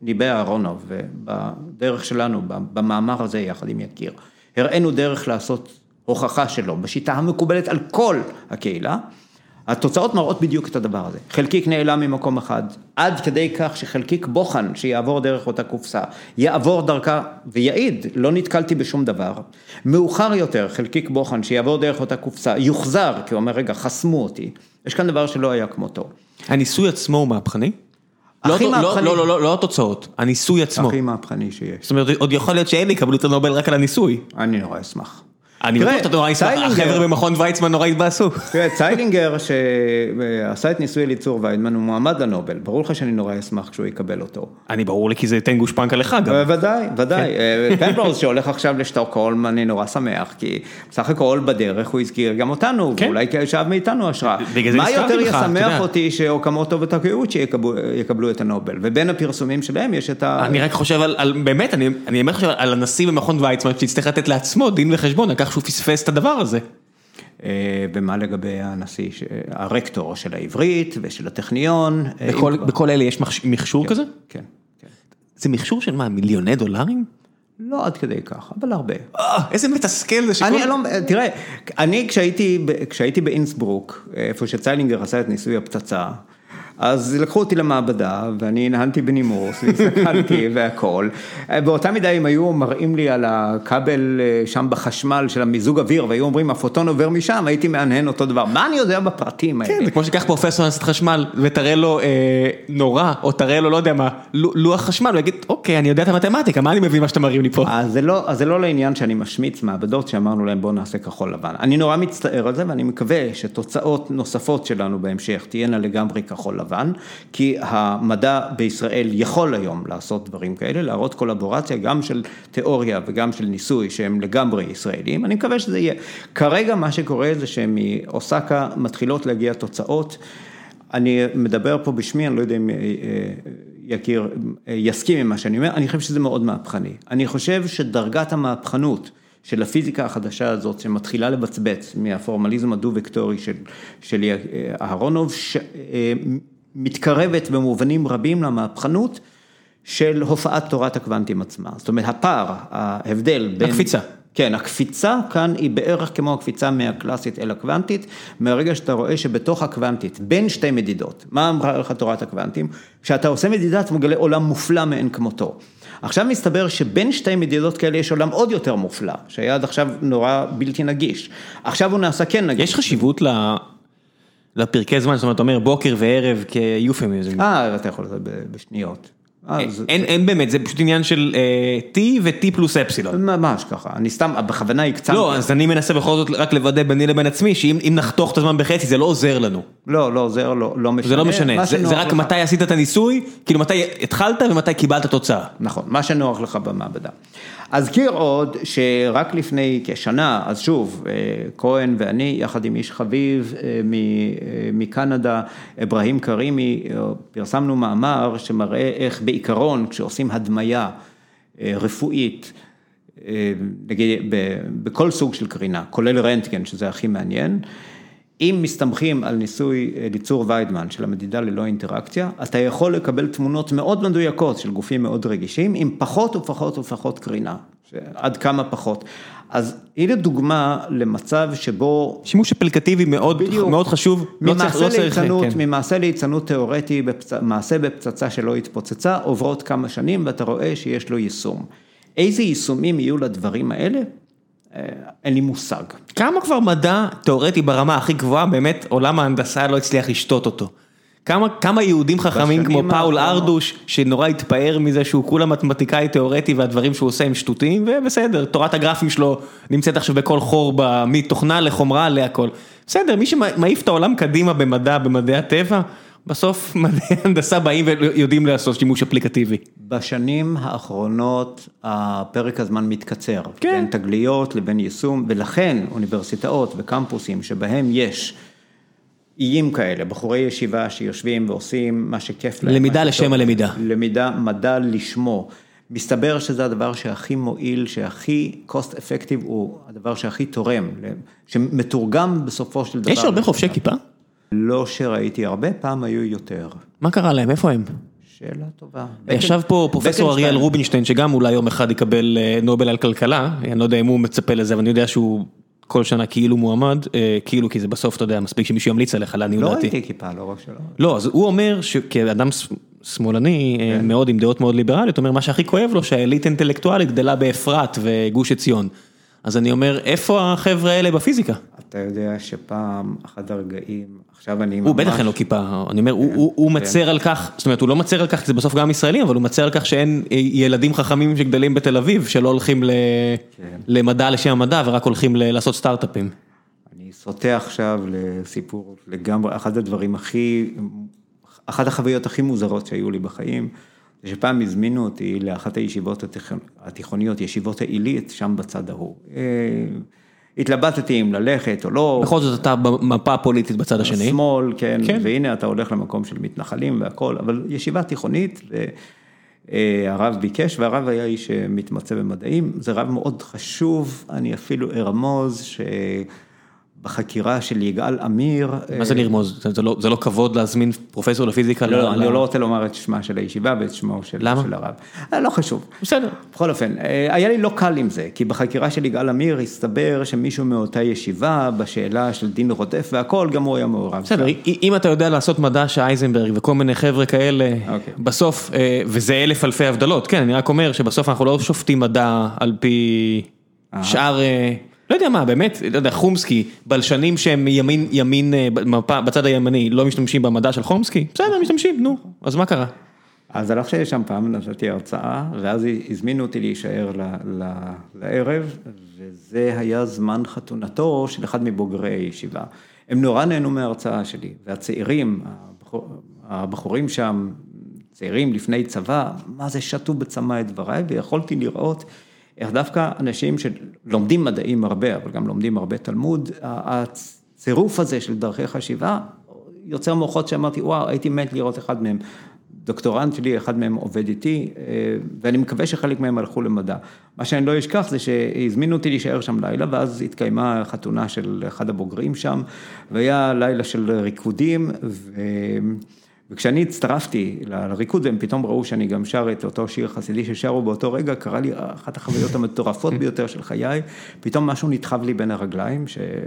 ניבא אהרונוב, ובדרך שלנו, במאמר הזה יחד עם יקיר, הראינו דרך לעשות הוכחה שלו, בשיטה המקובלת על כל הקהילה, התוצאות מראות בדיוק את הדבר הזה. חלקיק נעלם ממקום אחד, עד כדי כך שחלקיק בוחן שיעבור דרך אותה קופסה, יעבור דרכה ויעיד, לא נתקלתי בשום דבר. מאוחר יותר, חלקיק בוחן שיעבור דרך אותה קופסה, יוחזר, כי הוא אומר, רגע, חסמו אותי. יש כאן דבר שלא היה כמותו. הניסוי עצמו הוא מהפכני? הכי מהפכני. לא התוצאות, הניסוי עצמו. הכי מהפכני שיש. זאת אומרת, עוד יכול להיות שאלה יקבלו את הנובל רק על הניסוי. אני נורא אשמח. אני בטוח שאתה נורא אשמח, החבר'ה במכון ויצמן נורא התבאסו. תראה, ציילינגר שעשה את ניסוי ליצור ויידמן, הוא מועמד לנובל, ברור לך שאני נורא אשמח כשהוא יקבל אותו. אני ברור לי כי זה ייתן גושפנקה לך גם. ודאי, ודאי. פנרוז שהולך עכשיו לשטוקהולם, אני נורא שמח, כי בסך הכל בדרך הוא הזכיר גם אותנו, ואולי שאב מאיתנו השראה. מה יותר ישמח אותי שאוקמוטו וטקאוצ'י יקבלו את הנובל, ובין הפרסומים שלהם יש את ה... אני רק חושב על, באמת, אני אומר חושב על הנשיא במכון ויצמן, שיצטרך לתת לעצמו דין וחשבון, על כך שהוא פספס את הדבר הזה. ומה לגבי הנשיא, הרקטור של העברית ושל הטכניון. בכל אלה יש מכשור כזה? כן. זה מכשור של מה, מיליוני דולרים? לא עד כדי כך, אבל הרבה. איזה מתסכל זה תראה, אני כשהייתי באינסברוק, איפה שציילינגר עשה את ניסוי הפצצה, אז לקחו אותי למעבדה, ואני נהנתי בנימוס, והסתכלתי והכל. באותה מידה הם היו מראים לי על הכבל שם בחשמל של המיזוג אוויר, והיו אומרים, הפוטון עובר משם, הייתי מענהן אותו דבר. מה אני יודע בפרטים האלה? כן, זה כמו שכך פרופסור לעשות חשמל, ותראה לו נורא, או תראה לו, לא יודע מה, לוח חשמל, הוא יגיד, אוקיי, אני יודע את המתמטיקה, מה אני מבין מה שאתה מראים לי פה? אז זה לא לעניין שאני משמיץ מעבדות, שאמרנו להם, בואו נעשה כחול לבן. אני נורא מצטער על זה, ואני מקווה שתוצאות נוספות שלנו בהמשך תהיינה לגמרי כחול לבן, כי המדע בישראל יכול היום לעשות דברים כאלה, להראות קולבורציה גם של תיאוריה וגם של ניסוי שהם לגמרי ישראלים, אני מקווה שזה יהיה. כרגע מה שקורה זה שמאוסקה מתחילות להגיע תוצאות, אני מדבר פה בשמי, אני לא יודע אם יקיר יסכים עם מה שאני אומר, אני חושב שזה מאוד מהפכני. אני חושב שדרגת המהפכנות של הפיזיקה החדשה הזאת, שמתחילה לבצבץ מהפורמליזם הדו-וקטורי של אהרונוב, מתקרבת במובנים רבים למהפכנות של הופעת תורת הקוונטים עצמה. זאת אומרת, הפער, ההבדל בין... הקפיצה. כן, הקפיצה כאן היא בערך כמו הקפיצה מהקלאסית אל הקוונטית, מהרגע שאתה רואה שבתוך הקוונטית, בין שתי מדידות, מה אמרה לך תורת הקוונטים? כשאתה עושה מדידה, אתה מגלה עולם מופלא מאין כמותו. עכשיו מסתבר שבין שתי מדידות כאלה יש עולם עוד יותר מופלא, שהיה עד עכשיו נורא בלתי נגיש. עכשיו הוא נעשה כן נגיש. יש חשיבות לפרקי זמן, זאת אומרת, אתה אומר בוקר וערב כיופמיזם. אתה יכול לעשות בשניות. אין באמת, זה פשוט עניין של T ו-T פלוס אפסילון. ממש ככה, אני סתם, בכוונה הקצנתי. לא, אז אני מנסה בכל זאת רק לוודא ביני לבין עצמי, שאם נחתוך את הזמן בחצי, זה לא עוזר לנו. לא עוזר, לא משנה. זה לא משנה, זה רק מתי עשית את הניסוי, כאילו מתי התחלת ומתי קיבלת תוצאה. נכון, מה שנוח לך במעבדה. אזכיר עוד שרק לפני כשנה, אז שוב, כהן ואני, יחד עם איש חביב מקנדה, אברהים קרימי, פרסמנו מאמר שמראה איך בעיקרון, כשעושים הדמיה רפואית, נגיד, בכל סוג של קרינה, כולל רנטגן, שזה הכי מעניין, אם מסתמכים על ניסוי ליצור ויידמן של המדידה ללא אינטראקציה, אתה יכול לקבל תמונות מאוד מדויקות של גופים מאוד רגישים, עם פחות ופחות ופחות קרינה, עד כמה פחות. אז הנה דוגמה למצב שבו... שימוש אפליקטיבי מאוד חשוב. ממעשה ליצנות תיאורטי, מעשה בפצצה שלא התפוצצה, עוברות כמה שנים ואתה רואה שיש לו יישום. איזה יישומים יהיו לדברים האלה? אין לי מושג. כמה כבר מדע תיאורטי ברמה הכי גבוהה, באמת עולם ההנדסה לא הצליח לשתות אותו. כמה יהודים חכמים כמו פאול ארדוש, שנורא התפאר מזה שהוא כולה מתמטיקאי תיאורטי, והדברים שהוא עושה הם שטותיים, ובסדר, תורת הגרפים שלו נמצאת עכשיו בכל חור, מתוכנה לחומרה להכל. בסדר, מי שמעיף את העולם קדימה במדע, במדעי הטבע, בסוף מדעי הנדסה באים ויודעים לעשות שימוש אפליקטיבי. בשנים האחרונות הפרק הזמן מתקצר, בין תגליות לבין יישום, ולכן אוניברסיטאות וקמפוסים שבהם יש איים כאלה, בחורי ישיבה שיושבים ועושים מה שכיף להם. למידה לשם הלמידה. למידה, מדע לשמו. מסתבר שזה הדבר שהכי מועיל, שהכי cost effective הוא הדבר שהכי תורם, שמתורגם בסופו של דבר. יש הרבה חובשי כיפה? לא שראיתי הרבה, פעם היו יותר. מה קרה להם? איפה הם? שאלה טובה. ישב פה פרופסור אריאל רובינשטיין, שגם אולי יום אחד יקבל נובל על כלכלה, אני לא יודע אם הוא מצפה לזה, אבל אני יודע שהוא כל שנה כאילו מועמד, כאילו כי זה בסוף, אתה יודע, מספיק שמישהו ימליץ עליך, לעניות דעתי. לא ראיתי כיפה, לא רק שלא. לא, אז הוא אומר שכאדם שמאלני מאוד, עם דעות מאוד ליברליות, הוא אומר, מה שהכי כואב לו, שהאליט אינטלקטואלית גדלה באפרת וגוש עציון. אז אני אומר, איפה החבר'ה האלה בפיזיקה? אתה יודע שפעם, אחד הרגעים, עכשיו אני ממש... הוא בטח אין לו כיפה, אני אומר, הוא מצר על כך, זאת אומרת, הוא לא מצר על כך, כי זה בסוף גם ישראלים, אבל הוא מצר על כך שאין ילדים חכמים שגדלים בתל אביב, שלא הולכים למדע לשם המדע, ורק הולכים לעשות סטארט-אפים. אני סוטה עכשיו לסיפור לגמרי, אחת החוויות הכי מוזרות שהיו לי בחיים, זה שפעם הזמינו אותי לאחת הישיבות התיכוניות, ישיבות העילית, שם בצד ההוא. התלבטתי אם ללכת או לא. בכל זאת אתה במפה הפוליטית בצד השני. שמאל, כן, והנה אתה הולך למקום של מתנחלים והכל, אבל ישיבה תיכונית, והרב ביקש, והרב היה איש שמתמצא במדעים, זה רב מאוד חשוב, אני אפילו ארמוז בחקירה של יגאל עמיר. מה זה לרמוז? זה לא כבוד להזמין פרופסור לפיזיקה? לא, אני לא רוצה לומר את שמה של הישיבה ואת שמו של הרב. לא חשוב. בסדר. בכל אופן, היה לי לא קל עם זה, כי בחקירה של יגאל עמיר הסתבר שמישהו מאותה ישיבה, בשאלה של דין רודף והכל, גם הוא היה מעורב. בסדר, אם אתה יודע לעשות מדע שאייזנברג וכל מיני חבר'ה כאלה, בסוף, וזה אלף אלפי הבדלות, כן, אני רק אומר שבסוף אנחנו לא שופטים מדע על פי שאר... לא יודע מה, באמת, לא יודע, חומסקי, בלשנים שהם ימין בצד הימני, לא משתמשים במדע של חומסקי, בסדר, משתמשים, נו, אז מה קרה? אז הלכתי שם פעם, נתתי הרצאה, ואז הזמינו אותי להישאר לערב, וזה היה זמן חתונתו של אחד מבוגרי הישיבה. הם נורא נהנו מההרצאה שלי, והצעירים, הבחורים שם, צעירים לפני צבא, מה זה שתו בצמא את דבריי, ויכולתי לראות איך דווקא אנשים שלומדים מדעים הרבה, אבל גם לומדים הרבה תלמוד, הצירוף הזה של דרכי חשיבה, יוצר מוחות שאמרתי, וואו, הייתי מת לראות אחד מהם, דוקטורנט שלי, אחד מהם עובד איתי, ואני מקווה שחלק מהם הלכו למדע. מה שאני לא אשכח זה שהזמינו אותי להישאר שם לילה, ואז התקיימה חתונה של אחד הבוגרים שם, והיה לילה של ריקודים, וכשאני הצטרפתי לריקוד, הם פתאום ראו שאני גם שר את אותו שיר חסידי ששרו באותו רגע, קרה לי אחת החוויות המטורפות ביותר של חיי, פתאום משהו נדחב לי בין הרגליים,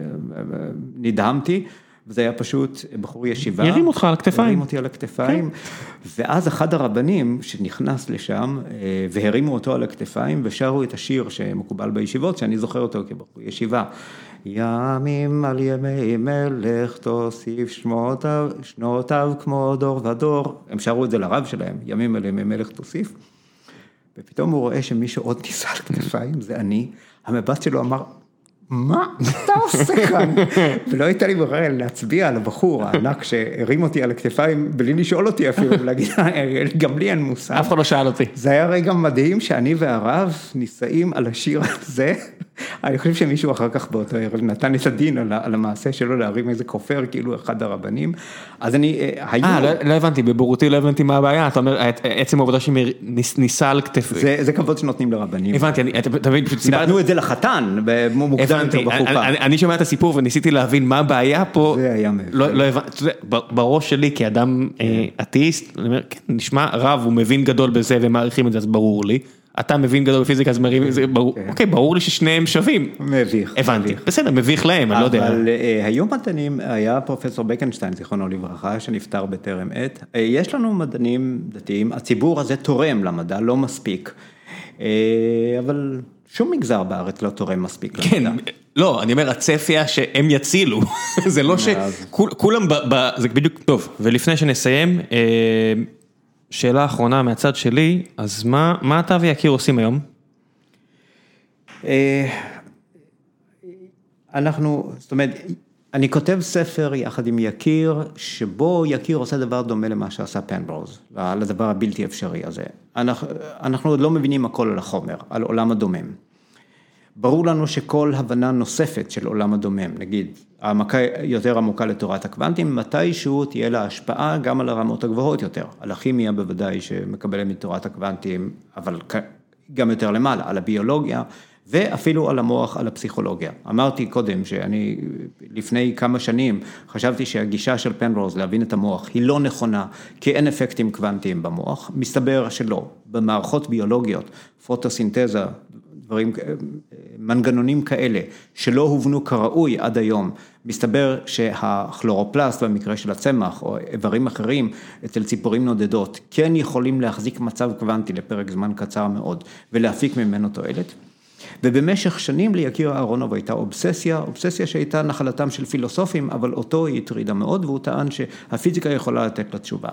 שנדהמתי, וזה היה פשוט בחור ישיבה. ירים אותך על הכתפיים. ירים אותי על הכתפיים, ואז אחד הרבנים שנכנס לשם, והרימו אותו על הכתפיים, ושרו את השיר שמקובל בישיבות, שאני זוכר אותו כבחור ישיבה. ימים על ימי מלך, תוסיף שנותיו כמו דור ודור. הם שרו את זה לרב שלהם, ימים על ימי מלך תוסיף. ופתאום הוא רואה שמישהו עוד ניסה על כתפיים, זה אני. המבט שלו אמר, מה אתה עושה כאן? ולא הייתה לי ברירה להצביע על הבחור הענק שהרים אותי על הכתפיים, בלי לשאול אותי אפילו, ולהגיד, גם לי אין מושג. אף אחד לא שאל אותי. זה היה רגע מדהים שאני והרב ניסאים על השיר הזה. אני חושב שמישהו אחר כך באותו ערב נתן את הדין על המעשה שלו להרים איזה כופר, כאילו אחד הרבנים. אז אני... לא הבנתי, בבורותי לא הבנתי מה הבעיה. אתה אומר, עצם העובדה שניסה על כתף... זה כבוד שנותנים לרבנים. הבנתי, נתנו את זה לחתן, מוקדם יותר בחופה. אני שומע את הסיפור וניסיתי להבין מה הבעיה פה. זה היה מבין. לא הבנתי, בראש שלי כאדם אתאיסט, אני אומר, נשמע רב, הוא מבין גדול בזה ומעריכים את זה, אז ברור לי. אתה מבין גדול בפיזיקה, אז מרים, אוקיי, ברור לי ששניהם שווים. מביך. הבנתי, בסדר, מביך להם, אני לא יודע. אבל היום מדענים, היה פרופסור בקנשטיין, זיכרונו לברכה, שנפטר בטרם עת. יש לנו מדענים דתיים, הציבור הזה תורם למדע, לא מספיק. אבל שום מגזר בארץ לא תורם מספיק למדע. כן, לא, אני אומר, הצפיה שהם יצילו. זה לא שכולם, זה בדיוק טוב. ולפני שנסיים, שאלה אחרונה מהצד שלי, אז מה אתה ויקיר עושים היום? זאת אומרת, אני כותב ספר יחד עם יקיר, שבו יקיר עושה דבר דומה למה שעשה פנרוז, לדבר הבלתי אפשרי הזה. אנחנו עוד לא מבינים הכל על החומר, על עולם הדומם. ברור לנו שכל הבנה נוספת של עולם הדומם, נגיד, העמקה יותר עמוקה לתורת הקוונטים, מתישהו תהיה לה השפעה גם על הרמות הגבוהות יותר, על הכימיה בוודאי שמקבלת מתורת הקוונטים, אבל גם יותר למעלה, על הביולוגיה ואפילו על המוח, על הפסיכולוגיה. אמרתי קודם שאני לפני כמה שנים חשבתי שהגישה של פנרוז להבין את המוח היא לא נכונה, כי אין אפקטים קוונטיים במוח, מסתבר שלא. במערכות ביולוגיות, פוטוסינתזה, דברים, מנגנונים כאלה שלא הובנו כראוי עד היום, מסתבר שהכלורופלסט במקרה של הצמח או איברים אחרים אצל ציפורים נודדות כן יכולים להחזיק מצב קוונטי לפרק זמן קצר מאוד ולהפיק ממנו תועלת. ובמשך שנים ליקיר אהרונוב הייתה אובססיה שהייתה נחלתם של פילוסופים, אבל אותו היא הטרידה מאוד והוא טען שהפיזיקה יכולה לתת לה תשובה.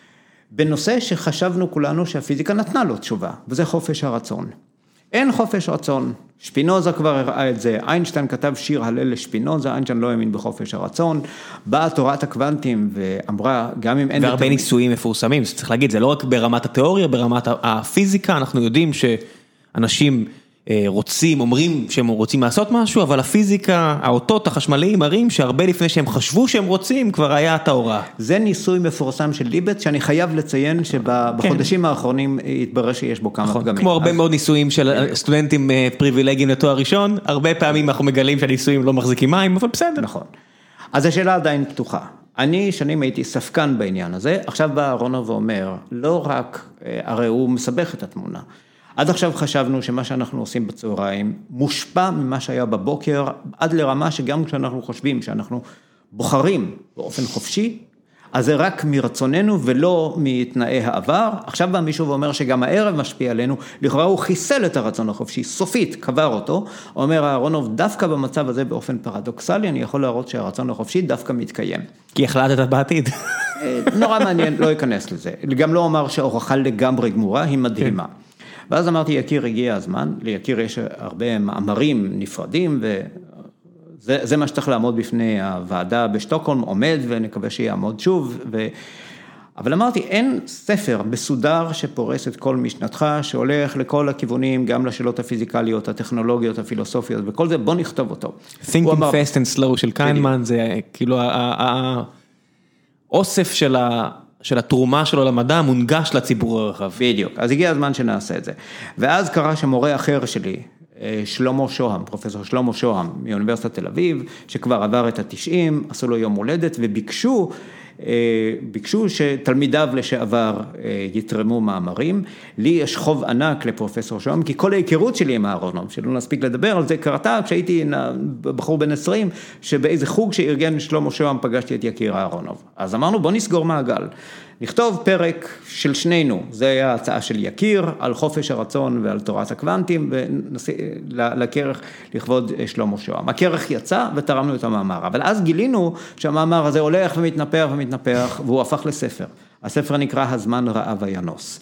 בנושא שחשבנו כולנו שהפיזיקה נתנה לו תשובה, וזה חופש הרצון. אין חופש רצון, שפינוזה כבר הראה את זה, איינשטיין כתב שיר הלל לשפינוזה, איינשטיין לא האמין בחופש הרצון, באה תורת הקוונטים ואמרה, גם אם אין... והרבה ניסויים מפורסמים, צריך להגיד, זה לא רק ברמת התיאוריה, ברמת הפיזיקה, אנחנו יודעים שאנשים רוצים, אומרים שהם רוצים לעשות משהו, אבל הפיזיקה, האותות החשמליים מראים שהרבה לפני שהם חשבו שהם רוצים, כבר היה את ההוראה. זה ניסוי מפורסם של ליבץ, שאני חייב לציין שבחודשים האחרונים התברר שיש בו כמה פגמים. כמו הרבה מאוד ניסויים של סטודנטים פריבילגיים לתואר ראשון, הרבה פעמים אנחנו מגלים שהניסויים לא מחזיקים מים, אבל בסדר. נכון. אז השאלה עדיין פתוחה. אני שנים הייתי ספקן בעניין הזה, עכשיו בא אהרונוב ואומר, לא רק, הרי הוא מסבך את התמונה, עד עכשיו חשבנו שמה שאנחנו עושים בצהריים מושפע ממה שהיה בבוקר, עד לרמה שגם כשאנחנו חושבים שאנחנו בוחרים באופן חופשי, אז זה רק מרצוננו ולא מתנאי העבר. עכשיו בא מישהו ואומר שגם הערב משפיע עלינו, לכאורה הוא חיסל את הרצון החופשי, סופית קבר אותו, אומר אהרונוב, דווקא במצב הזה באופן פרדוקסלי, אני יכול להראות שהרצון החופשי דווקא מתקיים. כי החלטת בעתיד. נורא מעניין, לא ייכנס לזה. גם לא אומר שההוכחה לגמרי גמורה, היא מדהימה. ואז אמרתי, יקיר, הגיע הזמן, ליקיר יש הרבה מאמרים נפרדים, וזה מה שצריך לעמוד בפני הוועדה בשטוקהולם, עומד, ונקווה שיעמוד שוב, אבל אמרתי, אין ספר מסודר שפורס את כל משנתך, שהולך לכל הכיוונים, גם לשאלות הפיזיקליות, הטכנולוגיות, הפילוסופיות, וכל זה, בוא נכתוב אותו. Thinking fast and slow של קיינמן, זה כאילו האוסף של התרומה שלו למדע מונגש לציבור הרחב. בדיוק, אז הגיע הזמן שנעשה את זה. ואז קרה שמורה אחר שלי, שלמה שוהם, פרופסור שלמה שוהם, מאוניברסיטת תל אביב, שכבר עבר את ה-90, עשו לו יום הולדת, וביקשו שתלמידיו לשעבר יתרמו מאמרים. לי יש חוב ענק לפרופסור שוהם, כי כל ההיכרות שלי עם אהרונוב, שלא נספיק לדבר על זה, קרתה כשהייתי בחור בן 20, שבאיזה חוג שארגן שלמה שוהם פגשתי את יקיר אהרונוב. אז אמרנו, בוא נסגור מעגל. נכתוב פרק של שנינו, זה היה ההצעה של יקיר, על חופש הרצון ועל תורת הקוונטים, ולכרך לכבוד שלמה שוהם. הכרך יצא ותרמנו את המאמר, אבל אז גילינו שהמאמר הזה הולך ומתנפח ומתנפח, והוא הפך לספר. הספר נקרא הזמן רעב וינוס.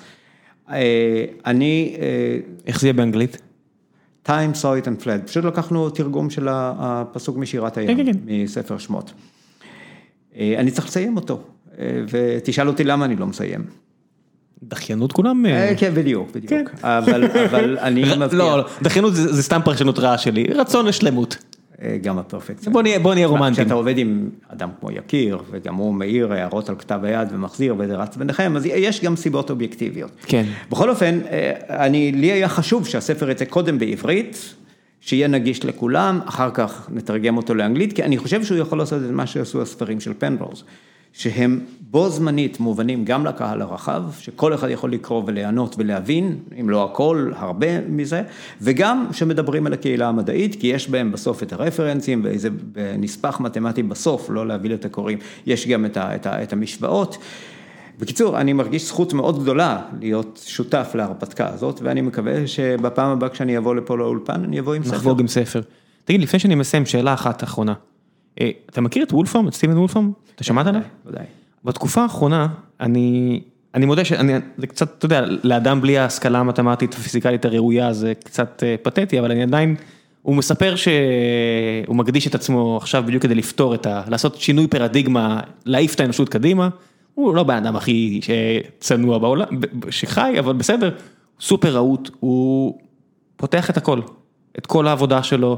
איך זה יהיה באנגלית? Time saw it and fled. פשוט לקחנו תרגום של הפסוק משירת הים, מספר שמות. אני צריך לסיים אותו. ותשאל אותי למה אני לא מסיים. דחיינות כולם? כן, בדיוק. אבל אני מבטיח. לא, דחיינות זה סתם פרשנות רעה שלי, רצון לשלמות. גם הפרפקציה. בוא נהיה רומנטיים. כשאתה עובד עם אדם כמו יקיר, וגם הוא מאיר הערות על כתב היד ומחזיר וזה רץ ביניכם, אז יש גם סיבות אובייקטיביות. כן. בכל אופן, לי היה חשוב שהספר יצא קודם בעברית, שיהיה נגיש לכולם, אחר כך נתרגם אותו לאנגלית, כי אני חושב שהוא יכול לעשות את מה שעשו הספרים של פנרוז. שהם בו זמנית מובנים גם לקהל הרחב, שכל אחד יכול לקרוא וליהנות ולהבין, אם לא הכל, הרבה מזה, וגם שמדברים על הקהילה המדעית, כי יש בהם בסוף את הרפרנסים, ואיזה נספח מתמטי בסוף, לא להביא את הקוראים, יש גם את המשוואות. בקיצור, אני מרגיש זכות מאוד גדולה להיות שותף להרפתקה הזאת, ואני מקווה שבפעם הבאה כשאני אבוא לפה לאולפן, אני אבוא עם ספר. נחבוג עם ספר. תגיד, לפני שאני מסיים, שאלה אחת אחרונה. אתה מכיר את וולפאם, את סטיבן וולפאם? אתה שמעת עליו? ודאי. בתקופה האחרונה, אני מודה זה קצת, אתה יודע, לאדם בלי ההשכלה המתמטית ופיזיקלית הראויה, זה קצת פתטי, אבל אני עדיין, הוא מספר שהוא מקדיש את עצמו עכשיו בדיוק כדי לפתור לעשות שינוי פרדיגמה, להעיף את האנושות קדימה, הוא לא באדם הכי צנוע בעולם, שחי, אבל בסדר, סופר רהוט, הוא פותח את הכל, את כל העבודה שלו,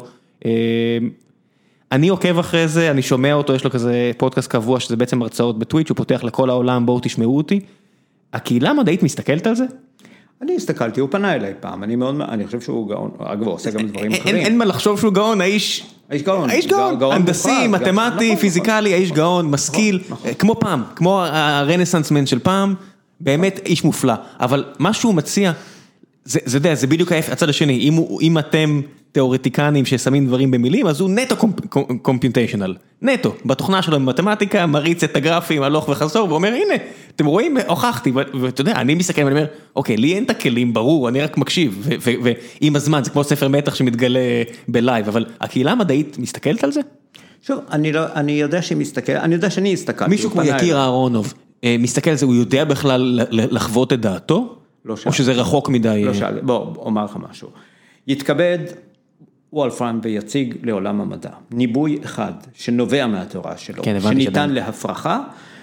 אני עוקב אחרי זה, אני שומע אותו, יש לו כזה פודקאסט קבוע, שזה בעצם הרצאות בטוויץ', הוא פותח לכל העולם, בואו תשמעו אותי. הקהילה המדעית מסתכלת על זה? אני הסתכלתי, הוא פנה אליי פעם, אני חושב שהוא גאון, אגב, הוא עושה גם דברים אחרים. אין מה לחשוב שהוא גאון, האיש גאון. האיש גאון, הנדסי, מתמטי, פיזיקלי, האיש גאון, משכיל, כמו פעם, כמו הרנסנסמן של פעם, באמת איש מופלא, אבל מה שהוא מציע, זה בדיוק הצד השני, אם אתם תיאורטיקנים ששמים דברים במילים, אז הוא נטו קומפיוטיישנל, נטו, בתוכנה שלו במתמטיקה, מריץ את הגרפים, הלוך וחזור, ואומר, הנה, אתם רואים, הוכחתי, ואתה יודע, אני מסתכל ואני אומר, אוקיי, לי אין את הכלים, ברור, אני רק מקשיב, ועם הזמן, זה כמו ספר מתח שמתגלה בלייב, אבל הקהילה המדעית מסתכלת על זה? שוב, אני יודע שהיא מסתכלת, אני יודע שאני הסתכלתי. מישהו כמו יקיר אהרונוב, מסתכל על זה, הוא יודע בכלל לחוות את דעתו? או שזה רחוק מדי? לא שאל, בוא, אומר לך משהו. יתכבד וולפרם ויציג לעולם המדע. ניבוי אחד שנובע מהתורה שלו, שניתן להפרחה,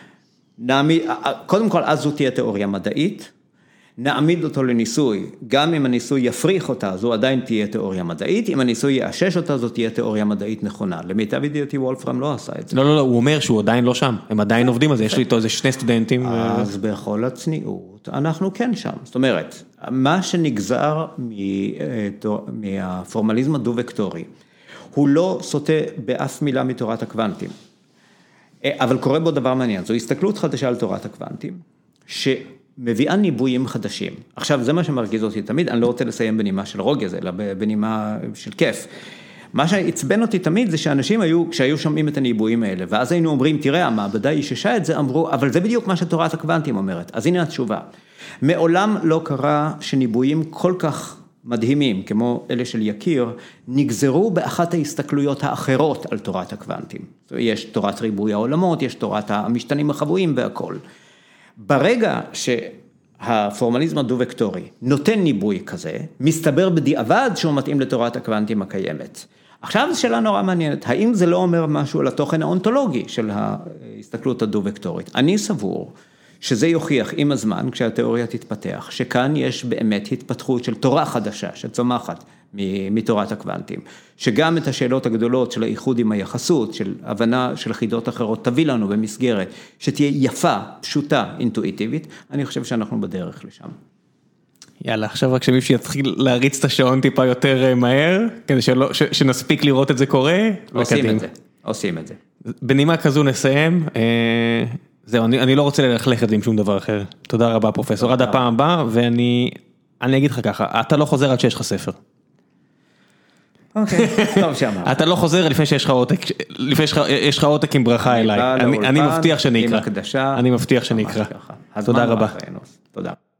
קודם כל, אז זו תהיה תיאוריה מדעית, נעמיד אותו לניסוי, גם אם הניסוי יפריך אותה, זו עדיין תהיה תיאוריה מדעית, אם הניסוי יאשש אותה, זו תהיה תיאוריה מדעית נכונה. למיטב ידיעתי וולפרם לא עשה את זה. לא, הוא אומר שהוא עדיין לא שם, הם עדיין עובדים על זה, יש לי איתו איזה 2 סטודנטים. אז בכל הצניעות, אנחנו כן שם. זאת אומרת, מה שנגזר מהפורמליזם הדו-וקטורי, הוא לא סוטה באף מילה מתורת הקוונטים. אבל קורה בו דבר מעניין, זו הסתכלות חדשה על תורת הקוונטים, שמביאה ניבויים חדשים. עכשיו, זה מה שמרגיז אותי תמיד, אני לא רוצה לסיים בנימה של רוגז, אלא בנימה של כיף. מה שעצבן אותי תמיד זה שאנשים כשהיו שומעים את הניבויים האלה, ואז היינו אומרים, תראה, המעבדה איששה את זה, אמרו, אבל זה בדיוק מה שתורת הקוונטים אומרת. אז הנה התשובה. מעולם לא קרה שניבויים כל כך מדהימים, כמו אלה של יקיר, נגזרו באחת ההסתכלויות האחרות על תורת הקוונטים. יש תורת ריבוי העולמות, יש תורת המשתנים החבויים והכל. ברגע שהפורמליזם הדו-וקטורי נותן ניבוי כזה, מסתבר בדיעבד שהוא מתאים לתורת הקוונטים הקיימת. עכשיו זו שאלה נורא מעניינת, האם זה לא אומר משהו על התוכן האונתולוגי של ההסתכלות הדו-וקטורית? אני סבור שזה יוכיח עם הזמן, כשהתיאוריה תתפתח, שכאן יש באמת התפתחות של תורה חדשה, שצומחת מתורת הקוונטים, שגם את השאלות הגדולות של האיחוד עם היחסות, של הבנה של חידות אחרות, תביא לנו במסגרת, שתהיה יפה, פשוטה, אינטואיטיבית, אני חושב שאנחנו בדרך לשם. יאללה, עכשיו רק שמישהו יתחיל להריץ את השעון טיפה יותר מהר, כדי שנספיק לראות את זה קורה, עושים את זה. בנימה כזו נסיים, זהו, אני לא רוצה ללכלך את זה עם שום דבר אחר. תודה רבה פרופסור, עד הפעם הבאה, ואני אגיד לך ככה, אתה לא חוזר עד שיש לך ספר. אוקיי, טוב שאמר. אתה לא חוזר לפני שיש לך עותק עם ברכה אליי. אני מבטיח שאני אקרא. אני מבטיח שאני אקרא. תודה רבה. תודה.